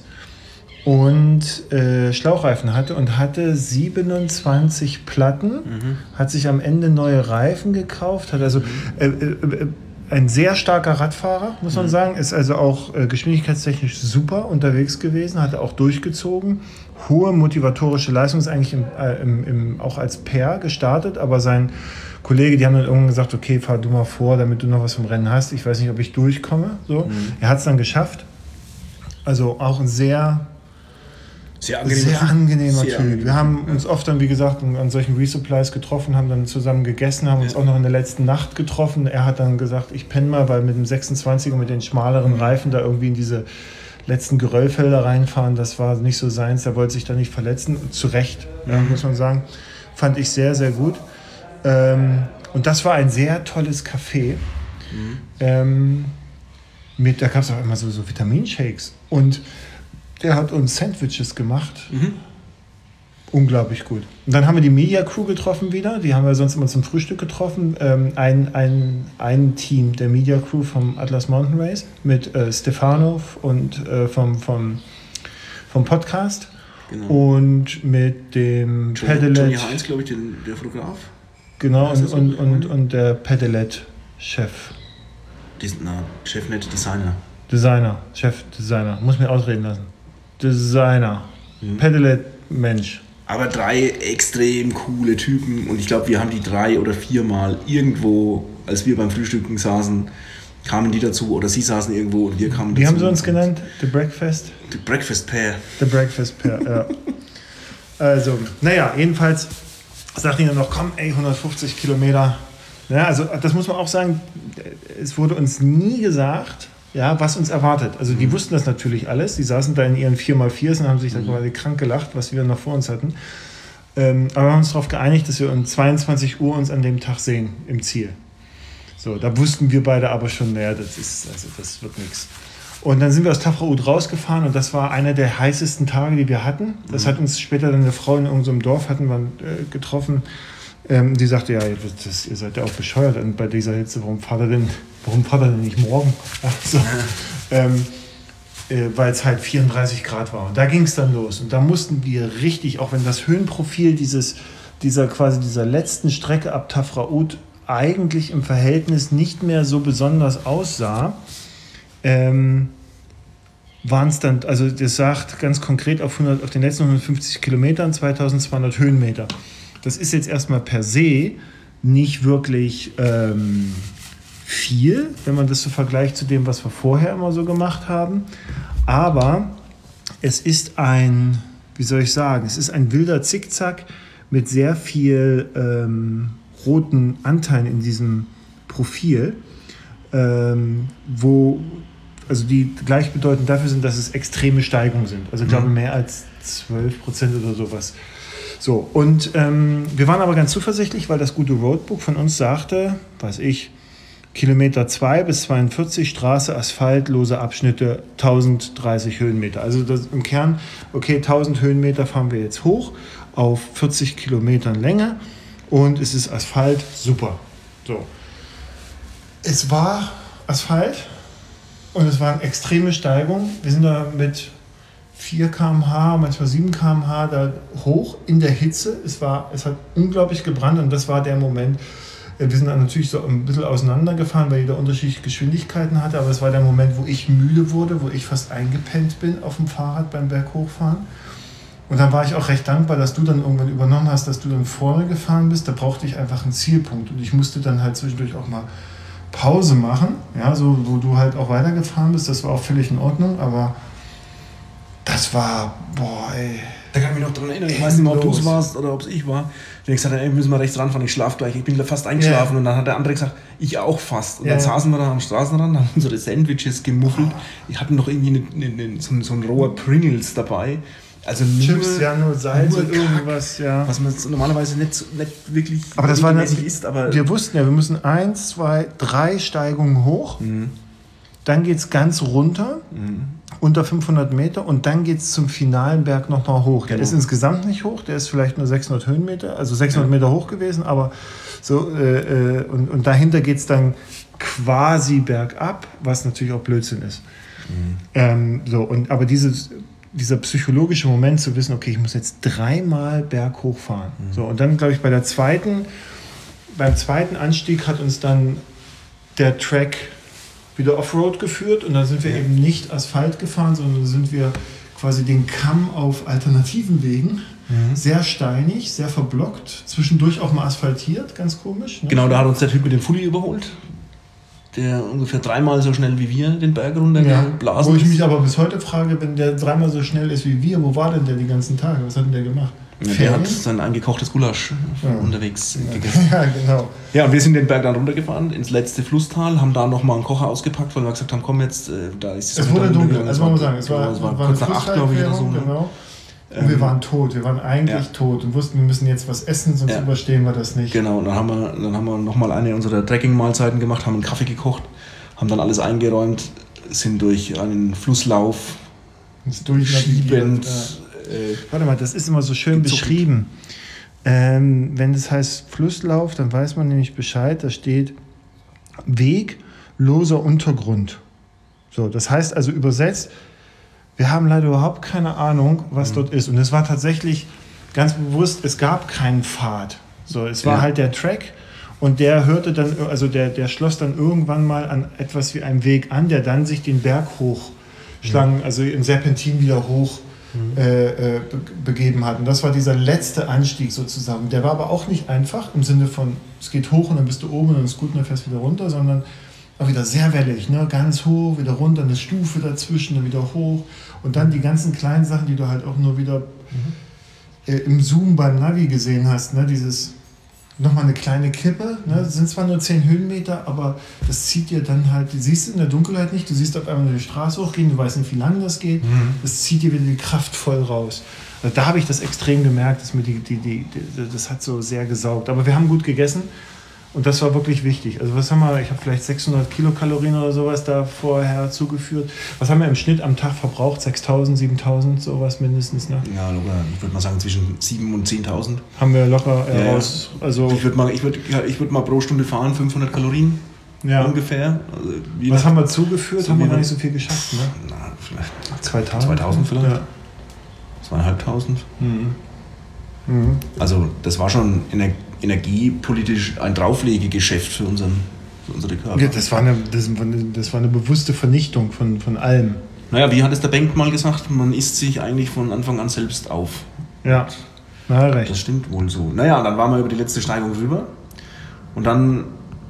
und äh, Schlauchreifen hatte und hatte siebenundzwanzig Platten, mhm. hat sich am Ende neue Reifen gekauft, hat also äh, äh, ein sehr starker Radfahrer, muss man mhm. sagen, ist also auch äh, geschwindigkeitstechnisch super unterwegs gewesen, hat auch durchgezogen, hohe motivatorische Leistung, ist eigentlich im, äh, im, im, auch als Pair gestartet, aber sein Kollege, die haben dann irgendwann gesagt, okay, fahr du mal vor, damit du noch was vom Rennen hast, ich weiß nicht, ob ich durchkomme. So. Mhm. Er hat es dann geschafft, also auch ein sehr Sehr angenehmer Sehr Typ. angenehmer Sehr Typ. angenehmer Wir haben Typ, uns oft dann, wie gesagt, an solchen Resupplies getroffen, haben dann zusammen gegessen, haben uns Ja. auch noch in der letzten Nacht getroffen. Er hat dann gesagt, ich penne mal, weil mit dem sechsundzwanziger mit den schmaleren Reifen da irgendwie in diese letzten Geröllfelder reinfahren, das war nicht so seins. Er wollte sich da nicht verletzen. Zu Recht, ja, muss man sagen. Fand ich sehr, sehr gut. Ähm, und das war ein sehr tolles Café. Mhm. Ähm, mit, da gab es auch immer so, so Vitaminshakes. Und der hat uns Sandwiches gemacht. Mhm. Unglaublich gut. Und dann haben wir die Media Crew getroffen wieder. Die haben wir sonst immer zum Frühstück getroffen. Ähm, ein, ein, ein Team der Media Crew vom Atlas Mountain Race mit äh, Stefano und äh, vom, vom, vom Podcast. Genau. Und mit dem Pedelec. Johnny Heinz, glaube ich, den, der Fotograf. Genau, Ist und, das so? und, und, und der Pedelec-Chef. Diesen, na, Chef, nicht Designer. Designer, Chef-Designer. Muss mir ausreden lassen. Designer. Mhm. Pedelec-Mensch. Aber drei extrem coole Typen und ich glaube, wir haben die drei oder viermal irgendwo, als wir beim Frühstücken saßen, kamen die dazu oder sie saßen irgendwo und wir kamen dazu. Wie haben sie uns genannt? The Breakfast? The Breakfast Pair. The Breakfast Pair, ja. Also, naja, jedenfalls sagt ihnen noch, komm, ey, hundertfünfzig Kilometer. Ja, also das muss man auch sagen, es wurde uns nie gesagt, ja, was uns erwartet. Also die mhm. wussten das natürlich alles, die saßen da in ihren vier mal viers und haben sich mhm. da quasi krank gelacht, was wir noch vor uns hatten. Ähm, aber wir haben uns darauf geeinigt, dass wir um zweiundzwanzig Uhr uns an dem Tag sehen, im Ziel. So, da wussten wir beide aber schon, naja, das ist, also das wird nichts. Und dann sind wir aus Tafraud rausgefahren und das war einer der heißesten Tage, die wir hatten. Das mhm. hat uns später dann eine Frau in irgendeinem Dorf hatten wir, äh, getroffen. Ähm, die sagte, ja, das, ihr seid ja auch bescheuert und bei dieser Hitze, warum fahrt ihr denn, warum fahrt ihr denn nicht morgen? Also, ähm, äh, weil es halt vierunddreißig Grad war. Und da ging es dann los. Und da mussten wir richtig, auch wenn das Höhenprofil dieses, dieser quasi dieser letzten Strecke ab Tafraud eigentlich im Verhältnis nicht mehr so besonders aussah, ähm, waren es dann, also das sagt ganz konkret auf, hundert, auf den letzten hundertfünfzig Kilometern zweitausendzweihundert Höhenmeter. Das ist jetzt erstmal per se nicht wirklich ähm, viel, wenn man das so vergleicht zu dem, was wir vorher immer so gemacht haben. Aber es ist ein, wie soll ich sagen, es ist ein wilder Zickzack mit sehr viel ähm, roten Anteilen in diesem Profil, ähm, wo also die gleichbedeutend dafür sind, dass es extreme Steigungen sind. Also ich glaube mehr als zwölf Prozent oder sowas. So, und ähm, wir waren aber ganz zuversichtlich, weil das gute Roadbook von uns sagte, weiß ich, Kilometer zwei bis zweiundvierzig, Straße, Asphalt, lose Abschnitte, tausenddreißig Höhenmeter. Also das im Kern, okay, tausend Höhenmeter fahren wir jetzt hoch auf vierzig Kilometern Länge und es ist Asphalt, super. So. Es war Asphalt und es waren extreme Steigungen. Wir sind da mit vier Kilometer pro Stunde, manchmal sieben Kilometer pro Stunde da hoch in der Hitze. Es, war, es hat unglaublich gebrannt und das war der Moment. Wir sind dann natürlich so ein bisschen auseinandergefahren, weil jeder unterschiedliche Geschwindigkeiten hatte, aber es war der Moment, wo ich müde wurde, wo ich fast eingepennt bin auf dem Fahrrad beim Berghochfahren. Und dann war ich auch recht dankbar, dass du dann irgendwann übernommen hast, dass du dann vorne gefahren bist. Da brauchte ich einfach einen Zielpunkt und ich musste dann halt zwischendurch auch mal Pause machen, ja, so, wo du halt auch weitergefahren bist. Das war auch völlig in Ordnung, aber das war, boah, ey. Da kann ich mich noch dran erinnern, ich weiß nicht mehr, ob du es warst oder ob es ich war. Der gesagt hat, ey, müssen wir rechts ranfahren, ich schlafe gleich. Ich bin fast eingeschlafen yeah. Und dann hat der andere gesagt, ich auch fast. Und yeah. Dann saßen wir da am Straßenrand, haben unsere Sandwiches gemuffelt. Wir hatten noch irgendwie eine, eine, eine, so, ein, so ein roher Pringles dabei. Also nur, Chips, ja, nur Salz nur und irgendwas, ja. Was man normalerweise nicht, nicht wirklich aber das war nicht, isst. Aber wir wussten ja, wir müssen eins, zwei, drei Steigungen hoch. Mhm. Dann geht es ganz runter, mhm. unter fünfhundert Meter und dann geht es zum finalen Berg nochmal hoch. Der genau. ist insgesamt nicht hoch, der ist vielleicht nur sechshundert Höhenmeter, also sechshundert ja. Meter hoch gewesen, aber so, äh, und, und dahinter geht es dann quasi bergab, was natürlich auch Blödsinn ist. Mhm. Ähm, so, und, aber dieses, dieser psychologische Moment zu wissen, okay, ich muss jetzt dreimal berghoch fahren. Mhm. So, und dann, glaube ich, bei der zweiten, beim zweiten Anstieg hat uns dann der Track wieder Offroad geführt und da sind wir ja. eben nicht Asphalt gefahren, sondern sind wir quasi den Kamm auf alternativen Wegen, mhm. sehr steinig, sehr verblockt, zwischendurch auch mal asphaltiert, ganz komisch. Ne? Genau, da hat uns der Typ mit dem Fully überholt. der ungefähr dreimal so schnell wie wir den Berg runtergeblasen ja, wo ich ist. mich aber bis heute frage, wenn der dreimal so schnell ist wie wir, wo war denn der die ganzen Tage? Was hat denn der gemacht? Ja, der hat sein eingekochtes Gulasch ja. unterwegs ja. gegessen. Ja, genau. Ja, und wir sind den Berg dann runtergefahren, ins letzte Flusstal, haben da nochmal einen Kocher ausgepackt, weil wir gesagt haben, komm jetzt, äh, da ist es wurde dunkel, also man muss sagen, es war, es war, war kurz nach acht, glaube ich, oder so. Genau. Und wir waren tot, wir waren eigentlich ja. tot und wussten, wir müssen jetzt was essen, sonst ja. überstehen wir das nicht. Genau, und dann haben wir, dann haben wir nochmal eine unserer Trekking-Mahlzeiten gemacht, haben einen Kaffee gekocht, haben dann alles eingeräumt, sind durch einen Flusslauf schiebend. Ja. Äh, Warte mal, das ist immer so schön gezuckt. beschrieben. Ähm, wenn das heißt Flusslauf, dann weiß man nämlich Bescheid, da steht Weg, loser Untergrund. So, das heißt also übersetzt, wir haben leider überhaupt keine Ahnung, was mhm. dort ist. Und es war tatsächlich ganz bewusst, es gab keinen Pfad. So, es war ja. halt der Track und der hörte dann, also der, der schloss dann irgendwann mal an etwas wie einem Weg an, der dann sich den Berg hochschlang, mhm. also in Serpentin wieder hoch mhm. äh, be- begeben hat. Und das war dieser letzte Anstieg sozusagen. Der war aber auch nicht einfach im Sinne von, es geht hoch und dann bist du oben und dann ist gut und dann fährst du wieder runter, sondern auch wieder sehr wellig, ne? Ganz hoch, wieder runter, eine Stufe dazwischen, dann wieder hoch und dann die ganzen kleinen Sachen, die du halt auch nur wieder mhm. äh, im Zoom beim Navi gesehen hast, ne? Dieses nochmal eine kleine Kippe, ne? Das sind zwar nur zehn Höhenmeter, aber das zieht dir dann halt, du siehst in der Dunkelheit nicht, du siehst auf einmal die Straße hochgehen, du weißt nicht, wie lange das geht, mhm. das zieht dir wieder die Kraft voll raus. Also da habe ich das extrem gemerkt, dass mir die, die, die, die, das hat so sehr gesaugt, aber wir haben gut gegessen. Und das war wirklich wichtig. Also was haben wir, ich habe vielleicht sechshundert Kilokalorien oder sowas da vorher zugeführt. Was haben wir im Schnitt am Tag verbraucht? sechstausend, siebentausend, sowas mindestens, ne? Ja, locker. Ich würde mal sagen zwischen siebentausend und zehntausend. Haben wir locker äh, ja, raus. Also ich würde mal, ich würd, ich würd mal pro Stunde fahren, fünfhundert Kalorien ja. ungefähr. Also was haben wir zugeführt? So haben wir gar nicht so viel geschafft, ne? Na, vielleicht zweitausend. zweitausend vielleicht. Ja. Zweieinhalbtausend. Mhm. Mhm. Also das war schon Ener- energiepolitisch ein Drauflegegeschäft für, unseren, für unsere Körper. Ja, das war eine, das war eine, das war eine bewusste Vernichtung von, von allem. Naja, wie hat es der Bengt mal gesagt, man isst sich eigentlich von Anfang an selbst auf. Ja, na recht. Das stimmt wohl so. Naja, dann waren wir über die letzte Steigung rüber und dann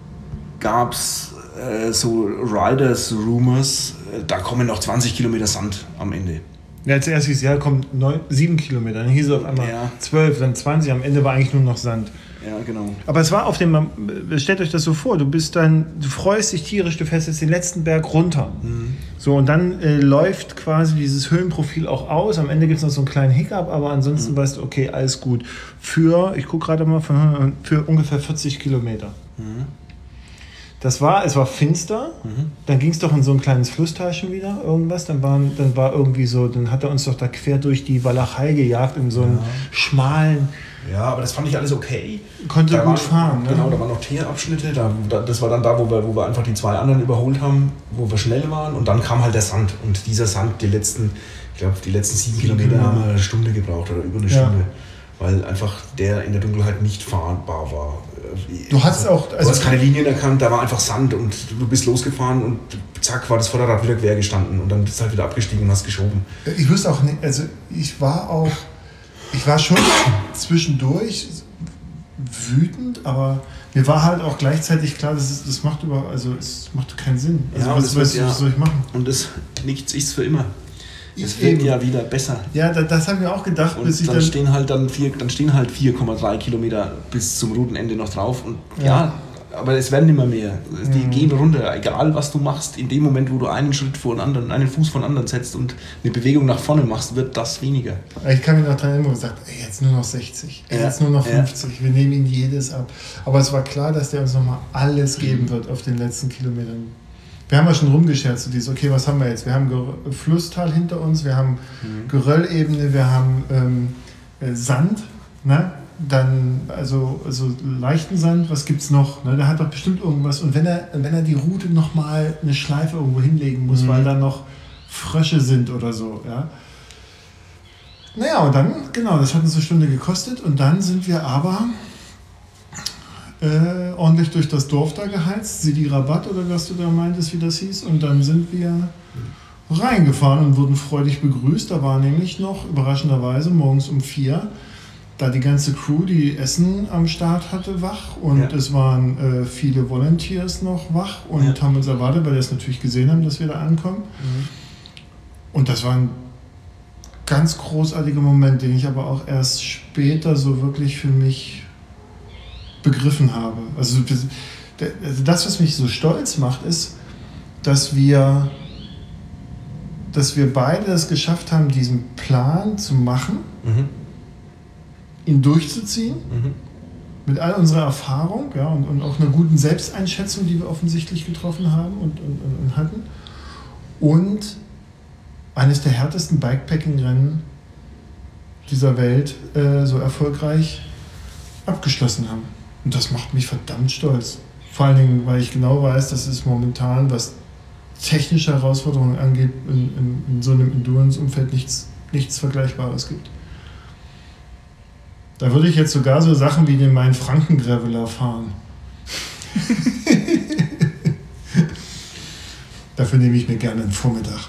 gab es äh, so Riders-Rumors, äh, da kommen noch zwanzig Kilometer Sand am Ende. Ja, zuerst hieß es, ja, kommt neun, sieben Kilometer, dann hieß es auf einmal ja. zwölf, dann zwanzig, am Ende war eigentlich nur noch Sand. Ja, genau. Aber es war auf dem, stellt euch das so vor, du bist dann, du freust dich tierisch, du fährst jetzt den letzten Berg runter. Mhm. So, und dann äh, läuft quasi dieses Höhenprofil auch aus, am Ende gibt es noch so einen kleinen Hiccup, aber ansonsten mhm. weißt du, okay, alles gut. Für, ich gucke gerade mal, von, für ungefähr vierzig Kilometer. Mhm. Das war, es war finster, mhm. dann ging es doch in so ein kleines Flusstalchen wieder, irgendwas, dann, waren, dann war irgendwie so, dann hat er uns doch da quer durch die Walachei gejagt in so einen ja. schmalen... Ja, aber das fand ich alles okay. Konnte da gut waren, fahren. Ne? Genau, da waren noch Teerabschnitte, da, da, das war dann da, wo wir, wo wir einfach die zwei anderen überholt haben, wo wir schnell waren und dann kam halt der Sand und dieser Sand, die letzten, ich glaube, die letzten sieben Kilometer haben wir eine Stunde gebraucht oder über eine ja. Stunde, weil einfach der in der Dunkelheit nicht fahrbar war. Du hast auch, also du hast keine Linien erkannt, da war einfach Sand und du bist losgefahren und zack war das Vorderrad wieder quer gestanden und dann bist du halt wieder abgestiegen und hast geschoben. Ich wüsste auch nicht, also ich war auch, ich war schon zwischendurch wütend, aber mir war halt auch gleichzeitig klar, das, ist, das macht über, also es macht keinen Sinn. Also ja, was, das was, wird, was ja. soll ich machen? Und das nichts ist für immer. Es wird ja wieder besser. Ja, das, das habe ich mir auch gedacht. Und bis ich dann, dann, stehen halt dann, vier, dann stehen halt vier Komma drei Kilometer bis zum Routenende noch drauf. Und ja, ja aber es werden immer mehr. Die mhm. gehen runter, egal was du machst. In dem Moment, wo du einen Schritt vor den anderen, einen Fuß vor den anderen setzt und eine Bewegung nach vorne machst, wird das weniger. Ich kann mich noch daran erinnern, gesagt, ey, jetzt nur noch sechzig, ey, ja. jetzt nur noch fünfzig, ja. wir nehmen ihn jedes ab. Aber es war klar, dass der uns nochmal alles geben wird auf den letzten Kilometern. Wir haben ja schon rumgescherzt, dieses, okay, was haben wir jetzt? Wir haben Ger- Flusstal hinter uns, wir haben mhm. Geröllebene, wir haben ähm, äh, Sand, ne? Dann also, also leichten Sand, was gibt's noch? Ne? Der hat doch bestimmt irgendwas. Und wenn er, wenn er die Route nochmal eine Schleife irgendwo hinlegen muss, mhm. weil da noch Frösche sind oder so, ja. Naja, und dann, genau, das hat uns eine Stunde gekostet und dann sind wir aber Äh, ordentlich durch das Dorf da geheizt, Sidi Rabat oder was du da meintest, wie das hieß. Und dann sind wir reingefahren und wurden freudig begrüßt. Da war nämlich noch, überraschenderweise, morgens um vier da die ganze Crew, die Essen am Start hatte, wach und ja. es waren äh, viele Volunteers noch wach und ja. haben uns erwartet, weil wir es natürlich gesehen haben, dass wir da ankommen. Mhm. Und das war ein ganz großartiger Moment, den ich aber auch erst später so wirklich für mich begriffen habe. Also das, was mich so stolz macht, ist, dass wir, dass wir beide es geschafft haben, diesen Plan zu machen, mhm. ihn durchzuziehen, mhm. mit all unserer Erfahrung, ja, und, und auch einer guten Selbsteinschätzung, die wir offensichtlich getroffen haben und, und, und hatten. Und eines der härtesten Bikepacking-Rennen dieser Welt äh, so erfolgreich abgeschlossen haben. Und das macht mich verdammt stolz. Vor allen Dingen, weil ich genau weiß, dass es momentan, was technische Herausforderungen angeht, in, in, in so einem Endurance-Umfeld nichts, nichts Vergleichbares gibt. Da würde ich jetzt sogar so Sachen wie den Main-Franken-Graveler fahren. Dafür nehme ich mir gerne einen Vormittag.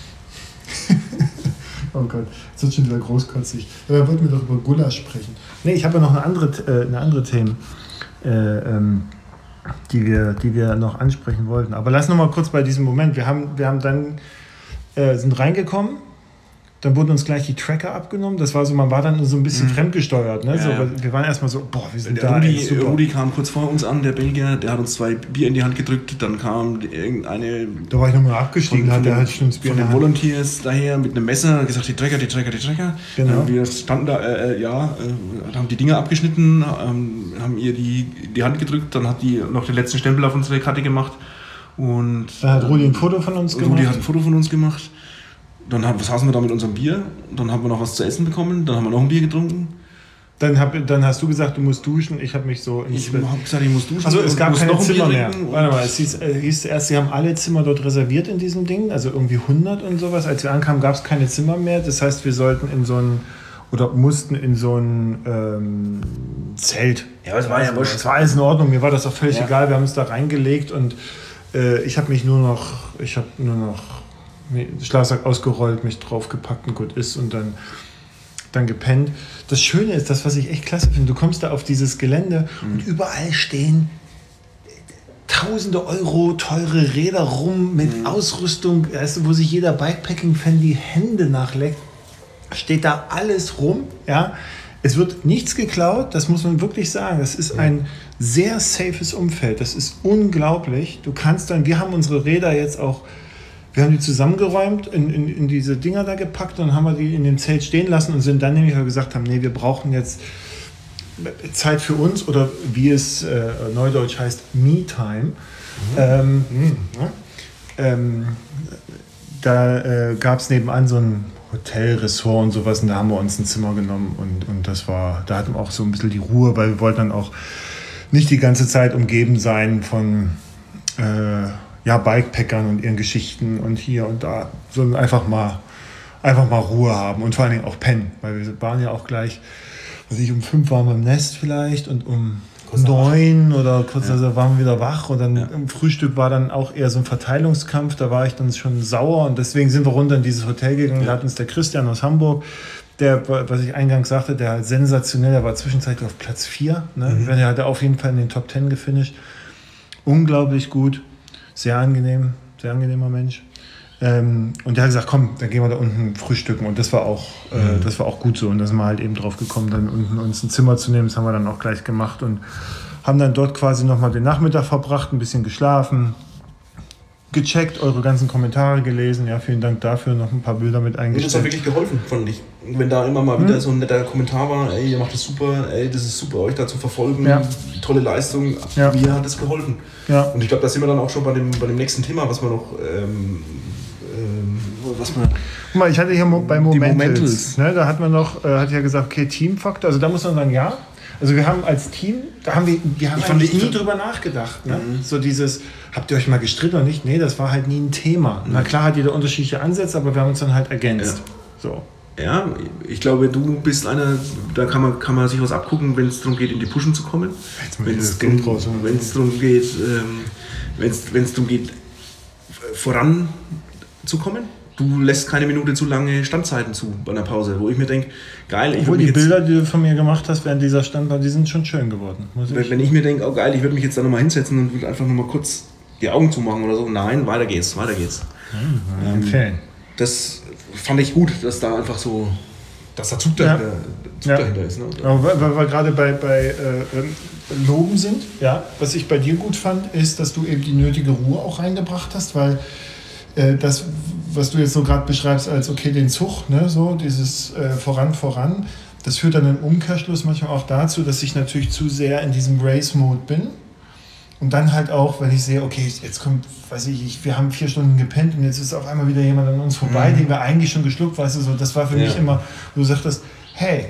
Oh Gott, das wird schon wieder großkotzig. Aber wollten wir doch über Gulasch sprechen. Nee, ich habe ja noch eine andere, äh, eine andere Themen, äh, ähm, die, wir, die wir noch ansprechen wollten. Aber lass noch mal kurz bei diesem Moment. Wir haben, wir haben dann, äh, sind reingekommen, dann wurden uns gleich die Tracker abgenommen. Das war so, man war dann so ein bisschen mhm. fremdgesteuert. Ne? Ja, so, ja. Wir waren erstmal so, boah, wir sind der da. Rudi, ey, super. Rudi kam kurz vor uns an, der Belgier, der hat uns zwei Bier in die Hand gedrückt. Dann kam irgendeine. Da war ich nochmal abgestiegen, von, hat der den, halt schon das Bier von den Volunteers daher mit einem Messer und gesagt, die Tracker, die Tracker, die Tracker. Genau. Wir standen da, äh, ja, äh, haben die Dinger abgeschnitten, ähm, haben ihr die in die Hand gedrückt. Dann hat die noch den letzten Stempel auf unsere Karte gemacht. Und da hat Rudi ein Foto von uns Rudi gemacht. Rudi hat ein Foto von uns gemacht. Dann haben, saßen wir da mit unserem Bier, dann haben wir noch was zu essen bekommen, dann haben wir noch ein Bier getrunken. Dann, hab, dann hast du gesagt, du musst duschen, ich habe mich so... Ich habe gesagt, ich muss duschen. Also es gab keine Zimmer mehr. Warte mal, es hieß, äh, hieß erst, sie haben alle Zimmer dort reserviert in diesem Ding, also irgendwie hundert und sowas. Als wir ankamen, gab es keine Zimmer mehr, das heißt, wir sollten in so ein... oder mussten in so ein ähm, Zelt. Ja, es war ja wurscht. Es war alles in Ordnung, mir war das auch völlig ja. egal, wir haben uns da reingelegt und äh, ich habe mich nur noch... Ich habe nur noch... Schlafsack ausgerollt, mich draufgepackt und gut ist und dann, dann gepennt. Das Schöne ist, das, was ich echt klasse finde, du kommst da auf dieses Gelände mhm. und überall stehen tausende Euro teure Räder rum mit mhm. Ausrüstung, weißt du, wo sich jeder Bikepacking-Fan die Hände nachleckt, steht da alles rum, ja. Es wird nichts geklaut, das muss man wirklich sagen. Das ist ein sehr safes Umfeld, das ist unglaublich. Du kannst dann, wir haben unsere Räder jetzt auch Wir haben die zusammengeräumt, in, in, in diese Dinger da gepackt und haben wir die in dem Zelt stehen lassen und sind dann nämlich gesagt haben, nee, wir brauchen jetzt Zeit für uns oder wie es äh, neudeutsch heißt, Me-Time. Mhm. Ähm, mhm. Ja. Ähm, da äh, gab es nebenan so ein Hotelressort und sowas und da haben wir uns ein Zimmer genommen und, und das war, da hatten wir auch so ein bisschen die Ruhe, weil wir wollten dann auch nicht die ganze Zeit umgeben sein von äh, ja, Bikepackern und ihren Geschichten und hier und da, sondern einfach mal, einfach mal Ruhe haben und vor allen Dingen auch pennen, weil wir waren ja auch gleich, was ich, um fünf waren wir im Nest vielleicht und um kurz neun wach. Oder kurz ja. also waren wir wieder wach und dann ja. im Frühstück war dann auch eher so ein Verteilungskampf, da war ich dann schon sauer und deswegen sind wir runter in dieses Hotel gegangen, ja. da hat uns der Christian aus Hamburg, der, was ich eingangs sagte, der halt sensationell, der war zwischenzeitlich auf Platz vier, ne? Mhm. Der hat auf jeden Fall in den Top Ten gefinisht, unglaublich gut. Sehr angenehm, sehr angenehmer Mensch. Ähm, und der hat gesagt, komm, dann gehen wir da unten frühstücken. Und das war auch, äh, mhm. das war auch gut so. Und da sind wir halt eben drauf gekommen, dann unten uns ein Zimmer zu nehmen. Das haben wir dann auch gleich gemacht und haben dann dort quasi nochmal den Nachmittag verbracht, ein bisschen geschlafen, gecheckt, eure ganzen Kommentare gelesen. Ja, vielen Dank dafür, noch ein paar Bilder mit eingestellt. Das hat wirklich geholfen, fand ich. Wenn da immer mal wieder hm. so ein netter Kommentar war, ey, ihr macht das super, ey, das ist super, euch da zu verfolgen, ja. tolle Leistung, ja. mir hat das geholfen. Ja. Und ich glaube, da sind wir dann auch schon bei dem, bei dem nächsten Thema, was wir noch, ähm, ähm, was wir... Guck mal, ich hatte hier bei Momentals, Momentals. Ne, da hat man noch, äh, hat ja gesagt, okay, Teamfaktor, also da muss man sagen, ja, also wir haben als Team, da haben wir, wir haben eigentlich nie drüber nachgedacht. Ne? Mhm. So dieses, habt ihr euch mal gestritten oder nicht? Nee, das war halt nie ein Thema. Mhm. Na klar hat jeder unterschiedliche Ansätze, aber wir haben uns dann halt ergänzt. Ja. So. Ja, ich glaube, du bist einer, da kann man, kann man sich was abgucken, wenn es darum geht, in die Pushen zu kommen. Wenn es darum geht, ähm, wenn es darum geht, voranzukommen. Du du lässt keine Minute zu lange Standzeiten zu bei einer Pause, wo ich mir denke, geil, ich Obwohl würde die mich jetzt, Bilder, die du von mir gemacht hast während dieser Standpause, die sind schon schön geworden. Muss ich wenn, wenn ich mir denke, oh geil, ich würde mich jetzt da nochmal hinsetzen und würde einfach nochmal kurz die Augen zumachen oder so. Nein, weiter geht's, weiter geht's. Mhm, ähm, empfehlen. Das fand ich gut, dass da einfach so, dass da Zug dahinter, Ja. Zug Ja. dahinter ist. Ne? Aber weil, weil wir gerade bei, bei äh, Loben sind, ja, was ich bei dir gut fand, ist, dass du eben die nötige Ruhe auch reingebracht hast, weil äh, das, was du jetzt so gerade beschreibst als, okay, den Zug, ne, so dieses äh, voran, voran, das führt dann im Umkehrschluss manchmal auch dazu, dass ich natürlich zu sehr in diesem Race-Mode bin. Und dann halt auch, wenn ich sehe, okay, jetzt kommt, weiß ich, ich, wir haben vier Stunden gepennt und jetzt ist auf einmal wieder jemand an uns vorbei, mhm. den wir eigentlich schon geschluckt, weißt du, so, das war für ja. mich immer, wo du sagtest, hey,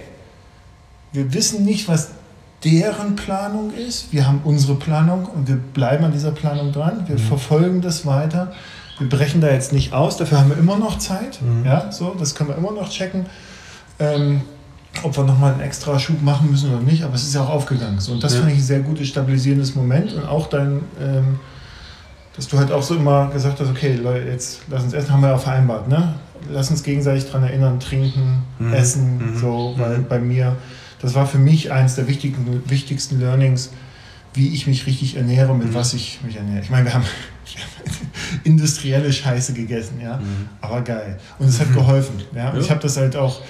wir wissen nicht, was deren Planung ist, wir haben unsere Planung und wir bleiben an dieser Planung dran, wir mhm. verfolgen das weiter, wir brechen da jetzt nicht aus, dafür haben wir immer noch Zeit, mhm. ja, so, das können wir immer noch checken, ähm, ob wir nochmal einen extra Schub machen müssen oder nicht, aber es ist ja auch aufgegangen. So, und das ja. fand ich ein sehr gutes, stabilisierendes Moment und auch dein, ähm, dass du halt auch so immer gesagt hast, okay, Leute, jetzt lass uns essen, haben wir ja vereinbart, ne? Lass uns gegenseitig daran erinnern, trinken, mhm. essen, mhm. so, weil mhm. bei mir, das war für mich eines der wichtigen, wichtigsten Learnings, wie ich mich richtig ernähre, mit mhm. was ich mich ernähre. Ich meine, wir haben industrielle Scheiße gegessen, ja, mhm. aber geil. Und es hat mhm. geholfen, ja. Und ja. ich habe das halt auch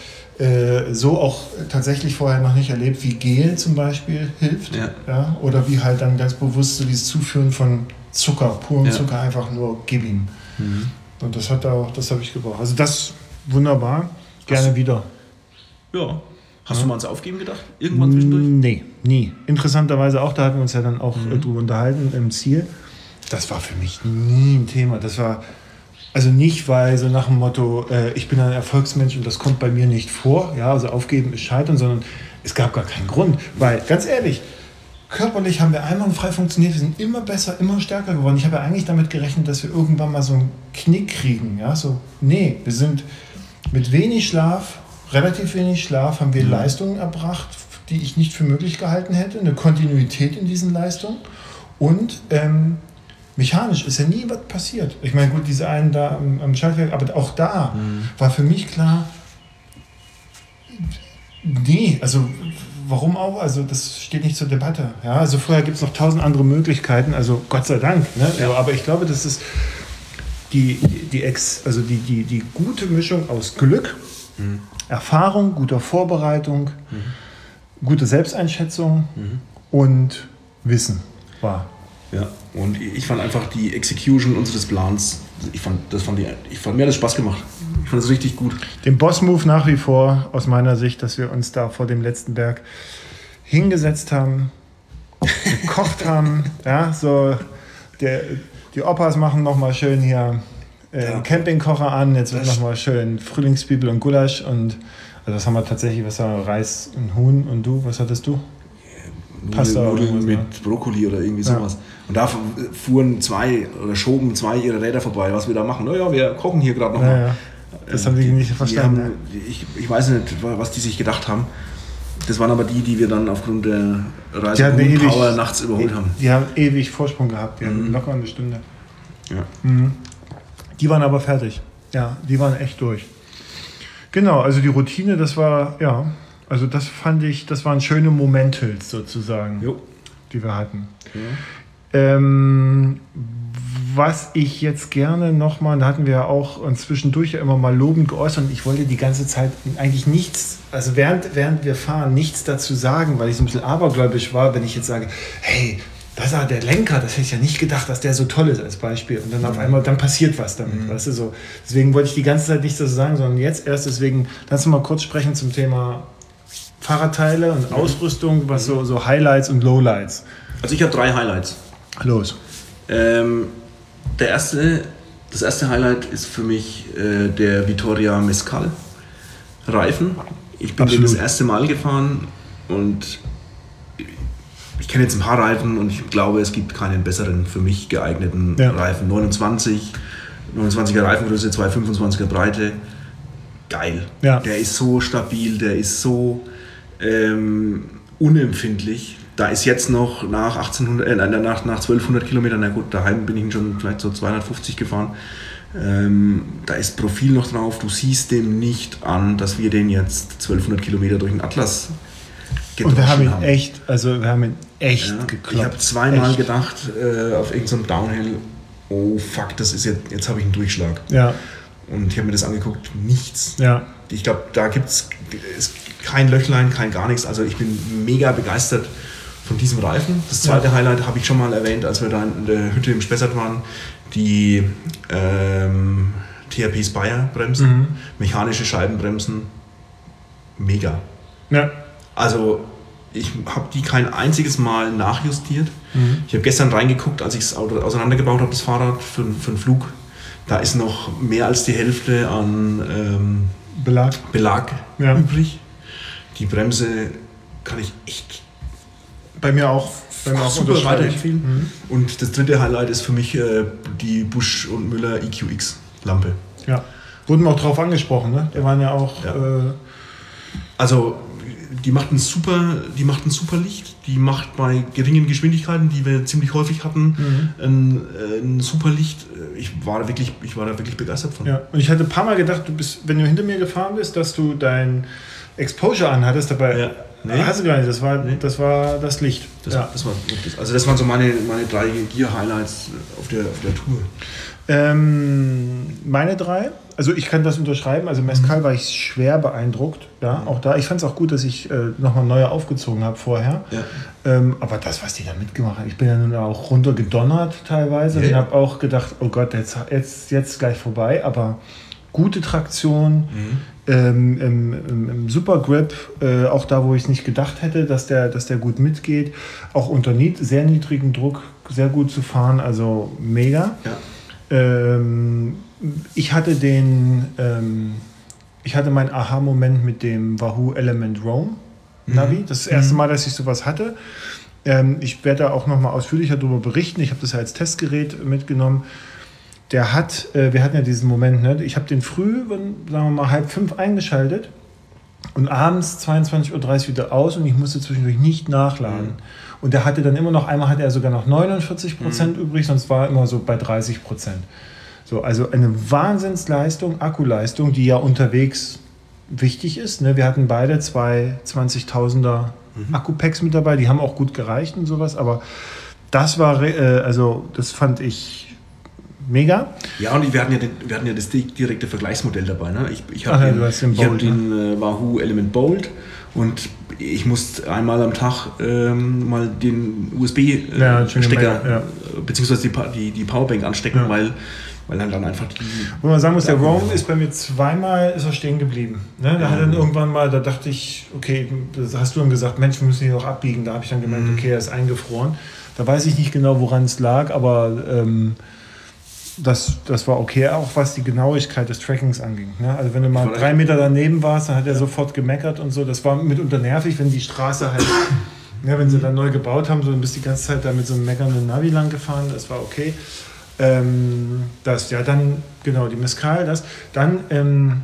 so auch tatsächlich vorher noch nicht erlebt, wie Gel zum Beispiel hilft. Ja. Ja, oder wie halt dann ganz bewusst so dieses Zuführen von Zucker, purem ja. Zucker, einfach nur gib ihm. Mhm. Und das hat auch, das habe ich gebraucht. Also das wunderbar, gerne Hast wieder. Ja. Hast ja. du mal ans Aufgeben gedacht? Irgendwann zwischendurch? Nee, nie. Interessanterweise auch, da hatten wir uns ja dann auch mhm. drüber unterhalten im Ziel. Das war für mich nie ein Thema. Das war Also nicht, weil so nach dem Motto, äh, ich bin ein Erfolgsmensch und das kommt bei mir nicht vor, ja, also aufgeben ist scheitern, sondern es gab gar keinen Grund, weil, ganz ehrlich, körperlich haben wir einwandfrei funktioniert, wir sind immer besser, immer stärker geworden. Ich habe ja eigentlich damit gerechnet, dass wir irgendwann mal so einen Knick kriegen, ja, so, nee, wir sind mit wenig Schlaf, relativ wenig Schlaf, haben wir mhm. Leistungen erbracht, die ich nicht für möglich gehalten hätte, eine Kontinuität in diesen Leistungen und, ähm, mechanisch ist ja nie was passiert. Ich meine, gut, diese einen da am, am Schaltwerk, aber auch da mhm. war für mich klar, nee, also warum auch? Also das steht nicht zur Debatte. Ja, also vorher gibt es noch tausend andere Möglichkeiten, also Gott sei Dank. Ne? Ja. Aber ich glaube, das ist die, die, Ex, also die, die, die gute Mischung aus Glück, mhm. Erfahrung, guter Vorbereitung, mhm. gute Selbsteinschätzung mhm. und Wissen war. Ja, und ich fand einfach die Execution unseres Plans, ich fand, das fand ich, ich fand, mir hat das Spaß gemacht. Ich fand es richtig gut. Den Boss-Move nach wie vor aus meiner Sicht, dass wir uns da vor dem letzten Berg hingesetzt haben, gekocht haben, ja, so der, die Opas machen nochmal schön hier äh, ja. einen Campingkocher an, jetzt wird nochmal schön Frühlingszwiebel und Gulasch und also das haben wir tatsächlich, was haben wir, Reis und Huhn und du, was hattest du? Pasta Nudeln mit ne? Brokkoli oder irgendwie sowas. Ja. Und da fuhren zwei oder schoben zwei ihre Räder vorbei, was wir da machen. Naja, wir kochen hier gerade noch ja, mal. Ja. Das äh, haben die nicht die verstanden. Haben, ich, ich weiß nicht, was die sich gedacht haben. Das waren aber die, die wir dann aufgrund der Reise ewig, Power nachts überholt haben. Die haben ewig Vorsprung gehabt, die mhm. haben locker eine Stunde. Ja. Mhm. Die waren aber fertig. Ja, die waren echt durch. Genau, also die Routine, das war, ja, also das fand ich, das waren schöne Momente sozusagen, jo. die wir hatten. Ja. Ähm, was ich jetzt gerne nochmal, da hatten wir ja auch uns zwischendurch ja immer mal lobend geäußert und ich wollte die ganze Zeit eigentlich nichts, also während, während wir fahren, nichts dazu sagen, weil ich so ein bisschen abergläubisch war, wenn ich jetzt sage, hey, das ist der Lenker, das hätte ich ja nicht gedacht, dass der so toll ist als Beispiel. Und dann auf einmal, dann passiert was damit, mhm. weißt du, so. Deswegen wollte ich die ganze Zeit nichts dazu sagen, sondern jetzt erst, deswegen, lass uns mal kurz sprechen zum Thema Fahrradteile und mhm. Ausrüstung, was so, so Highlights und Lowlights. Also ich habe drei Highlights. Los. Ähm, der erste, das erste Highlight ist für mich äh, der Vittoria Mescal Reifen. Ich bin den das erste Mal gefahren und ich kenne jetzt ein paar Reifen und ich glaube, es gibt keinen besseren für mich geeigneten ja. Reifen. neunundzwanzig, neunundzwanziger Reifengröße, zwei fünfundzwanziger Breite. Geil. Ja. Der ist so stabil, der ist so ähm, unempfindlich. Da ist jetzt noch nach achtzehnhundert, äh, nach, nach zwölfhundert Kilometern, na gut, daheim bin ich schon vielleicht so zweihundertfünfzig gefahren. Ähm, da ist Profil noch drauf. Du siehst dem nicht an, dass wir den jetzt zwölfhundert Kilometer durch den Atlas gedroschen haben. Und wir haben ihn haben. echt, also wir haben ihn echt ja, gekloppt. Ich habe zweimal echt. gedacht äh, auf irgendeinem Downhill, oh fuck, das ist jetzt, jetzt habe ich einen Durchschlag. Ja. Und ich habe mir das angeguckt, nichts. Ja. Ich glaube, da gibt es kein Löchlein, kein gar nichts. Also ich bin mega begeistert von diesem Reifen. Das zweite ja. Highlight habe ich schon mal erwähnt, als wir da in der Hütte im Spessart waren. Die ähm, T R P Spire Bremsen, mhm. mechanische Scheibenbremsen, mega. Ja. Also ich habe die kein einziges Mal nachjustiert. Mhm. Ich habe gestern reingeguckt, als ich es auseinandergebaut habe, das Fahrrad für, für einen Flug. Da ist noch mehr als die Hälfte an ähm, Belag, Belag ja. übrig. Die Bremse kann ich echt bei mir auch, bei mir auch super weiterempfehlen. Mhm. Und das dritte Highlight ist für mich äh, die Busch und Müller E Q X Lampe. Ja, wurden wir auch drauf angesprochen, ne? Die waren ja auch. Ja. Äh also die macht ein super, die macht ein super Licht. Die macht bei geringen Geschwindigkeiten, die wir ziemlich häufig hatten, mhm. ein, ein super Licht. Ich war wirklich, ich war da wirklich begeistert von. Ja. Und ich hatte ein paar Mal gedacht, du bist, wenn du hinter mir gefahren bist, dass du dein Exposure anhattest, dabei. Ja. Nee. Hast du gar nicht, das war, nee. das, war das Licht. Das, ja. das war, also das waren so meine, meine drei Gear-Highlights auf der, auf der Tour. Ähm, meine drei, also ich kann das unterschreiben, also Mezcal mhm. war ich schwer beeindruckt, ja, auch da, ich fand es auch gut, dass ich äh, nochmal neue aufgezogen habe vorher, ja. ähm, aber das, was die da mitgemacht haben, ich bin ja nun auch runtergedonnert teilweise yeah. und habe auch gedacht, oh Gott, jetzt, jetzt, jetzt gleich vorbei, aber gute Traktion, mhm. ähm, im, im, im Super Grip, äh, auch da, wo ich es nicht gedacht hätte, dass der, dass der gut mitgeht, auch unter nied- sehr niedrigem Druck sehr gut zu fahren, also mega. Ja. Ähm, ich hatte den, ähm, ich hatte meinen Aha-Moment mit dem Wahoo Element Roam Navi. Mhm. Das ist das erste Mal, dass ich sowas hatte. Ähm, ich werde da auch noch mal ausführlicher darüber berichten. Ich habe das ja als Testgerät mitgenommen. Der hat, äh, wir hatten ja diesen Moment, ne? Ich habe den früh, wenn, sagen wir mal halb fünf eingeschaltet und abends zweiundzwanzig Uhr dreißig wieder aus und ich musste zwischendurch nicht nachladen. Mhm. Und der hatte dann immer noch, einmal hatte er sogar noch neunundvierzig Prozent mhm. übrig, sonst war er immer so bei dreißig Prozent. So, also eine Wahnsinnsleistung, Akkuleistung, die ja unterwegs wichtig ist. Ne? Wir hatten beide zwei zwanzigtausender mhm. Akkupacks mit dabei, die haben auch gut gereicht und sowas, aber das war, äh, also das fand ich mega. Ja, und wir hatten ja, den, wir hatten ja das direkte Vergleichsmodell dabei. Ne? Ich, ich habe ja, den, den, ich hab den äh, Wahoo Element Bold und ich musste einmal am Tag ähm, mal den U S B-Stecker äh, ja, ja. beziehungsweise die, die, die Powerbank anstecken, ja. weil, weil dann, dann einfach die... Wo man sagen muss, der Roam ist bei mir zweimal ist er stehen geblieben. Ne? Da ja. hat dann irgendwann mal, da dachte ich, okay, das hast du dann gesagt, Mensch, wir müssen hier noch abbiegen. Da habe ich dann gemerkt, mhm. okay, er ist eingefroren. Da weiß ich nicht genau, woran es lag, aber... Ähm, Das, das war okay, auch was die Genauigkeit des Trackings anging. Ne? Also wenn du mal drei Meter daneben warst, dann hat er sofort gemeckert und so. Das war mitunter nervig, wenn die Straße halt, ja, wenn sie dann neu gebaut haben, so, dann bist du die ganze Zeit da mit so einem meckernden Navi lang gefahren. Das war okay. Ähm, das, ja, dann, genau, die Mezcal, das. Dann, ähm,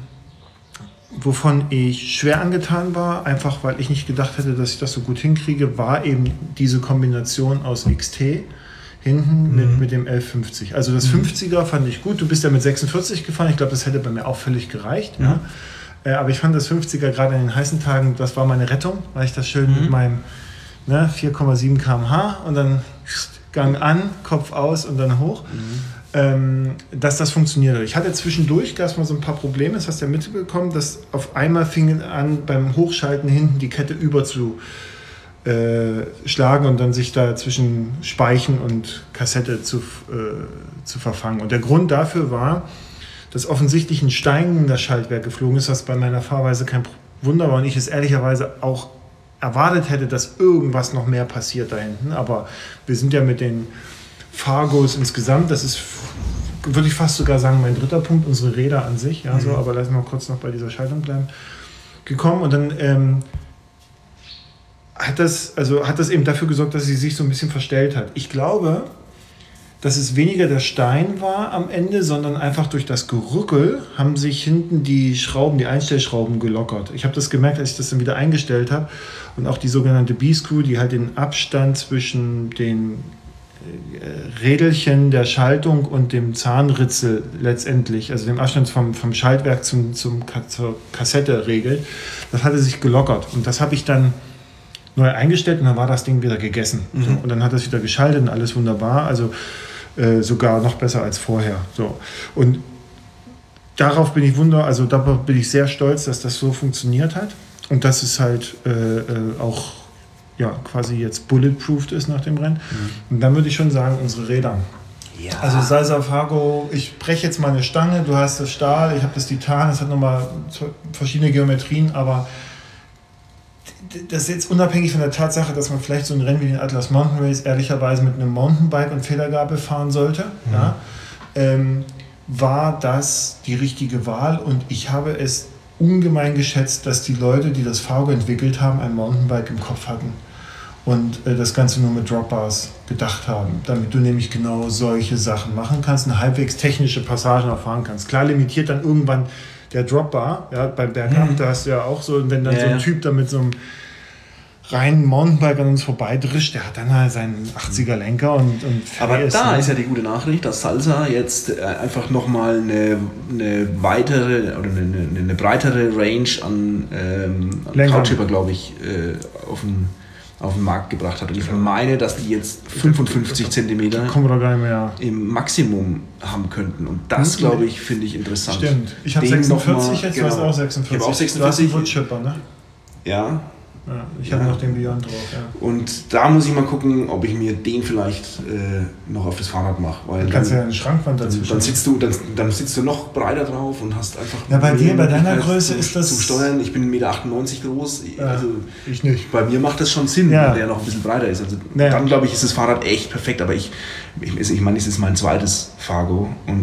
wovon ich schwer angetan war, einfach weil ich nicht gedacht hätte, dass ich das so gut hinkriege, war eben diese Kombination aus X T hinten mit, mhm. mit dem elf fünfzig. Also das mhm. fünfziger fand ich gut. Du bist ja mit sechsundvierzig gefahren. Ich glaube, das hätte bei mir auch völlig gereicht. Mhm. Ja. Äh, aber ich fand das fünfziger gerade in den heißen Tagen, das war meine Rettung, weil ich das schön mhm. mit meinem ne, vier Komma sieben Kilometer pro Stunde und dann Gang an, Kopf aus und dann hoch, mhm. ähm, dass das funktioniert hat. Ich hatte zwischendurch erstmal so ein paar Probleme, das hast du ja mitbekommen, dass auf einmal fing an, beim Hochschalten hinten die Kette über zu Äh, schlagen und dann sich da zwischen Speichen und Kassette zu, äh, zu verfangen. Und der Grund dafür war, dass offensichtlich ein Stein in das Schaltwerk geflogen ist, was bei meiner Fahrweise kein Wunder war und ich es ehrlicherweise auch erwartet hätte, dass irgendwas noch mehr passiert da hinten. Aber wir sind ja mit den Fargos insgesamt, das ist, würde ich fast sogar sagen, mein dritter Punkt, unsere Räder an sich, ja, mhm. so, aber lassen wir kurz noch bei dieser Schaltung bleiben, gekommen und dann ähm, hat das, also hat das eben dafür gesorgt, dass sie sich so ein bisschen verstellt hat. Ich glaube, dass es weniger der Stein war am Ende, sondern einfach durch das Gerückel haben sich hinten die Schrauben, die Einstellschrauben gelockert. Ich habe das gemerkt, als ich das dann wieder eingestellt habe. Und auch die sogenannte B-Screw, die halt den Abstand zwischen den Rädelchen der Schaltung und dem Zahnritzel letztendlich, also dem Abstand vom, vom Schaltwerk zum, zum, zur Kassette regelt, das hatte sich gelockert. Und das habe ich dann neu eingestellt und dann war das Ding wieder gegessen. Mhm. So, und dann hat das wieder geschaltet und alles wunderbar. Also äh, sogar noch besser als vorher. So. Und darauf bin ich wunder, also darauf bin ich sehr stolz, dass das so funktioniert hat und dass es halt äh, äh, auch ja, quasi jetzt bulletproofed ist nach dem Rennen. Mhm. Und dann würde ich schon sagen, unsere Räder. Ja. Also Salsa Fargo, ich breche jetzt mal eine Stange, du hast das Stahl, ich habe das Titan, das hat nochmal verschiedene Geometrien, aber das ist jetzt unabhängig von der Tatsache, dass man vielleicht so ein Rennen wie den Atlas Mountain Race ehrlicherweise mit einem Mountainbike und Federgabel fahren sollte, mhm. ja, ähm, war das die richtige Wahl und ich habe es ungemein geschätzt, dass die Leute, die das Fargo entwickelt haben, ein Mountainbike im Kopf hatten und äh, das Ganze nur mit Dropbars gedacht haben, damit du nämlich genau solche Sachen machen kannst, eine halbwegs technische Passagen auch fahren kannst. Klar limitiert dann irgendwann der Dropbar, ja, beim Bergab, mhm. da hast du ja auch so, wenn dann ja, so ein ja. Typ da mit so einem reinen Mountainbike an uns vorbeidrischt, der hat dann halt seinen achtziger Lenker und, und aber ist, da ne? ist ja die gute Nachricht, dass Salsa jetzt einfach nochmal eine, eine weitere oder eine, eine breitere Range an, ähm, an Couchhipper, glaube ich, äh, auf den auf den Markt gebracht hat. Und ich meine, dass die jetzt fünfundfünfzig Zentimeter im Maximum haben könnten. Und das, glaube ich, finde ich interessant. Stimmt. Ich habe sechsundvierzig, jetzt genau. war es auch sechsundvierzig. Ich habe auch sechsundvierzig. Du hast einen Woodchipper, ne? Ja. Ja, ich habe ja. noch den Beyond drauf. Ja. Und da muss ich mal gucken, ob ich mir den vielleicht äh, noch auf das Fahrrad mache. Du kannst ja eine Schrankwand dazu dann sitzt du dann, dann sitzt du noch breiter drauf und hast einfach... Ja, bei dir, bei deiner Größe ist das... Zum Steuern, ich bin eins Komma achtundneunzig Meter groß. Ja, also ich nicht. Bei mir macht das schon Sinn, ja. wenn der noch ein bisschen breiter ist. Also ja. Dann, glaube ich, ist das Fahrrad echt perfekt. Aber ich, ich, ich meine, es ist mein zweites Fargo und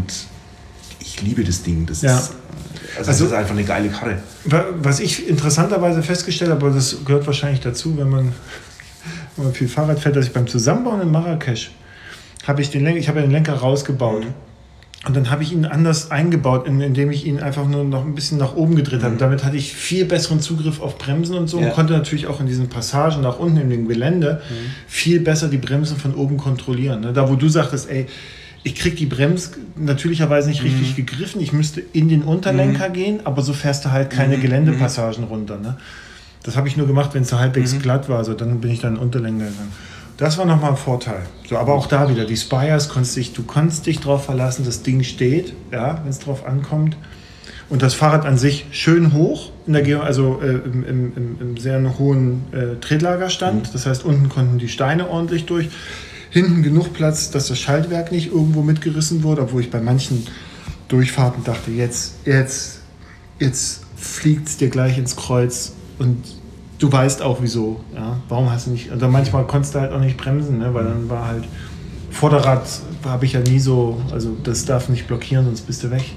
ich liebe das Ding. Das ja. ist... Also, also das ist einfach eine geile Karre. Was ich interessanterweise festgestellt habe, aber das gehört wahrscheinlich dazu, wenn man, wenn man viel Fahrrad fährt, dass ich beim Zusammenbauen in Marrakesch habe ich den Lenker, ich habe ja den Lenker rausgebaut. Mhm. Und dann habe ich ihn anders eingebaut, indem ich ihn einfach nur noch ein bisschen nach oben gedreht habe. Mhm. Damit hatte ich viel besseren Zugriff auf Bremsen und so ja. und konnte natürlich auch in diesen Passagen nach unten in dem Gelände mhm. viel besser die Bremsen von oben kontrollieren. Da, wo du sagtest, ey, ich kriege die Brems natürlicherweise nicht richtig mhm. gegriffen. Ich müsste in den Unterlenker mhm. gehen, aber so fährst du halt keine mhm. Geländepassagen runter. Ne? Das habe ich nur gemacht, wenn es so halbwegs mhm. glatt war. Also dann bin ich dann in den Unterlenker gegangen. Das war nochmal ein Vorteil. So, aber auch da wieder, die Spires, konntest dich, du konntest dich drauf verlassen, das Ding steht, ja, wenn es drauf ankommt. Und das Fahrrad an sich schön hoch, in der Ge- also äh, im, im, im, im sehr hohen äh, Tretlagerstand. Mhm. Das heißt, unten konnten die Steine ordentlich durch. Hinten genug Platz, dass das Schaltwerk nicht irgendwo mitgerissen wurde, obwohl ich bei manchen Durchfahrten dachte, jetzt, jetzt, jetzt fliegt es dir gleich ins Kreuz und du weißt auch wieso. Ja? Warum hast du nicht, also manchmal konntest du halt auch nicht bremsen, ne? Weil dann war halt, Vorderrad habe ich ja nie so, also das darf nicht blockieren, sonst bist du weg.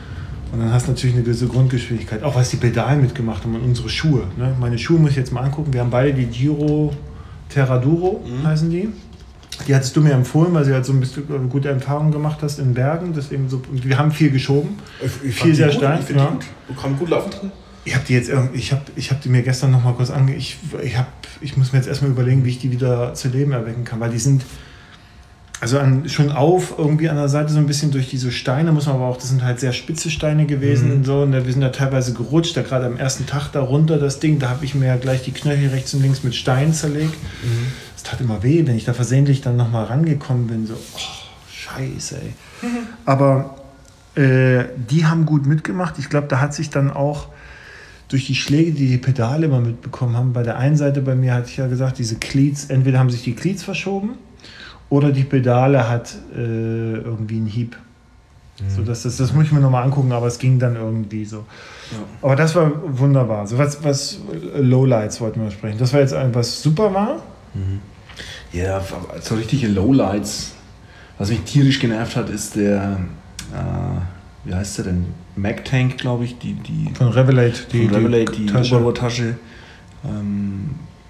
Und dann hast du natürlich eine gewisse Grundgeschwindigkeit, auch was die Pedalen mitgemacht haben und unsere Schuhe. Ne? Meine Schuhe muss ich jetzt mal angucken, wir haben beide die Giro Terraduro, mhm. heißen die. Die hattest du mir empfohlen, weil sie halt so ein bisschen gute Erfahrungen gemacht hast in Bergen. Deswegen so, wir haben viel geschoben. Ich viel sehr gut, stark. Ich ja. Du kannst gut laufen drin. Ich habe die jetzt, ich habe, ich habe die mir gestern noch mal kurz ange, ich, ich habe, ich muss mir jetzt erstmal überlegen, wie ich die wieder zu Leben erwecken kann, weil die sind, also an, schon auf irgendwie an der Seite so ein bisschen durch diese Steine muss man aber auch, das sind halt sehr spitze Steine gewesen mhm. und so, und da, wir sind da teilweise gerutscht, da gerade am ersten Tag da runter das Ding, da habe ich mir ja gleich die Knöchel rechts und links mit Steinen zerlegt. Mhm. Es tat immer weh, wenn ich da versehentlich dann nochmal rangekommen bin, so, oh, scheiße, ey. Mhm. Aber äh, die haben gut mitgemacht. Ich glaube, da hat sich dann auch durch die Schläge, die die Pedale immer mitbekommen haben, bei der einen Seite bei mir hatte ich ja gesagt, diese Cleats, entweder haben sich die Cleats verschoben oder die Pedale hat äh, irgendwie einen Hieb. Mhm. So, das, das, das muss ich mir nochmal angucken, aber es ging dann irgendwie so. Ja. Aber das war wunderbar. So was, was Lowlights wollten wir sprechen. Das war jetzt ein, was super war. Mhm. Ja, so richtige Lowlights. Was mich tierisch genervt hat, ist der, äh, wie heißt der denn? Mac-Tank, glaube ich, die, die von Revelate, die, von Revelate, die, die Oberrohrtasche. Ähm,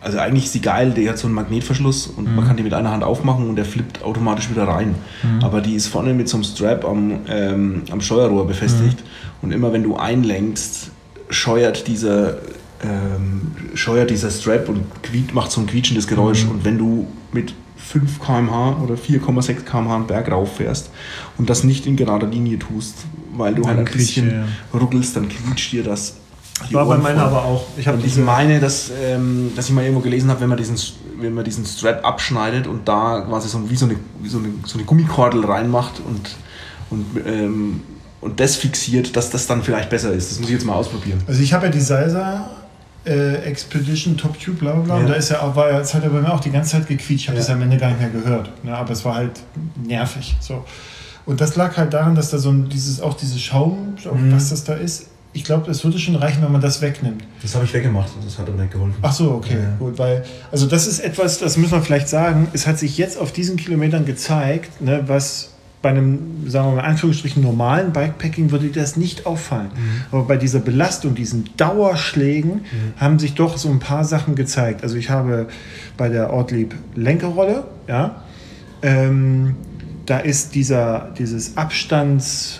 Also eigentlich ist die geil, die hat so einen Magnetverschluss und mhm. man kann die mit einer Hand aufmachen und der flippt automatisch wieder rein. Mhm. Aber die ist vorne mit so einem Strap am, ähm, am Steuerrohr befestigt mhm. und immer wenn du einlenkst, scheuert dieser, ähm, scheuert dieser Strap und quiet, macht so ein quietschendes Geräusch. Mhm. Und wenn du mit fünf Kilometer pro Stunde oder vier Komma sechs Kilometer pro Stunde einen Berg rauf fährst und das nicht in gerader Linie tust, weil du halt ein bisschen ja. ruckelst, dann quietscht dir das. Das war bei meiner aber auch. Ich, und ich meine, dass, ähm, dass ich mal irgendwo gelesen habe, wenn man diesen, wenn man diesen Strap abschneidet und da quasi so wie so eine, wie so eine, so eine Gummikordel reinmacht und, und, ähm, und das fixiert, dass das dann vielleicht besser ist. Das muss ich jetzt mal ausprobieren. Also ich habe ja die Salsa äh, Expedition Top Tube, bla bla, ja. und da ist ja auch, war, das hat ja bei mir auch die ganze Zeit gequietscht. Ich habe ja. das am Ende gar nicht mehr gehört. Ne? Aber es war halt nervig. So. Und das lag halt daran, dass da so ein, dieses, auch dieses Schaum, mhm. was das da ist, ich glaube, es würde schon reichen, wenn man das wegnimmt. Das habe ich weggemacht, das hat aber nicht geholfen. Ach so, okay, ja. gut, weil, also das ist etwas, das müssen wir vielleicht sagen, es hat sich jetzt auf diesen Kilometern gezeigt, ne, was bei einem, sagen wir mal in Anführungsstrichen, normalen Bikepacking würde dir das nicht auffallen. Mhm. Aber bei dieser Belastung, diesen Dauerschlägen, mhm. haben sich doch so ein paar Sachen gezeigt. Also ich habe bei der Ortlieb Lenkerrolle, ja, ähm, da ist dieser, dieses Abstands...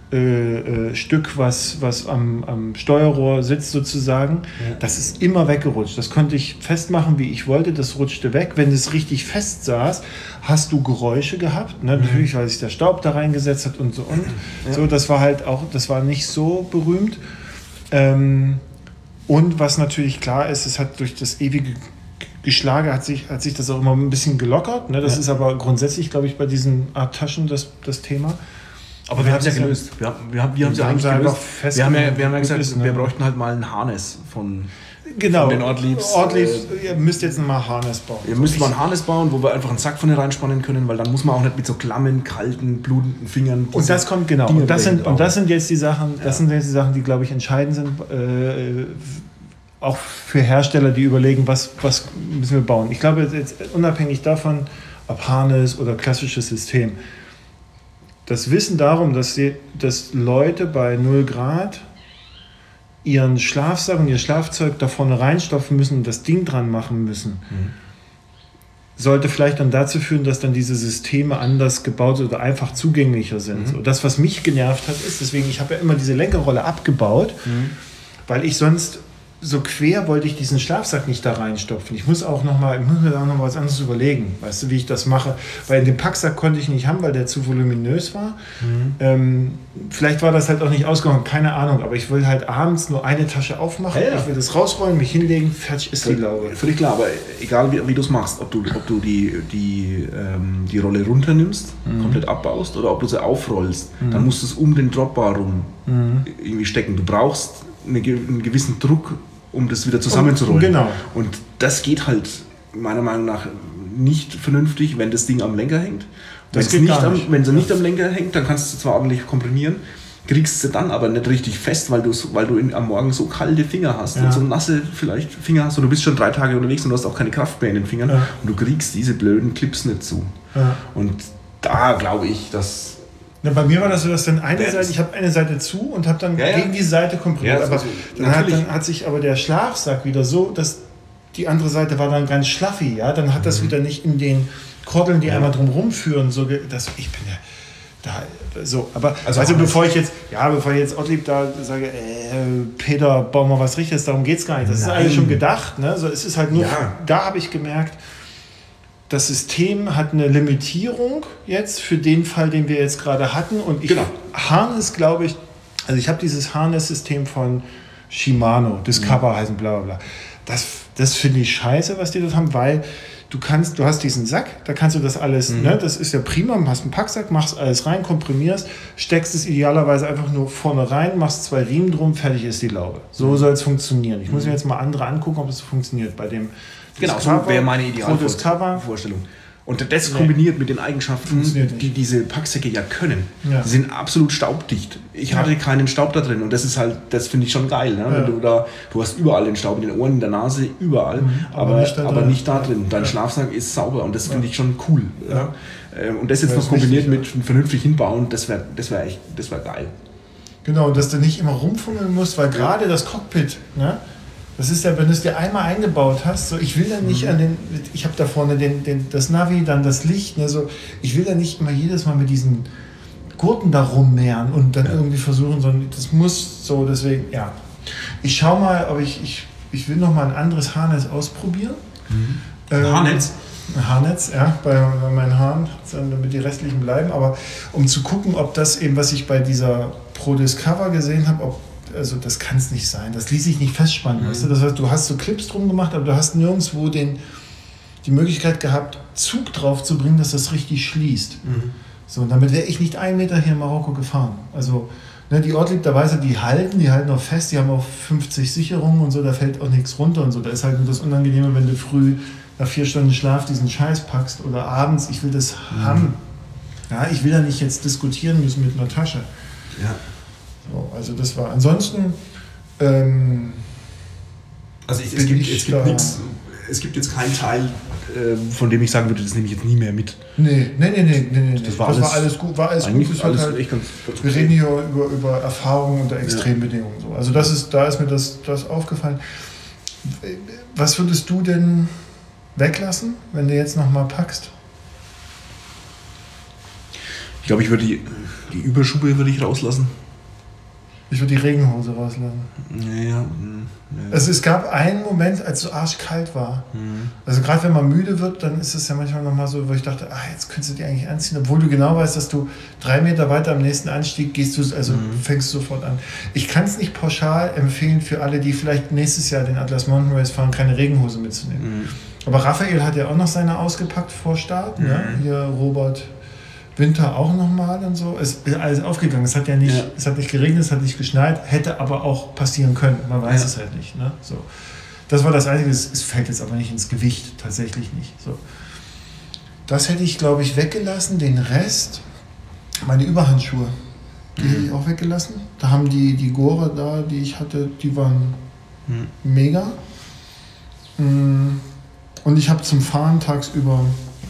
Äh, äh, Stück, was, was am, am Steuerrohr sitzt sozusagen, ja. das ist immer weggerutscht. Das konnte ich festmachen, wie ich wollte, das rutschte weg. Wenn es richtig fest saß, hast du Geräusche gehabt, ne? Mhm. Natürlich, weil sich der Staub da reingesetzt hat und so und ja. so, das war halt auch, das war nicht so berühmt. Ähm, und was natürlich klar ist, es hat durch das ewige Geschlage hat sich, hat sich das auch immer ein bisschen gelockert, ne? Das ja. ist aber grundsätzlich, glaube ich, bei diesen Art Taschen das, das Thema. Aber wir haben es ja gelöst. Wir haben wir haben, wir haben, wir haben, ja gelöst. Wir haben ja, wir haben ja gesagt, ist, ne? wir bräuchten halt mal ein Harness von, genau. von den Ortliebs. Ortliebs, äh, ihr müsst jetzt mal Harness bauen. Ihr so müsst mal ein Harness bauen, wo wir einfach einen Sack von reinspannen können, weil dann muss man auch nicht mit so klammen, kalten, blutenden Fingern. Und das kommt, genau. Und das, sind, und das sind jetzt die Sachen, das ja. sind jetzt die Sachen, die, glaube ich, entscheidend sind. Äh, auch für Hersteller, die überlegen, was, was müssen wir bauen. Ich glaube, jetzt unabhängig davon, ob Harness oder klassisches System, das Wissen darum, dass, die, dass Leute bei null Grad ihren Schlafsack und ihr Schlafzeug da vorne reinstopfen müssen und das Ding dran machen müssen, mhm. sollte vielleicht dann dazu führen, dass dann diese Systeme anders gebaut sind oder einfach zugänglicher sind. Mhm. So, das, was mich genervt hat, ist, deswegen, ich habe ja immer diese Lenkerrolle abgebaut, mhm. weil ich sonst so quer wollte ich diesen Schlafsack nicht da reinstopfen. Ich muss auch noch mal, ich muss mir auch noch mal was anderes überlegen, weißt du, wie ich das mache. Weil den Packsack konnte ich nicht haben, weil der zu voluminös war. Mhm. Ähm, vielleicht war das halt auch nicht ausgegangen, keine Ahnung. Aber ich will halt abends nur eine Tasche aufmachen, ja, ja. ich will das rausrollen, mich hinlegen, fertig ist die Laube. Völlig klar, aber egal wie, wie du es machst, ob du, ob du die, die, ähm, die Rolle runternimmst, mhm. komplett abbaust oder ob du sie aufrollst, mhm. dann musst du es um den Dropbar rum mhm. irgendwie stecken. Du brauchst eine, einen gewissen Druck, um das wieder zusammenzurollen. Genau. Und das geht halt meiner Meinung nach nicht vernünftig, wenn das Ding am Lenker hängt. Wenn es nicht, am, wenn sie nicht am Lenker hängt, dann kannst du zwar ordentlich komprimieren, kriegst du dann aber nicht richtig fest, weil du, weil du in, am Morgen so kalte Finger hast ja. und so nasse vielleicht Finger hast und du bist schon drei Tage unterwegs und du hast auch keine Kraft mehr in den Fingern ja. und du kriegst diese blöden Clips nicht zu. Ja. Und da glaube ich, dass Na, bei mir war das so, dass dann eine ja, Seite, ich habe eine Seite zu und habe dann ja, ja. gegen die Seite komprimiert. Ja, aber so, dann, hat, dann hat sich aber der Schlafsack wieder so, dass die andere Seite war dann ganz schlaffi. Ja? Dann hat das mhm. wieder nicht in den Kordeln, die ja. einmal drumherum führen. So, dass ich bin ja da so. Aber also, also bevor ich jetzt, ja, bevor ich jetzt Ortlieb da sage, äh, Peter, bau mal was Richtiges, darum geht es gar nicht. Das Nein. ist alles schon gedacht. Ne? So, es ist halt nur, ja. da habe ich gemerkt, das System hat eine Limitierung jetzt für den Fall, den wir jetzt gerade hatten. Und ich genau. Harness, glaube ich, also ich habe dieses Harness-System von Shimano, Discover mhm. heißen, bla bla bla. Das, das finde ich scheiße, was die dort haben, weil du kannst, du hast diesen Sack, da kannst du das alles, mhm. ne, das ist ja prima, du hast einen Packsack, machst alles rein, komprimierst, steckst es idealerweise einfach nur vorne rein, machst zwei Riemen drum, fertig ist die Laube. So mhm. soll es funktionieren. Ich mhm. muss mir jetzt mal andere angucken, ob es so funktioniert. Bei dem Genau, so wäre meine Idealvorstellung. Und das kombiniert mit den Eigenschaften, die diese Packsäcke ja können. Ja. Die sind absolut staubdicht. Ich ja. hatte keinen Staub da drin und das ist halt, das finde ich schon geil. Ne? Ja. Wenn du, da, du hast überall den Staub, in den Ohren, in der Nase, überall, mhm. aber, aber, nicht da, aber nicht da drin. Dein ja. Schlafsack ist sauber und das finde ja. ich schon cool. Ja. Ja. Und das jetzt noch kombiniert richtig, mit vernünftig hinbauen, das wäre das wär echt, das wär geil. Genau, und dass du nicht immer rumfummeln musst, weil gerade das Cockpit, ne? Das ist ja, wenn du es dir einmal eingebaut hast, so ich will dann nicht mhm. an den, ich habe da vorne den, den, das Navi, dann das Licht, ne, so, ich will da nicht immer jedes Mal mit diesen Gurten da rummehren und dann ja. irgendwie versuchen, sondern das muss so, deswegen, ja. Ich schau mal, ob ich, ich, ich will noch mal ein anderes Haarnetz ausprobieren. Mhm. Ähm, Haarnetz? Ein Haarnetz, ja, bei, bei meinen Haaren, damit die restlichen bleiben, aber um zu gucken, ob das eben, was ich bei dieser Pro Discover gesehen habe, ob, also das kann es nicht sein, das ließ sich nicht festspannen, mhm. weißt du? Das heißt, du hast so Clips drum gemacht, aber du hast nirgendwo den, die Möglichkeit gehabt, Zug drauf zu bringen, dass das richtig schließt. Mhm. So, und damit wäre ich nicht einen Meter hier in Marokko gefahren. Also, ne, die Ortliebterweise, die halten, die halten auch fest, die haben auch fünfzig Sicherungen und so, da fällt auch nichts runter und so. Da ist halt nur das Unangenehme, wenn du früh nach vier Stunden Schlaf diesen Scheiß packst oder abends, ich will das mhm. haben. Ja, ich will da nicht jetzt diskutieren müssen mit Natascha. Ja. So, also das war, ansonsten ähm, also ich, es, gibt, es, gibt nix, es gibt jetzt keinen Teil, äh, von dem ich sagen würde, das nehme ich jetzt nie mehr mit. Nee, nee, nee, nee, nee, nee. Das war, das alles, war alles gut. War alles gut. Das alles halt, echt ganz, ganz wir reden hier über, über Erfahrungen unter Extrembedingungen. So. Also das ist, da ist mir das, das aufgefallen. Was würdest du denn weglassen, wenn du jetzt nochmal packst? Ich glaube, ich würde die, die Überschuhe würde ich rauslassen. Ich würde die Regenhose rauslassen. Ja, ja. Also es gab einen Moment, als es so arschkalt war. Mhm. Also gerade wenn man müde wird, dann ist es ja manchmal nochmal so, wo ich dachte, ach, jetzt könntest du die eigentlich anziehen, obwohl du genau weißt, dass du drei Meter weiter am nächsten Anstieg gehst, du, also mhm. fängst du sofort an. Ich kann es nicht pauschal empfehlen für alle, die vielleicht nächstes Jahr den Atlas Mountain Race fahren, keine Regenhose mitzunehmen. Mhm. Aber Raphael hat ja auch noch seine ausgepackt vor Start. Mhm. Ne? Hier Robert Winter auch nochmal und so. Es ist alles aufgegangen. Es hat ja nicht, ja. es hat nicht geregnet, es hat nicht geschneit, hätte aber auch passieren können. Man weiß ja. es halt nicht. Ne? So. Das war das Einzige, es, es fällt jetzt aber nicht ins Gewicht, tatsächlich nicht. So. Das hätte ich, glaube ich, weggelassen. Den Rest, meine Überhandschuhe, die mhm. hätte ich auch weggelassen. Da haben die, die Gore da, die ich hatte, die waren mhm. mega. Und ich habe zum Fahren tagsüber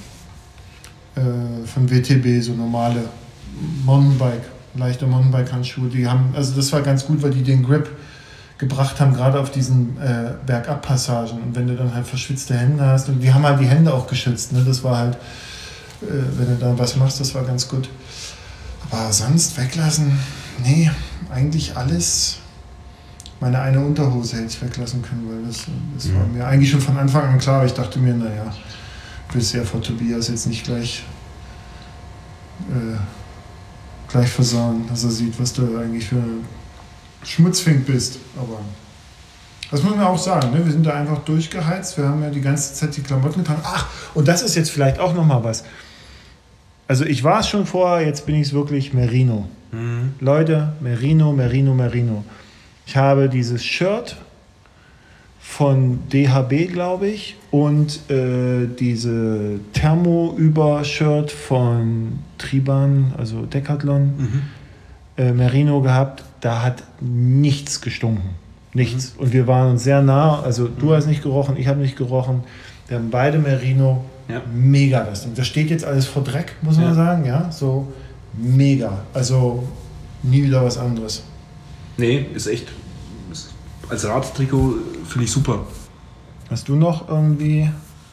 von W T B so normale Mountainbike, leichte Mountainbike-Handschuhe, die haben, also das war ganz gut, weil die den Grip gebracht haben, gerade auf diesen äh, Bergab-Passagen. Und wenn du dann halt verschwitzte Hände hast, und die haben halt die Hände auch geschützt, ne? Das war halt, äh, wenn du da was machst, das war ganz gut. Aber sonst weglassen, nee, eigentlich alles. Meine eine Unterhose hätte ich weglassen können, weil das, das ja. war mir eigentlich schon von Anfang an klar, aber ich dachte mir, naja, willst ja vor Tobias jetzt nicht gleich äh, gleich versauen, dass er sieht, was du eigentlich für ein Schmutzfink bist. Aber das muss man auch sagen, ne? Wir sind da einfach durchgeheizt, wir haben ja die ganze Zeit die Klamotten getragen. Ach, und das ist jetzt vielleicht auch nochmal was. Also ich war es schon vorher, jetzt bin ich es wirklich Merino. Mhm. Leute, Merino, Merino, Merino. Ich habe dieses Shirt von D H B, glaube ich, und äh, diese Thermo-Über-Shirt von Triban, also Decathlon, mhm. äh, Merino gehabt. Da hat nichts gestunken. Nichts. Mhm. Und wir waren uns sehr nah. Also du mhm. hast nicht gerochen, ich habe nicht gerochen. Wir haben beide Merino. Ja. Mega das Ding. Das steht jetzt alles vor Dreck, muss man ja. sagen. Ja, so mega. Also nie wieder was anderes. Nee, ist echt. Ist, als Radtrikot finde ich super. Hast du noch irgendwie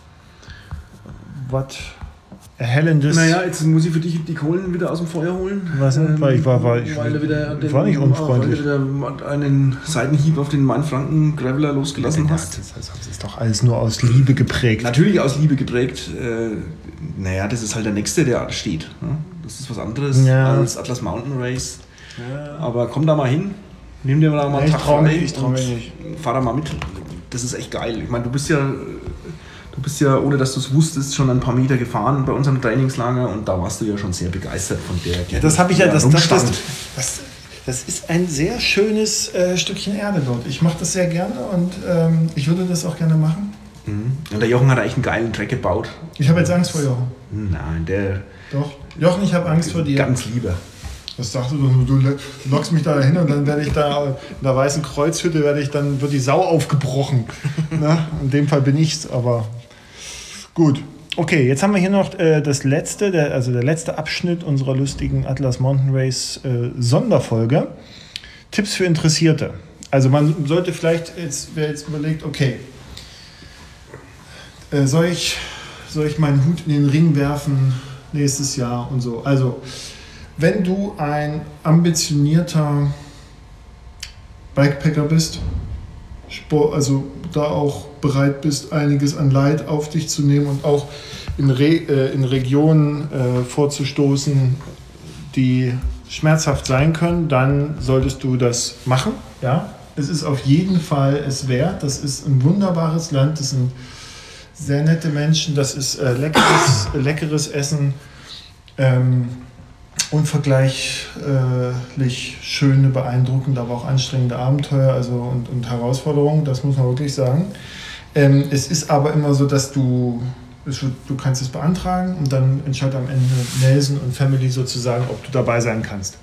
was Erhellendes? Naja, jetzt muss ich für dich die Kohlen wieder aus dem Feuer holen. Was? Ähm, weil ich war, war, ich weil er wieder den, war nicht unfreundlich. Weil du wieder einen Seitenhieb auf den Mainfranken Graveler losgelassen ja, hast. Das, das, das ist doch alles nur aus Liebe geprägt. Natürlich aus Liebe geprägt. Äh, naja, das ist halt der Nächste, der steht. Ne? Das ist was anderes ja. als Atlas Mountain Race. Ja. Aber komm da mal hin. Nimm dir mal einen ja, Tag frei. Ich trau mich nicht. Fahr da mal mit. Das ist echt geil. Ich meine, du bist ja, du bist ja, ohne dass du es wusstest, schon ein paar Meter gefahren bei unserem Trainingslager und da warst du ja schon sehr begeistert von der. Ja, das habe ich ja, das, das, das, das, das ist ein sehr schönes äh, Stückchen Erde dort. Ich mache das sehr gerne und ähm, ich würde das auch gerne machen. Mhm. Und der Jochen hat eigentlich einen geilen Track gebaut. Ich habe jetzt Angst vor Jochen. Nein, der... Doch. Jochen, ich habe Angst vor dir. Ganz lieber. Das sagst du doch nur, du lockst mich da dahin und dann werde ich da in der Weißen Kreuzhütte, werde ich dann, wird die Sau aufgebrochen. Na, in dem Fall bin ich's, aber gut. Okay, jetzt haben wir hier noch äh, das letzte, der, also der letzte Abschnitt unserer lustigen Atlas Mountain Race äh, Sonderfolge. Tipps für Interessierte. Also man sollte vielleicht, jetzt, wer jetzt überlegt, okay, äh, soll ich, soll ich meinen Hut in den Ring werfen nächstes Jahr und so. Also wenn du ein ambitionierter Bikepacker bist, Sport, also da auch bereit bist, einiges an Leid auf dich zu nehmen und auch in, Re, äh, in Regionen äh, vorzustoßen, die schmerzhaft sein können, dann solltest du das machen. Ja? Es ist auf jeden Fall es wert. Das ist ein wunderbares Land, das sind sehr nette Menschen, das ist äh, leckeres, leckeres Essen, ähm, unvergleichlich schöne, beeindruckende, aber auch anstrengende Abenteuer also und, und Herausforderungen, das muss man wirklich sagen. Ähm, es ist aber immer so, dass du, es wird, du kannst es beantragen und dann entscheidet am Ende Nelson und Family sozusagen, ob du dabei sein kannst.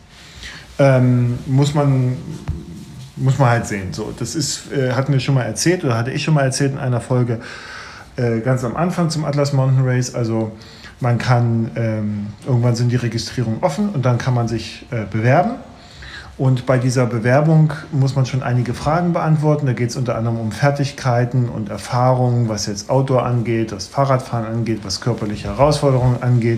Ähm, muss man, muss man halt sehen. So, das ist, äh, hatten wir schon mal erzählt oder hatte ich schon mal erzählt in einer Folge äh, ganz am Anfang zum Atlas Mountain Race. Also man kann, ähm, irgendwann sind die Registrierungen offen und dann kann man sich äh, bewerben. Und bei dieser Bewerbung muss man schon einige Fragen beantworten. Da geht es unter anderem um Fertigkeiten und Erfahrungen, was jetzt Outdoor angeht, was Fahrradfahren angeht, was körperliche Herausforderungen angeht.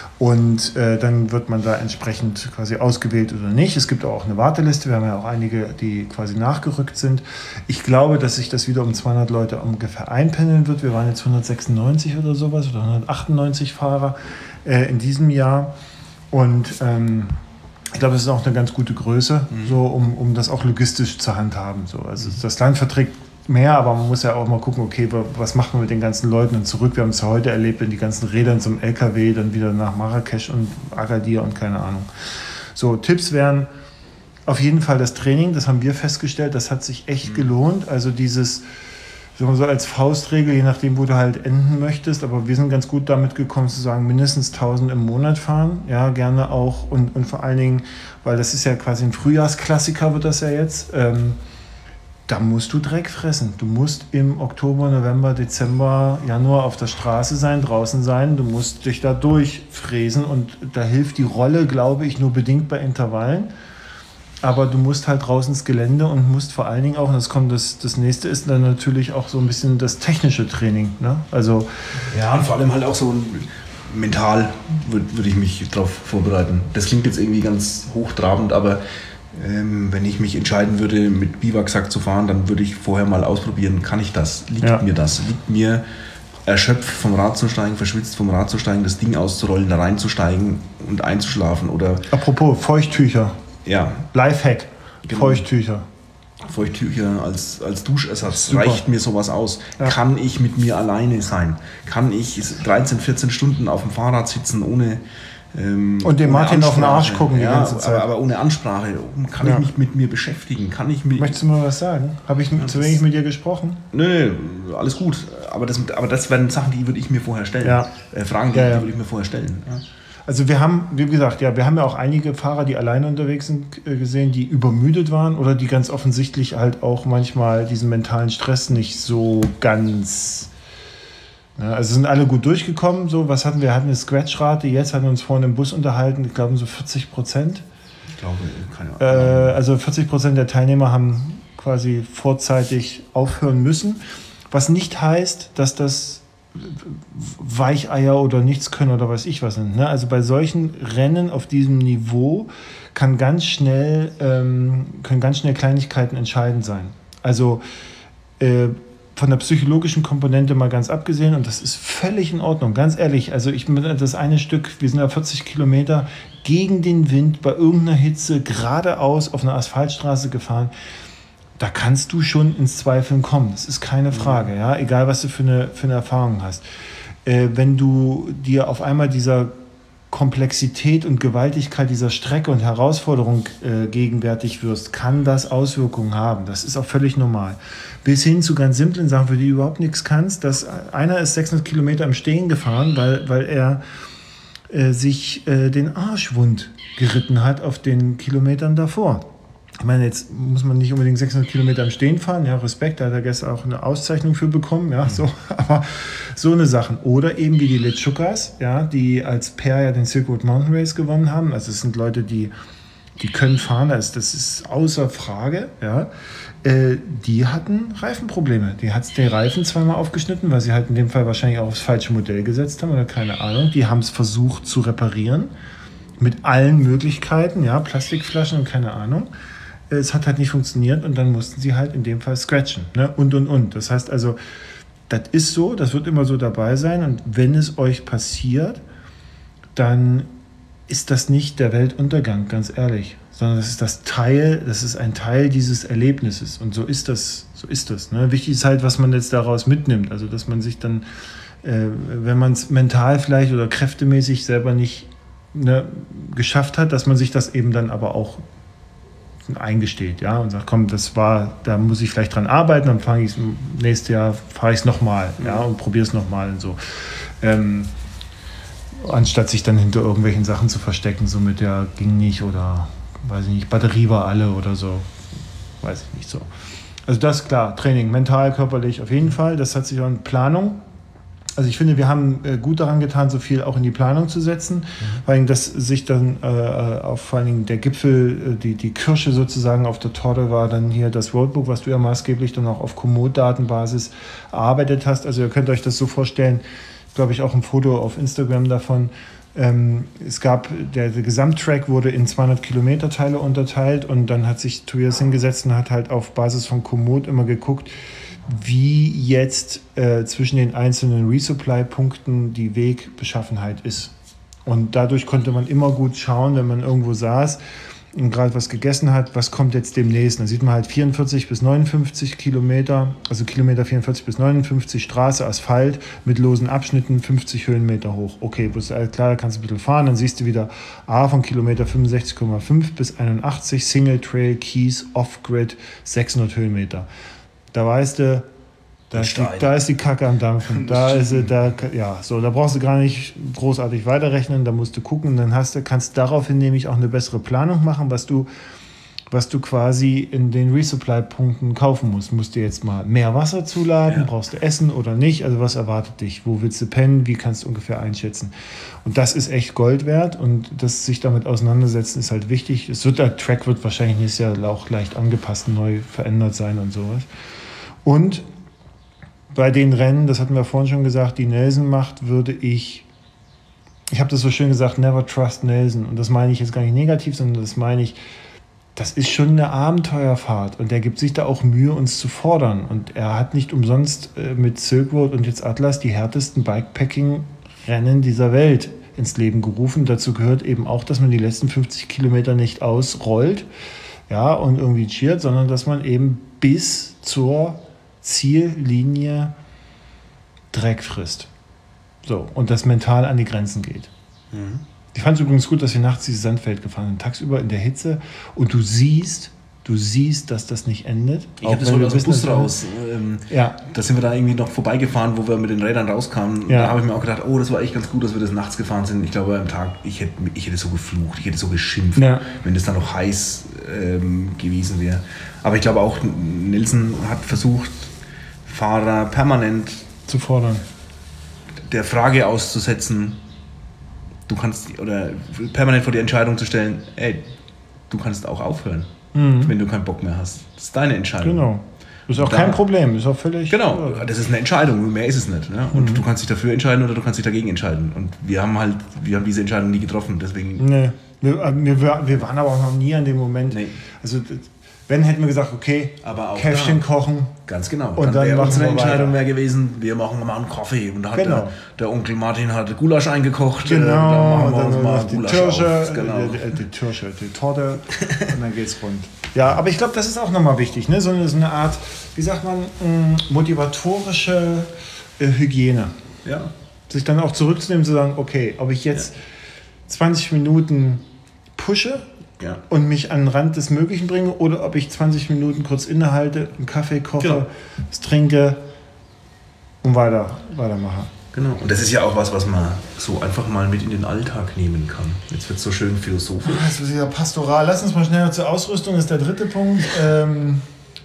Und äh, dann wird man da entsprechend quasi ausgewählt oder nicht. Es gibt auch eine Warteliste. Wir haben ja auch einige, die quasi nachgerückt sind. Ich glaube, dass sich das wieder um zweihundert Leute ungefähr einpendeln wird. Wir waren jetzt hundertsechsundneunzig oder sowas oder hundertachtundneunzig Fahrer äh, in diesem Jahr. Und ähm, ich glaube, das ist auch eine ganz gute Größe, mhm. so, um, um das auch logistisch zu handhaben. So. Also das Land verträgt mehr, aber man muss ja auch mal gucken, okay, was macht man mit den ganzen Leuten und zurück. Wir haben es ja heute erlebt, wenn die ganzen Räder zum L K W, dann wieder nach Marrakesch und Agadir und keine Ahnung. So, Tipps wären auf jeden Fall das Training, das haben wir festgestellt, das hat sich echt mhm. gelohnt. Also dieses, sagen wir so als Faustregel, je nachdem, wo du halt enden möchtest, aber wir sind ganz gut damit gekommen zu sagen, mindestens tausend im Monat fahren, ja, gerne auch und, und vor allen Dingen, weil das ist ja quasi ein Frühjahrsklassiker, wird das ja jetzt, ähm, da musst du Dreck fressen. Du musst im Oktober, November, Dezember, Januar auf der Straße sein, draußen sein. Du musst dich da durchfräsen und da hilft die Rolle, glaube ich, nur bedingt bei Intervallen. Aber du musst halt draußen ins Gelände und musst vor allen Dingen auch, und das kommt, das, das nächste ist dann natürlich auch so ein bisschen das technische Training. Ne? Also, ja, und vor allem halt auch so mental würde würd ich mich darauf vorbereiten. Das klingt jetzt irgendwie ganz hochtrabend, aber Ähm, wenn ich mich entscheiden würde, mit Biwaksack zu fahren, dann würde ich vorher mal ausprobieren, kann ich das? Liegt ja. mir das? Liegt mir erschöpft vom Rad zu steigen, verschwitzt vom Rad zu steigen, das Ding auszurollen, da reinzusteigen und einzuschlafen? Oder apropos Feuchttücher. Ja. Lifehack. Genau. Feuchttücher. Feuchttücher als, als Duschersatz. Super. Reicht mir sowas aus? Ja. Kann ich mit mir alleine sein? Kann ich dreizehn, vierzehn Stunden auf dem Fahrrad sitzen ohne Ähm, und dem Martin auf den Arsch gucken die ja, ganze Zeit. Aber, aber ohne Ansprache. Kann ja. ich mich mit mir beschäftigen? Kann ich mich Möchtest du mal was sagen? Habe ich ja, zu wenig mit dir gesprochen? Nö, nö, alles gut. Aber das, aber das wären Sachen, die würde ich mir vorher stellen. Ja. Äh, Fragen, die, ja, ja. die würde ich mir vorher stellen. Ja. Also wir haben, wie gesagt, ja, wir haben ja auch einige Fahrer, die alleine unterwegs sind, gesehen, die übermüdet waren oder die ganz offensichtlich halt auch manchmal diesen mentalen Stress nicht so ganz... Ja, also sind alle gut durchgekommen. So, was hatten wir? Wir hatten eine Scratch-Rate. Jetzt hatten wir uns vorhin im Bus unterhalten. Ich glaube so vierzig Prozent. Ich glaube, keine Ahnung. Äh, also vierzig Prozent der Teilnehmer haben quasi vorzeitig aufhören müssen. Was nicht heißt, dass das Weicheier oder nichts können oder weiß ich was sind. Ne? Also bei solchen Rennen auf diesem Niveau kann ganz schnell, ähm, können ganz schnell Kleinigkeiten entscheidend sein. Also äh, von der psychologischen Komponente mal ganz abgesehen, und das ist völlig in Ordnung, ganz ehrlich, also ich das eine Stück, wir sind ja vierzig Kilometer gegen den Wind bei irgendeiner Hitze geradeaus auf einer Asphaltstraße gefahren, da kannst du schon ins Zweifeln kommen, das ist keine Frage, ja, egal was du für eine, für eine Erfahrung hast. Äh, wenn du dir auf einmal dieser Komplexität und Gewaltigkeit dieser Strecke und Herausforderung äh, gegenwärtig wirst, kann das Auswirkungen haben. Das ist auch völlig normal. Bis hin zu ganz simplen Sachen, für die du überhaupt nichts kannst. Dass einer ist sechshundert Kilometer im Stehen gefahren, weil, weil er äh, sich äh, den Arsch wund geritten hat auf den Kilometern davor. Ich meine, jetzt muss man nicht unbedingt sechshundert Kilometer im Stehen fahren, ja, Respekt, da hat er gestern auch eine Auszeichnung für bekommen, ja, so, aber so eine Sachen. Oder eben wie die Litschukas, ja, die als Pair ja den Silk Road Mountain Race gewonnen haben. Also es sind Leute, die die können fahren, das, das ist außer Frage, ja. Äh, die hatten Reifenprobleme. Die hat den Reifen zweimal aufgeschnitten, weil sie halt in dem Fall wahrscheinlich auch aufs falsche Modell gesetzt haben oder keine Ahnung. Die haben es versucht zu reparieren mit allen Möglichkeiten, ja, Plastikflaschen und keine Ahnung. Es hat halt nicht funktioniert und dann mussten sie halt in dem Fall scratchen, ne? Und, und, und. Das heißt also, das ist so, das wird immer so dabei sein und wenn es euch passiert, dann ist das nicht der Weltuntergang, ganz ehrlich, sondern das ist das Teil, das ist ein Teil dieses Erlebnisses und so ist das, so ist das. Ne? Wichtig ist halt, was man jetzt daraus mitnimmt, also dass man sich dann, äh, wenn man es mental vielleicht oder kräftemäßig selber nicht ne, geschafft hat, dass man sich das eben dann aber auch eingesteht, ja, und sagt, komm, das war, da muss ich vielleicht dran arbeiten, dann fange ich nächstes Jahr, fahre ich es nochmal, ja, und probiere es nochmal und so. Ähm, anstatt sich dann hinter irgendwelchen Sachen zu verstecken, so mit der ging nicht oder, weiß ich nicht, Batterie war alle oder so, weiß ich nicht so. Also das, klar, Training, mental, körperlich, auf jeden Fall, das hat sich auch in Planung. Also ich finde, wir haben äh, gut daran getan, so viel auch in die Planung zu setzen, mhm. vor allem, dass sich dann äh, auf vor allen Dingen der Gipfel, äh, die, die Kirsche sozusagen auf der Torte war, dann hier das Roadbook, was du ja maßgeblich dann auch auf Komoot-Datenbasis erarbeitet hast. Also ihr könnt euch das so vorstellen, glaube ich auch ein Foto auf Instagram davon. Ähm, es gab, der, der Gesamttrack wurde in zweihundert Kilometer Teile unterteilt und dann hat sich Tobias hingesetzt und hat halt auf Basis von Komoot immer geguckt, wie jetzt äh, zwischen den einzelnen Resupply-Punkten die Wegbeschaffenheit ist. Und dadurch konnte man immer gut schauen, wenn man irgendwo saß und gerade was gegessen hat, was kommt jetzt demnächst. Da sieht man halt vierundvierzig bis neunundfünfzig Kilometer, also Kilometer vierundvierzig bis neunundfünfzig, Straße, Asphalt mit losen Abschnitten, fünfzig Höhenmeter hoch. Okay, das ist alles klar, da kannst du ein bisschen fahren, dann siehst du wieder A von Kilometer fünfundsechzig Komma fünf bis einundachtzig, Single Trail, Keys, Off-Grid, sechshundert Höhenmeter. Da weißt du, da ist, die, da ist die Kacke am Dampfen. Da ist sie, da, ja, so, da brauchst du gar nicht großartig weiterrechnen, da musst du gucken, dann hast du, kannst daraufhin nämlich auch eine bessere Planung machen, was du, was du quasi in den Resupply-Punkten kaufen musst. Musst du jetzt mal mehr Wasser zuladen, ja. Brauchst du Essen oder nicht? Also was erwartet dich? Wo willst du pennen? Wie kannst du ungefähr einschätzen? Und das ist echt Gold wert und das sich damit auseinandersetzen ist halt wichtig. Es wird, der Track wird wahrscheinlich nächstes Jahr auch leicht angepasst, neu verändert sein und sowas. Und bei den Rennen, das hatten wir vorhin schon gesagt, die Nelson macht, würde ich, ich habe das so schön gesagt, never trust Nelson. Und das meine ich jetzt gar nicht negativ, sondern das meine ich, das ist schon eine Abenteuerfahrt. Und er gibt sich da auch Mühe, uns zu fordern. Und er hat nicht umsonst äh, mit Silk Road und jetzt Atlas die härtesten Bikepacking-Rennen dieser Welt ins Leben gerufen. Dazu gehört eben auch, dass man die letzten fünfzig Kilometer nicht ausrollt, ja, und irgendwie cheert, sondern dass man eben bis zur Ziellinie Dreck frisst. So, und das mental an die Grenzen geht. Mhm. Ich fand es übrigens gut, dass wir nachts dieses Sandfeld gefahren sind, tagsüber in der Hitze und du siehst, du siehst, dass das nicht endet. Ich habe das heute aus dem Bus raus. Ähm, ja. Da sind wir da irgendwie noch vorbeigefahren, wo wir mit den Rädern rauskamen. Ja. Da habe ich mir auch gedacht, oh, das war echt ganz gut, dass wir das nachts gefahren sind. Ich glaube, am Tag, ich hätte, ich hätte so geflucht, ich hätte so geschimpft, ja. wenn das dann noch heiß ähm, gewesen wäre. Aber ich glaube auch, Nelson hat versucht, Fahrer permanent zu fordern, der Frage auszusetzen, du kannst, oder permanent vor die Entscheidung zu stellen, ey, du kannst auch aufhören, mhm. wenn du keinen Bock mehr hast. Das ist deine Entscheidung. Genau. Das ist auch da, kein Problem, ist auch völlig... Genau, das ist eine Entscheidung, mehr ist es nicht. Ne? Und mhm. du kannst dich dafür entscheiden oder du kannst dich dagegen entscheiden. Und wir haben halt, wir haben diese Entscheidung nie getroffen, deswegen... Nee, wir, wir, wir waren aber auch noch nie an dem Moment... Nee. Also, wenn hätten wir gesagt, okay, aber auch Käffchen da, kochen. Ganz genau. Und dann, dann wäre unsere Entscheidung mehr gewesen, wir machen mal einen Kaffee. Und da hat genau. der, der Onkel Martin hat Gulasch eingekocht. Genau, dann machen wir dann uns mal die Gulasch Türsche, genau. die, die Türsche, die Torte und dann geht's rund. Ja, aber ich glaube, das ist auch nochmal wichtig, ne? So eine, so eine Art, wie sagt man, mh, motivatorische äh, Hygiene. Ja. Sich dann auch zurückzunehmen, zu sagen, okay, ob ich jetzt ja. zwanzig Minuten pushe, ja. und mich an den Rand des Möglichen bringe oder ob ich zwanzig Minuten kurz innehalte, einen Kaffee koche, genau. es trinke und weiter, weitermache. Genau. Und das ist ja auch was, was man so einfach mal mit in den Alltag nehmen kann. Jetzt wird es so schön philosophisch. Das ist ja pastoral. Lass uns mal schneller zur Ausrüstung, das ist der dritte Punkt. Ähm,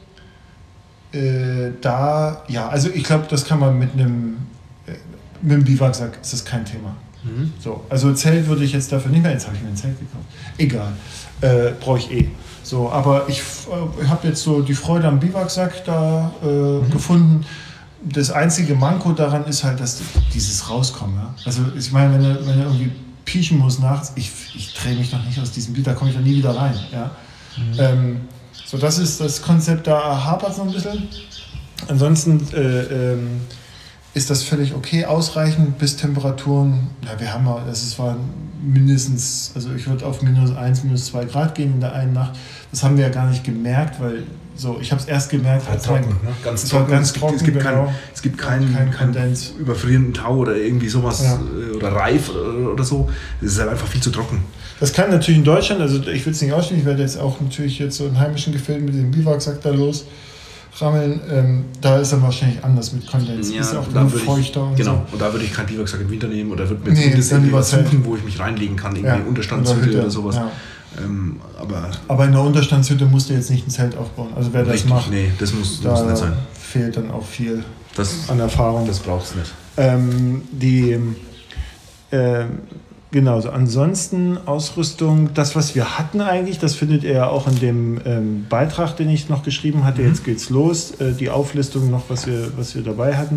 äh, da, ja, also ich glaube, das kann man mit einem, äh, mit einem Biwaksack, ist das kein Thema. Mhm. So, also Zelt würde ich jetzt dafür nicht mehr, jetzt habe ich mir ein Zelt gekauft. Egal, äh, brauche ich eh. So, aber ich äh, habe jetzt so die Freude am Biwaksack da äh, mhm. gefunden. Das einzige Manko daran ist halt, dass dieses Rauskommen. Ja? Also ich meine, wenn er, wenn er irgendwie pieschen muss nachts, ich, ich drehe mich doch nicht aus diesem Bild, da komme ich doch nie wieder rein. Ja? Mhm. Ähm, so, das ist das Konzept, da hapert es noch ein bisschen. Ansonsten äh, ähm, ist das völlig okay, ausreichend bis Temperaturen, ja, wir haben ja, es war mindestens, also ich würde auf minus eins, minus zwei Grad gehen in der einen Nacht. Das haben wir ja gar nicht gemerkt, weil so, ich habe es erst gemerkt, halt trocken, ne? Ganz es trocken. Ganz trocken, es gibt, genau. kein, es gibt keinen kein kein überfrierenden Tau oder irgendwie sowas ja. oder Reif oder so. Es ist halt einfach viel zu trocken. Das kann natürlich in Deutschland, also ich will es nicht ausstellen, ich werde jetzt auch natürlich jetzt so in heimischen Gefilden mit dem Biwaksack da los rammeln, ähm, da ist dann wahrscheinlich anders mit Kondens. Ja, ist auch feuchter und genau. so. Und da würde ich keinen Biwaksack im Winter nehmen oder würde mir nee, zumindest irgendwie was suchen, Zelt. Wo ich mich reinlegen kann, irgendwie ja. Unterstandshütte oder, oder sowas. Ja. Ähm, aber, aber in der Unterstandshütte musst du jetzt nicht ein Zelt aufbauen. Also wer richtig, das macht, nee, das muss, da muss nicht sein. Fehlt dann auch viel das, an Erfahrung. Das braucht es nicht. Ähm, die äh, Genau, so ansonsten Ausrüstung, das, was wir hatten eigentlich, das findet ihr ja auch in dem ähm, Beitrag, den ich noch geschrieben hatte. Mhm. Jetzt geht's los, äh, die Auflistung noch, was wir, was wir dabei hatten.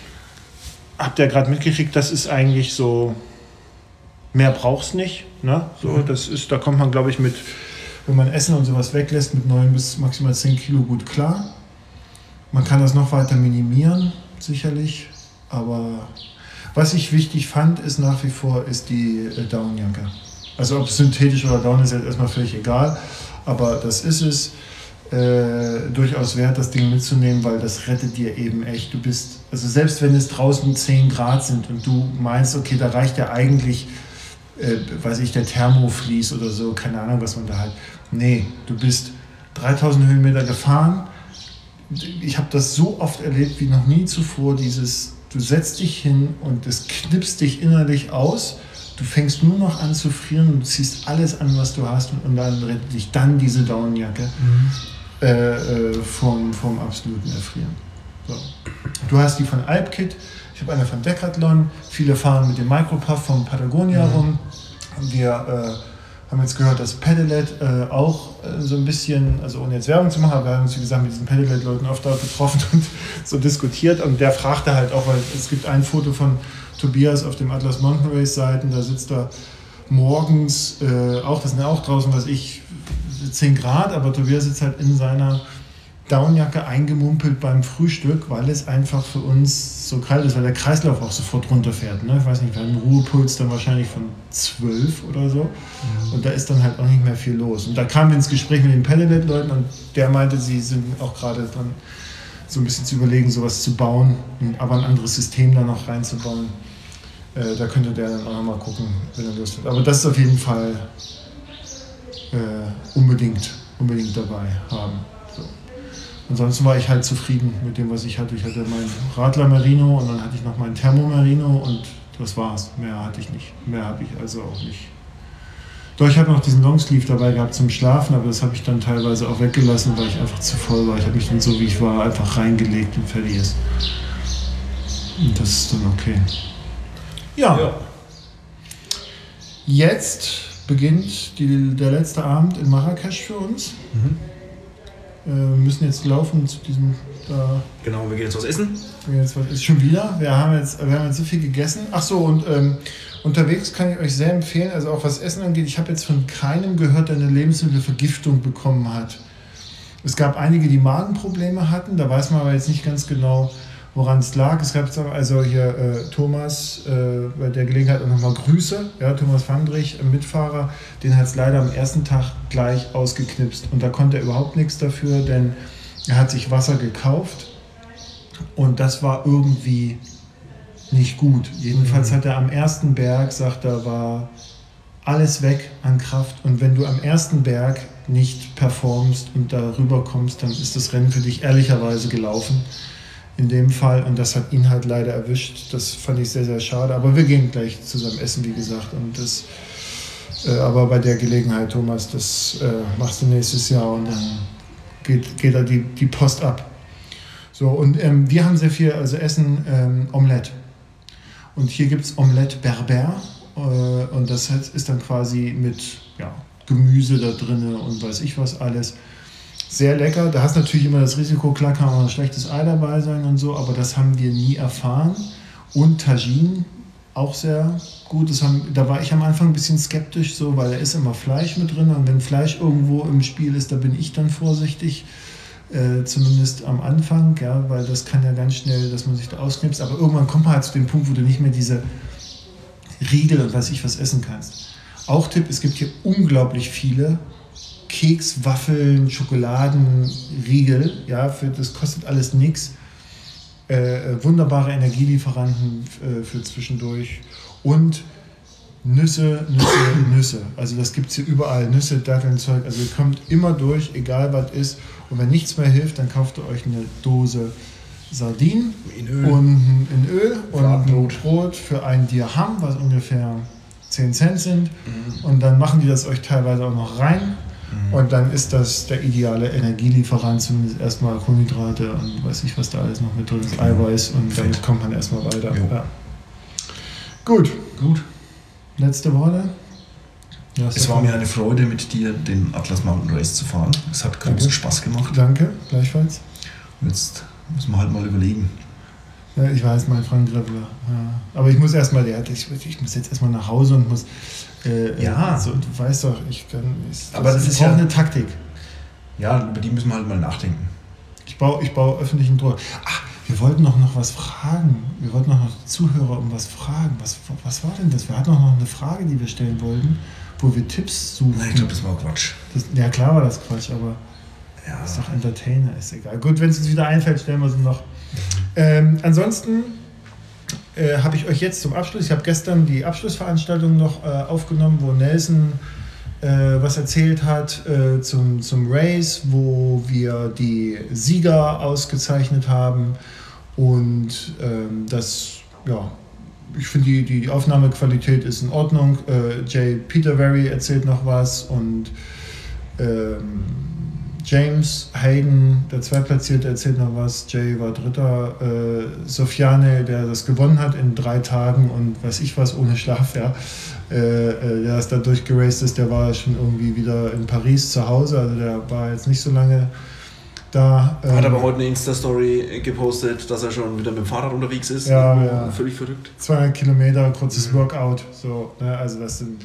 Habt ihr gerade mitgekriegt, das ist eigentlich so, mehr braucht's nicht. Ne? So, mhm. das ist, da kommt man, glaube ich, mit, wenn man Essen und sowas weglässt, mit neun bis maximal zehn Kilo gut klar. Man kann das noch weiter minimieren, sicherlich, aber... Was ich wichtig fand, ist nach wie vor ist die äh, Daunenjacke. Also ob es synthetisch oder Down ist, jetzt erstmal völlig egal. Aber das ist es äh, durchaus wert, das Ding mitzunehmen, weil das rettet dir eben echt. Du bist, also selbst wenn es draußen zehn Grad sind und du meinst, okay, da reicht ja eigentlich, äh, weiß ich, der Thermoflies oder so, keine Ahnung, was man da hat. Nee, du bist dreitausend Höhenmeter gefahren. Ich habe das so oft erlebt wie noch nie zuvor, dieses... Du setzt dich hin und es knipst dich innerlich aus. Du fängst nur noch an zu frieren und du ziehst alles an, was du hast und, und dann rettet dich dann diese Daunenjacke mhm. äh, äh, vom, vom absoluten Erfrieren. So. Du hast die von Alpkit, ich habe eine von Decathlon. Viele fahren mit dem Micropuff von Patagonia mhm. rum. Wir äh, haben jetzt gehört, dass Pedelec äh, auch äh, so ein bisschen, also ohne jetzt Werbung zu machen, aber wir haben uns wie gesagt mit diesen Pedelec-Leuten oft dort getroffen und so diskutiert und der fragte halt auch, weil es gibt ein Foto von Tobias auf dem Atlas Mountain Race Seiten, da sitzt er morgens, äh, auch, das sind ja auch draußen, was ich, zehn Grad, aber Tobias sitzt halt in seiner Daunenjacke eingemumpelt beim Frühstück, weil es einfach für uns so kalt ist, weil der Kreislauf auch sofort runterfährt. Ne? Ich weiß nicht, wir haben einen Ruhepuls dann wahrscheinlich von zwölf oder so. Mhm. Und da ist dann halt auch nicht mehr viel los. Und da kamen wir ins Gespräch mit den Pedelec-Leuten und der meinte, sie sind auch gerade dran, so ein bisschen zu überlegen, sowas zu bauen, aber ein anderes System da noch reinzubauen. Äh, da könnte der dann auch nochmal gucken, wenn er Lust hat. Aber das ist auf jeden Fall äh, unbedingt, unbedingt dabei haben. So. Ansonsten war ich halt zufrieden mit dem, was ich hatte. Ich hatte meinen Radler Merino und dann hatte ich noch meinen Thermo Merino und das war's. Mehr hatte ich nicht. Mehr habe ich also auch nicht. Doch, ich habe noch diesen Longsleeve dabei gehabt zum Schlafen, aber das habe ich dann teilweise auch weggelassen, weil ich einfach zu voll war. Ich habe mich dann so, wie ich war, einfach reingelegt und fertig ist. Und das ist dann okay. Ja. ja. Jetzt beginnt die, der letzte Abend in Marrakesch für uns. Mhm. Wir müssen jetzt laufen zu diesem... Da genau, wir gehen jetzt was essen. Wir gehen jetzt was essen. Schon wieder? Wir haben jetzt, wir haben jetzt so viel gegessen. Ach so, und ähm, unterwegs kann ich euch sehr empfehlen, also auch was Essen angeht, ich habe jetzt von keinem gehört, der eine Lebensmittelvergiftung bekommen hat. Es gab einige, die Magenprobleme hatten, da weiß man aber jetzt nicht ganz genau, woran es lag. Es gab also hier äh, Thomas, äh, bei der Gelegenheit auch nochmal Grüße, ja, Thomas Wandrich, Mitfahrer, den hat es leider am ersten Tag gleich ausgeknipst und da konnte er überhaupt nichts dafür, denn er hat sich Wasser gekauft und das war irgendwie nicht gut. Jedenfalls hat er am ersten Berg, sagt er, war alles weg an Kraft und wenn du am ersten Berg nicht performst und darüber kommst, dann ist das Rennen für dich ehrlicherweise gelaufen. In dem Fall, und das hat ihn halt leider erwischt, das fand ich sehr, sehr schade, aber wir gehen gleich zusammen essen, wie gesagt, und das, äh, aber bei der Gelegenheit, Thomas, das äh, machst du nächstes Jahr und dann geht, geht da die, die Post ab. So, und ähm, wir haben sehr viel, also Essen, ähm, Omelette. Und hier gibt es Omelette Berber. Äh, und das ist dann quasi mit ja, Gemüse da drin und weiß ich was alles. Sehr lecker. Da hast du natürlich immer das Risiko, klar kann auch ein schlechtes Ei dabei sein und so, aber das haben wir nie erfahren. Und Tagine, auch sehr gut. Das haben, da war ich am Anfang ein bisschen skeptisch, so, weil da ist immer Fleisch mit drin. Und wenn Fleisch irgendwo im Spiel ist, da bin ich dann vorsichtig. Äh, zumindest am Anfang, ja, weil das kann ja ganz schnell, dass man sich da ausknipst. Aber irgendwann kommt man halt zu dem Punkt, wo du nicht mehr diese Riegel und weiß ich was essen kannst. Auch Tipp, es gibt hier unglaublich viele Keks, Waffeln, Schokoladen, Riegel, ja, für, das kostet alles nichts. Äh, wunderbare Energielieferanten äh, für zwischendurch und Nüsse, Nüsse, Nüsse. Also das gibt es hier überall, Nüsse, Datteln, Zeug. Also ihr kommt immer durch, egal was ist. Und wenn nichts mehr hilft, dann kauft ihr euch eine Dose Sardinen in Öl. und in Öl und ein Brot für ein Dirham, was ungefähr zehn Cent sind. Mhm. Und dann machen die das euch teilweise auch noch rein. Mhm. Und dann ist das der ideale Energielieferant, zumindest erstmal Kohlenhydrate und weiß ich, was da alles noch mit drin ist, Eiweiß, und Fett. Damit kommt man erstmal weiter. Ja. Gut. Gut. Letzte Worte? Ja, es war mir eine Freude, mit dir den Atlas Mountain Race zu fahren. Es hat großen Spaß gemacht. Danke, gleichfalls. Jetzt müssen wir halt mal überlegen. Ja, ich weiß, mein Frank Grevler. Ja. Aber ich muss erstmal, ich, ich muss jetzt erstmal nach Hause und muss. Äh, ja. So, du weißt doch, ich kann. Ich, aber das, das ist ja eine Taktik. Ja, über die müssen wir halt mal nachdenken. Ich baue, ich baue öffentlichen Druck. Ach, wir wollten noch, noch was fragen. Wir wollten noch, noch die Zuhörer um was fragen. Was, was war denn das? Wir hatten noch eine Frage, die wir stellen wollten, wo wir Tipps suchen. Nein, ich glaube, das war Quatsch. Das, ja, klar war das Quatsch, aber ja. Ist doch Entertainer, ist egal. Gut, wenn es uns wieder einfällt, stellen wir sie noch. Ähm, ansonsten äh, habe ich euch jetzt zum Abschluss, ich habe gestern die Abschlussveranstaltung noch äh, aufgenommen, wo Nelson äh, was erzählt hat äh, zum, zum Race, wo wir die Sieger ausgezeichnet haben, und ähm, das, ja, ich finde die, die Aufnahmequalität ist in Ordnung. Äh, Jay Peterberry erzählt noch was, und ähm, James Hayden, der Zweitplatzierte, erzählt noch was. Jay war Dritter. Äh, Sofiane, der das gewonnen hat in drei Tagen und weiß ich was, ohne Schlaf, ja. Äh, äh, der ist da durchgeraced ist, der war schon irgendwie wieder in Paris zu Hause, also der war jetzt nicht so lange da. Ähm, hat aber heute eine Insta-Story gepostet, dass er schon wieder mit dem Fahrrad unterwegs ist. Ja, ja. Völlig verrückt. zweihundert Kilometer, kurzes mhm. Workout. So, ne, also das sind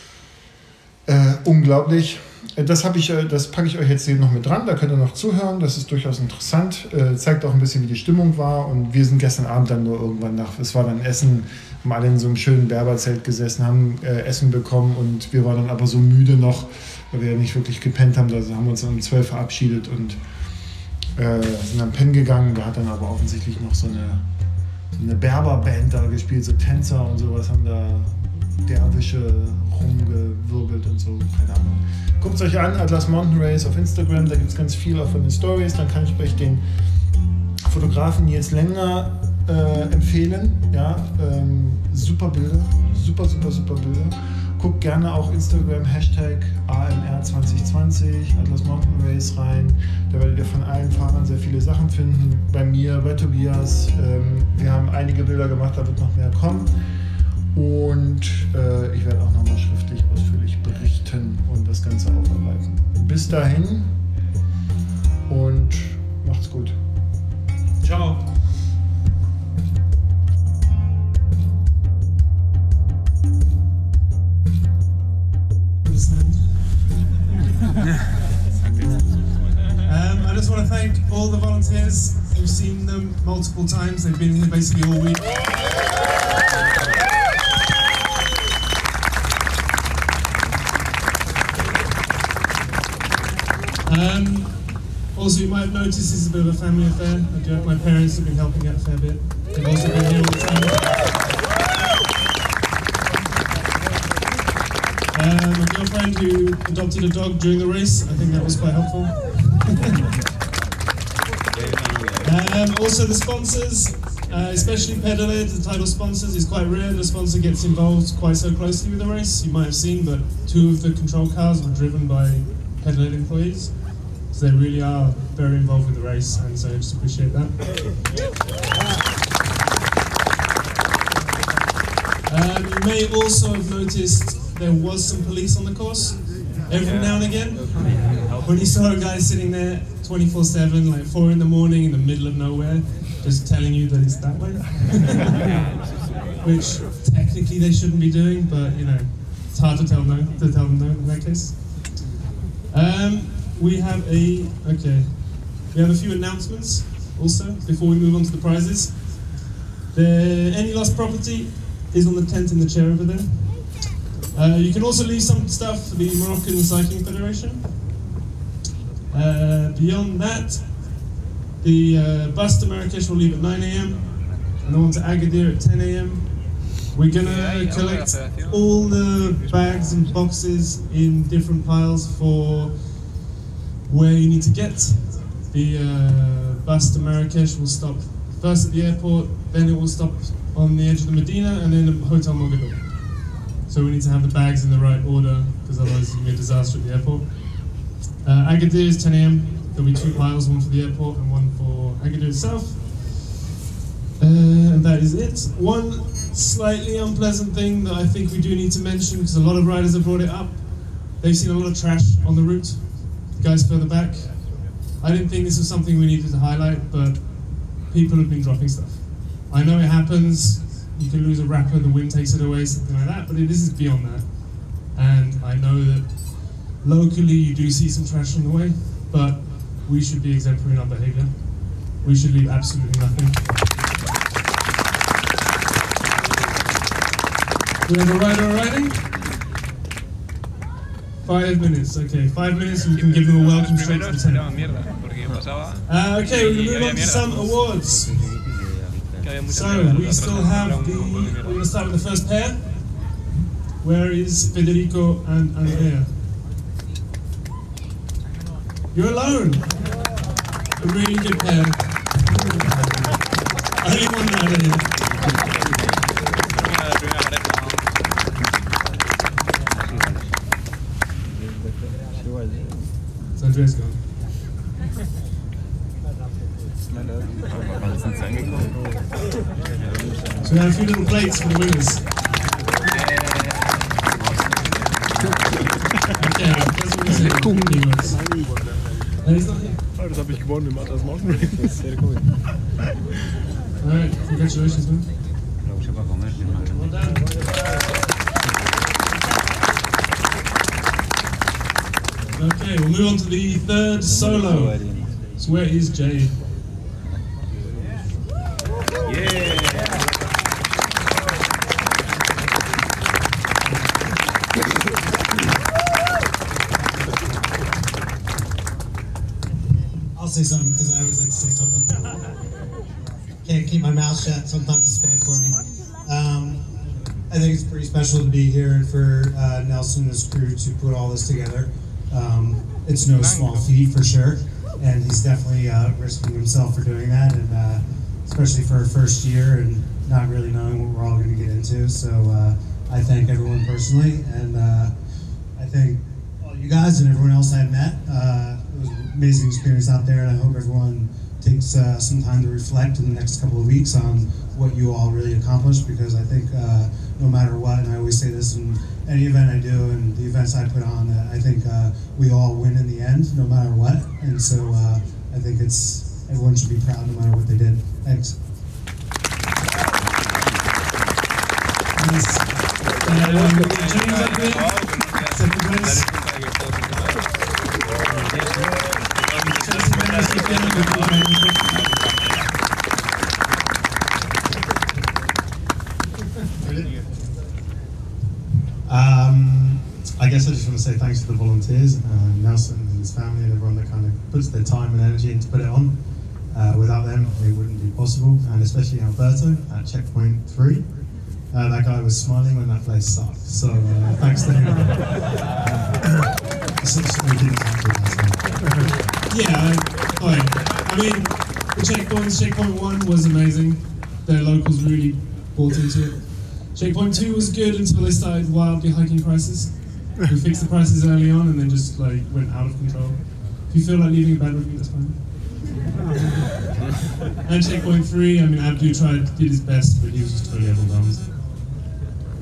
äh, unglaublich. Das, ich, das packe ich euch jetzt hier noch mit dran, da könnt ihr noch zuhören, das ist durchaus interessant, äh, zeigt auch ein bisschen, wie die Stimmung war, und wir sind gestern Abend dann nur irgendwann nach, es war dann Essen, haben alle in so einem schönen Berberzelt gesessen, haben äh, Essen bekommen, und wir waren dann aber so müde noch, weil wir ja nicht wirklich gepennt haben, also haben wir uns dann um zwölf verabschiedet und äh, sind dann pennen gegangen. Da hat dann aber offensichtlich noch so eine, so eine Berberband da gespielt, so Tänzer und sowas, haben da Derwische rumgewirbelt und so, keine Ahnung. Guckt es euch an, Atlas Mountain Race auf Instagram, da gibt es ganz viel auch von den Stories. Dann kann ich euch den Fotografen Nils Lengner äh, empfehlen. Ja, ähm, super Bilder, super, super, super Bilder. Guckt gerne auch Instagram, Hashtag A M R zwanzig zwanzig, Atlas Mountain Race rein. Da werdet ihr von allen Fahrern sehr viele Sachen finden. Bei mir, bei Tobias. Ähm, wir haben einige Bilder gemacht, da wird noch mehr kommen. Und äh, ich werde auch nochmal schriftlich ausführlich berichten und das Ganze aufarbeiten. Bis dahin und macht's gut. Ciao. um, I just want to thank all the volunteers. You've seen them multiple times. They've been here basically all week. Um, also, you might have noticed this is a bit of a family affair. I do have my parents have been helping out a fair bit. They've also been here all the time. Um, my girlfriend who adopted a dog during the race, I think that was quite helpful. um, also the sponsors, uh, especially Pedaled, the title sponsors, is quite rare the sponsor gets involved quite so closely with the race. You might have seen, but two of the control cars were driven by Pedaled employees. So they really are very involved with the race, and so I just appreciate that. Um, you may also have noticed there was some police on the course every yeah. now and again. When you saw a guy sitting there twenty-four seven, like four in the morning in the middle of nowhere, just telling you that it's that way. Which technically they shouldn't be doing, but you know, it's hard to tell no to tell them no in that case. Um, we have a okay. We have a few announcements also before we move on to the prizes. The any lost property is on the tent in the chair over there. Uh, you can also leave some stuff for the Moroccan Cycling Federation. Uh, beyond that, the uh, bus to Marrakesh will leave at nine a m and the one to Agadir at ten a m We're gonna collect all the bags and boxes in different piles for where you need to get. The uh, bus to Marrakesh will stop first at the airport, then it will stop on the edge of the Medina, and then the Hotel Mogador. So we need to have the bags in the right order, because otherwise it's going to be a disaster at the airport. Uh, Agadir is ten a m There'll be two piles, one for the airport and one for Agadir itself. Uh, and that is it. One slightly unpleasant thing that I think we do need to mention, because a lot of riders have brought it up. They've seen a lot of trash on the route. The guys further back. I didn't think this was something we needed to highlight, but people have been dropping stuff. I know it happens. You can lose a wrapper, the wind takes it away, something like that, but it, this is beyond that. And I know that locally you do see some trash on the way, but we should be exemplary in our behaviour. We should leave absolutely nothing. We have a rider riding? Five minutes, okay. Five minutes and we can give them a welcome straight to the tent. Uh, okay, we're going to move on to some awards. So, we still have the, we're going to start with the first pair. Where is Federico and Andrea? You're alone! A really good pair. Only one rider here. So Andrea's gone. So we have a few little plates for the winners. Okay, that's what we said. No, he's not here. Oh, das habe ich gewonnen im Atlas Mountain Race. Sehr cool. Alright, congratulations, man. Well done. Okay, we'll move on to the third solo. So where is Jay? I'll say something because I always like to say something. Can't keep my mouth shut, sometimes it's bad for me. Um, I think it's pretty special to be here and for uh, Nelson and his crew to put all this together. Um, it's no small feat for sure, and he's definitely uh, risking himself for doing that, and uh, especially for our first year and not really knowing what we're all going to get into. So uh, I thank everyone personally, and uh, I thank all you guys and everyone else I met. Uh, it was an amazing experience out there, and I hope everyone takes uh, some time to reflect in the next couple of weeks on what you all really accomplished, because I think uh, no matter what, and I always say this in any event I do and the events I put on, uh, I think uh, we all win in the end, no matter what, and so uh, I think it's everyone should be proud no matter what they did. Thanks. Nice. Uh, James up there, second place. Um, I guess I just want to say thanks to the volunteers, uh, Nelson and his family and everyone that kind of puts their time and energy in to put it on. Uh, without them, it wouldn't be possible, and especially Alberto at checkpoint three. Uh, that guy was smiling when that place sucked, so uh, thanks to him. Yeah, fine. I mean, the checkpoints, checkpoint one was amazing. The locals really bought into it. Checkpoint two was good until they started wildly hiking prices. We fixed the prices early on and then just like went out of control. If you feel like leaving a bad review, that's fine. And checkpoint three, I mean, Abdu tried, did his best, but he was just totally overwhelmed.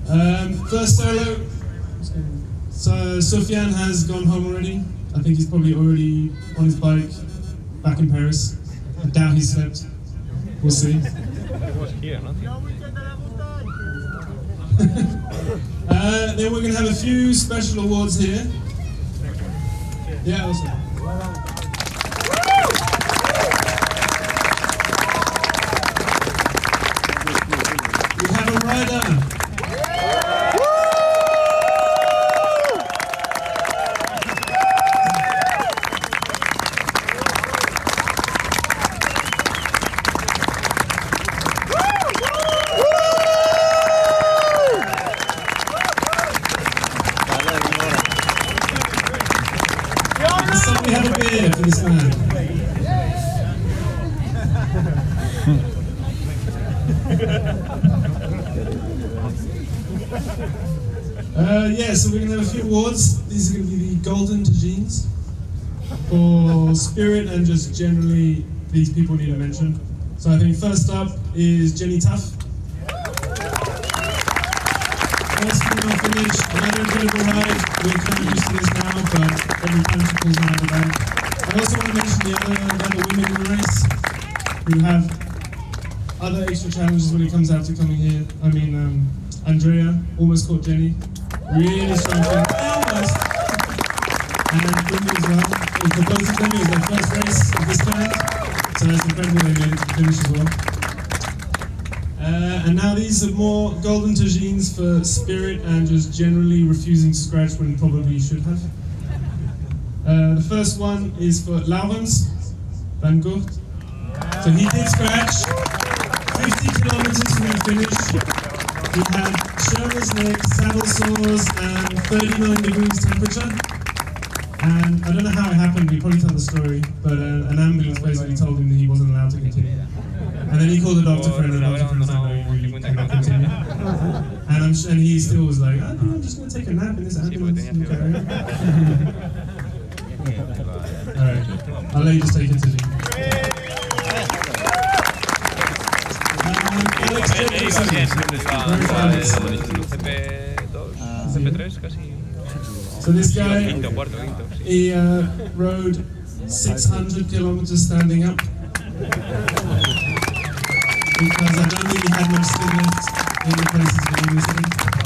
Um, first solo. So Sufjan has gone home already. I think he's probably already on his bike back in Paris. I doubt he slept. We'll see. uh, then we're going to have a few special awards here. Yeah, awesome. We have a rider. Somebody have a beer for this man. uh, yeah, so we're going to have a few awards. These are going to be the Golden Tagines for spirit and just generally these people need to mention. So I think first up is Jenny Tuff. First female finish, another incredible ride. We're kind of used to this now, but every time she pulls out of the bag. I also want to mention the other, the other women in the race who have other extra challenges when it comes out to coming here. I mean, um, Andrea almost caught Jenny. Really strong finish. Almost. And Bindi as well. For both of them, it was their first race of this kind. So it's incredible they made it to the finish as well. Uh, and now these are more golden tagines for spirit and just generally refusing to scratch when probably you should have. Uh, the first one is for Laurens van Gogh. So he did scratch fifty kilometers from the finish. He had shoulder's neck, saddle sores, and thirty-nine degrees temperature. And I don't know how it happened, we probably tell the story, but uh, an ambulance basically told him that he wasn't allowed to continue. And then he called the doctor friend, and the doctor friend said, no, you really cannot continue. And, I'm, and he still was like, oh, no, I'm just going to take a nap in this ambulance. Okay. Alright, I'll let you just take it to me. Um, Alex Jefferson. So this guy, he uh, rode six hundred kilometers standing up. Because I don't think he had much skin left in the places that he was in.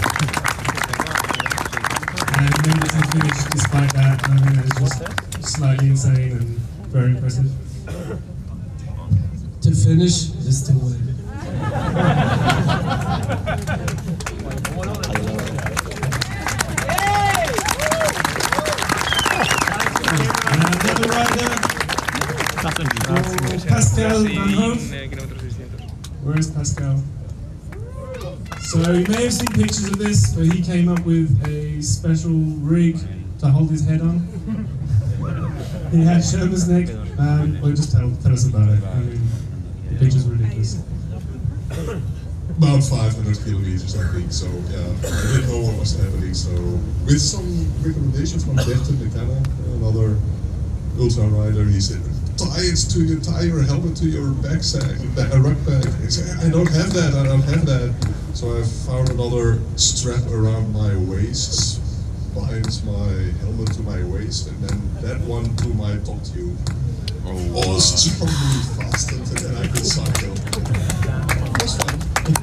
And he made it to finish despite that. I think that is just slightly insane and very impressive. To finish is to win. Another rider, Pascal Van Hoof. Where is Pascal? So you may have seen pictures of this, but he came up with a special rig to hold his head on. He had Sherman's neck, um, well just tell, tell us about it. I mean, the picture's ridiculous. About five hundred kilometers, I think, so yeah, I didn't know what was happening, so with some recommendations from Berthe McKenna, another ultra rider, he said, tie it to your, tie your helmet to your backpack, a rucksack. I said, I don't have that, I don't have that. So I found another strap around my waist, binds my helmet to my waist, and then that one to my top tube. Oh, wow. Strongly fastened, and then I could cycle. It was fun.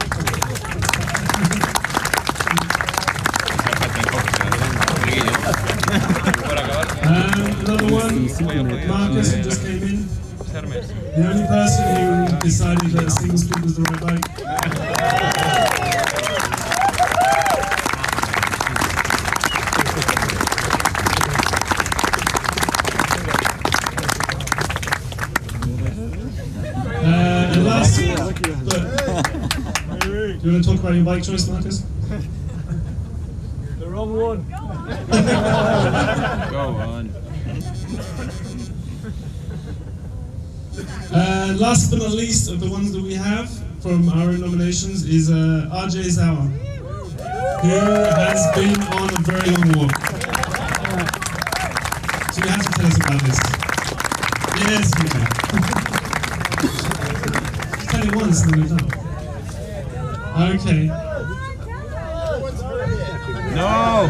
Um, another one, Marcus, who just came in. The only person who decided that a single speed was the right bike. Uh, and last, but, do you want to talk about your bike choice, Marcus? The wrong one. Go on. And last but not least of the ones that we have from our nominations is uh, R J Zauer, who has been on a very long walk. So you have to tell us about this. Yes, you can. Just tell it once and then we're done. Okay. No.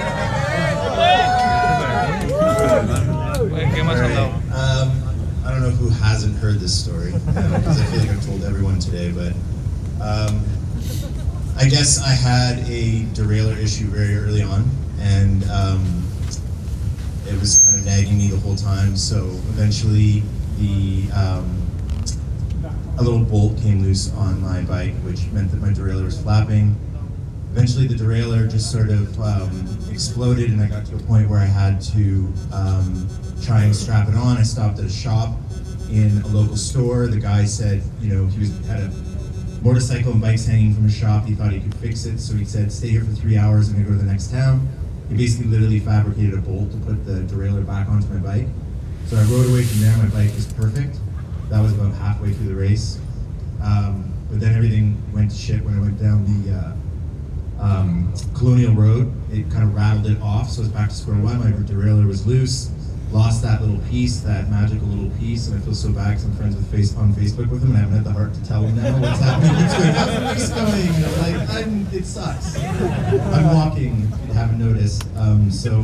Um, I don't know who hasn't heard this story, because I feel like I've told everyone today, but um, I guess I had a derailleur issue very early on, and um, it was kind of nagging me the whole time, so eventually the um, a little bolt came loose on my bike, which meant that my derailleur was flapping. Eventually the derailleur just sort of um, exploded, and I got to a point where I had to um, try and strap it on. I stopped at a shop in a local store. The guy said, you know, he was had a motorcycle and bikes hanging from a shop. He thought he could fix it, so he said, stay here for three hours and then go to the next town. He basically literally fabricated a bolt to put the derailleur back onto my bike. So I rode away from there. My bike was perfect. That was about halfway through the race. Um, but then everything went to shit when I went down the uh, um, Colonial Road. It kind of rattled it off, so I was back to square one. My derailleur was loose. Lost that little piece, that magical little piece, and I feel so bad because I'm friends with face on Facebook with him, and I haven't had the heart to tell him now what's happening. What's going on? How's the race going? And I'm like, I'm, it sucks. I'm walking, if you haven't noticed. Um, so,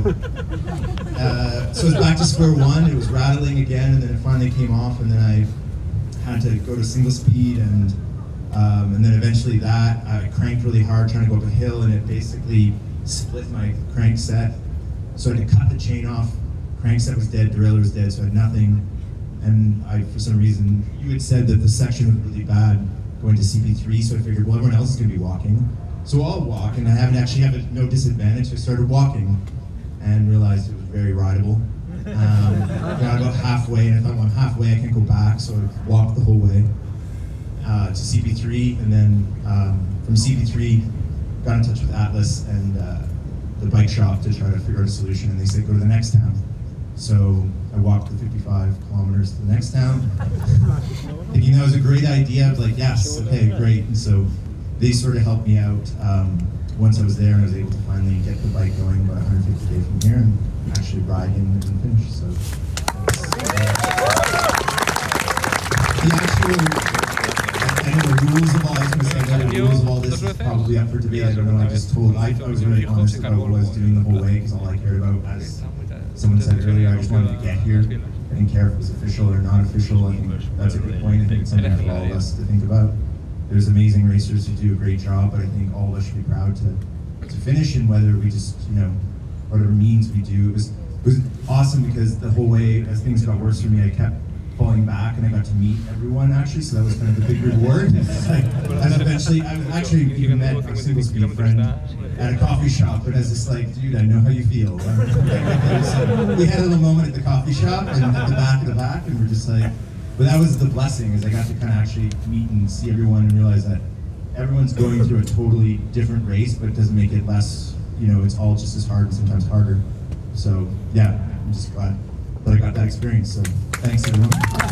uh, so it's back to square one. It was rattling again, and then it finally came off, and then I had to go to single speed, and um, and then eventually that I cranked really hard trying to go up a hill, and it basically split my crank set. So I had to cut the chain off. Crankset was dead, derailleur was dead, so I had nothing. And I, for some reason, you had said that the section was really bad going to C P three, so I figured, well, everyone else is going to be walking. So I'll walk, and I haven't actually have a, no disadvantage, so I started walking and realized it was very rideable. Um, got about halfway, and I thought, well, I'm halfway, I can't go back, so I walked the whole way uh, to C P three, and then um, from C P three, got in touch with Atlas and uh, the bike shop to try to figure out a solution, and they said, go to the next town. So I walked the fifty-five kilometers to the next town, thinking that was a great idea. I was like, yes, okay, great. And so they sort of helped me out. Um, once I was there, I was able to finally get the bike going about one hundred fifty days from here and actually ride in and finish. So the actual, I know the rules of all, I was going to say, I know the rules of all this is probably up for debate. I don't know, I just told, I, I was really honest about what I was doing the whole way, because all I cared about, as someone said earlier, I just wanted to get here. I didn't care if it was official or not official. I think that's a good point. I think it's something for all of us to think about. There's amazing racers who do a great job, but I think all of us should be proud to, to finish, and whether we just, you know, whatever means we do. It was, it was awesome because the whole way, as things got worse for me, I kept falling back, and I got to meet everyone actually, so that was kind of the big reward. Like, I was eventually, I was actually even met a single speed friend at a coffee shop, but I was just like, dude, I know how you feel. So we had a little moment at the coffee shop and at the back of the back, and we're just like, but that was the blessing, is I got to kind of actually meet and see everyone and realize that everyone's going through a totally different race, but it doesn't make it less, you know, it's all just as hard and sometimes harder. So yeah, I'm just glad that I got that experience, so thanks everyone.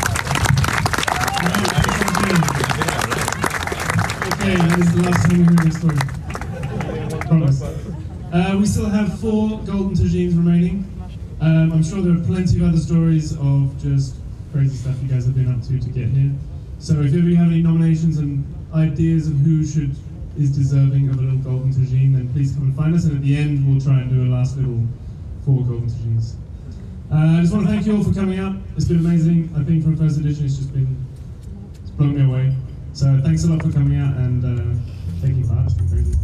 Okay, that is the last time we hear this story. Promise. Uh, we still have four Golden Tagines remaining. Um, I'm sure there are plenty of other stories of just crazy stuff you guys have been up to to get here. So if you have any nominations and ideas of who should is deserving of a little Golden Tagine, then please come and find us, and at the end we'll try and do a last little four Golden Tagines. Uh, I just want to thank you all for coming out. It's been amazing. I think from first edition it's just been, it's blown me away. So thanks a lot for coming out and uh, taking part. It's been crazy.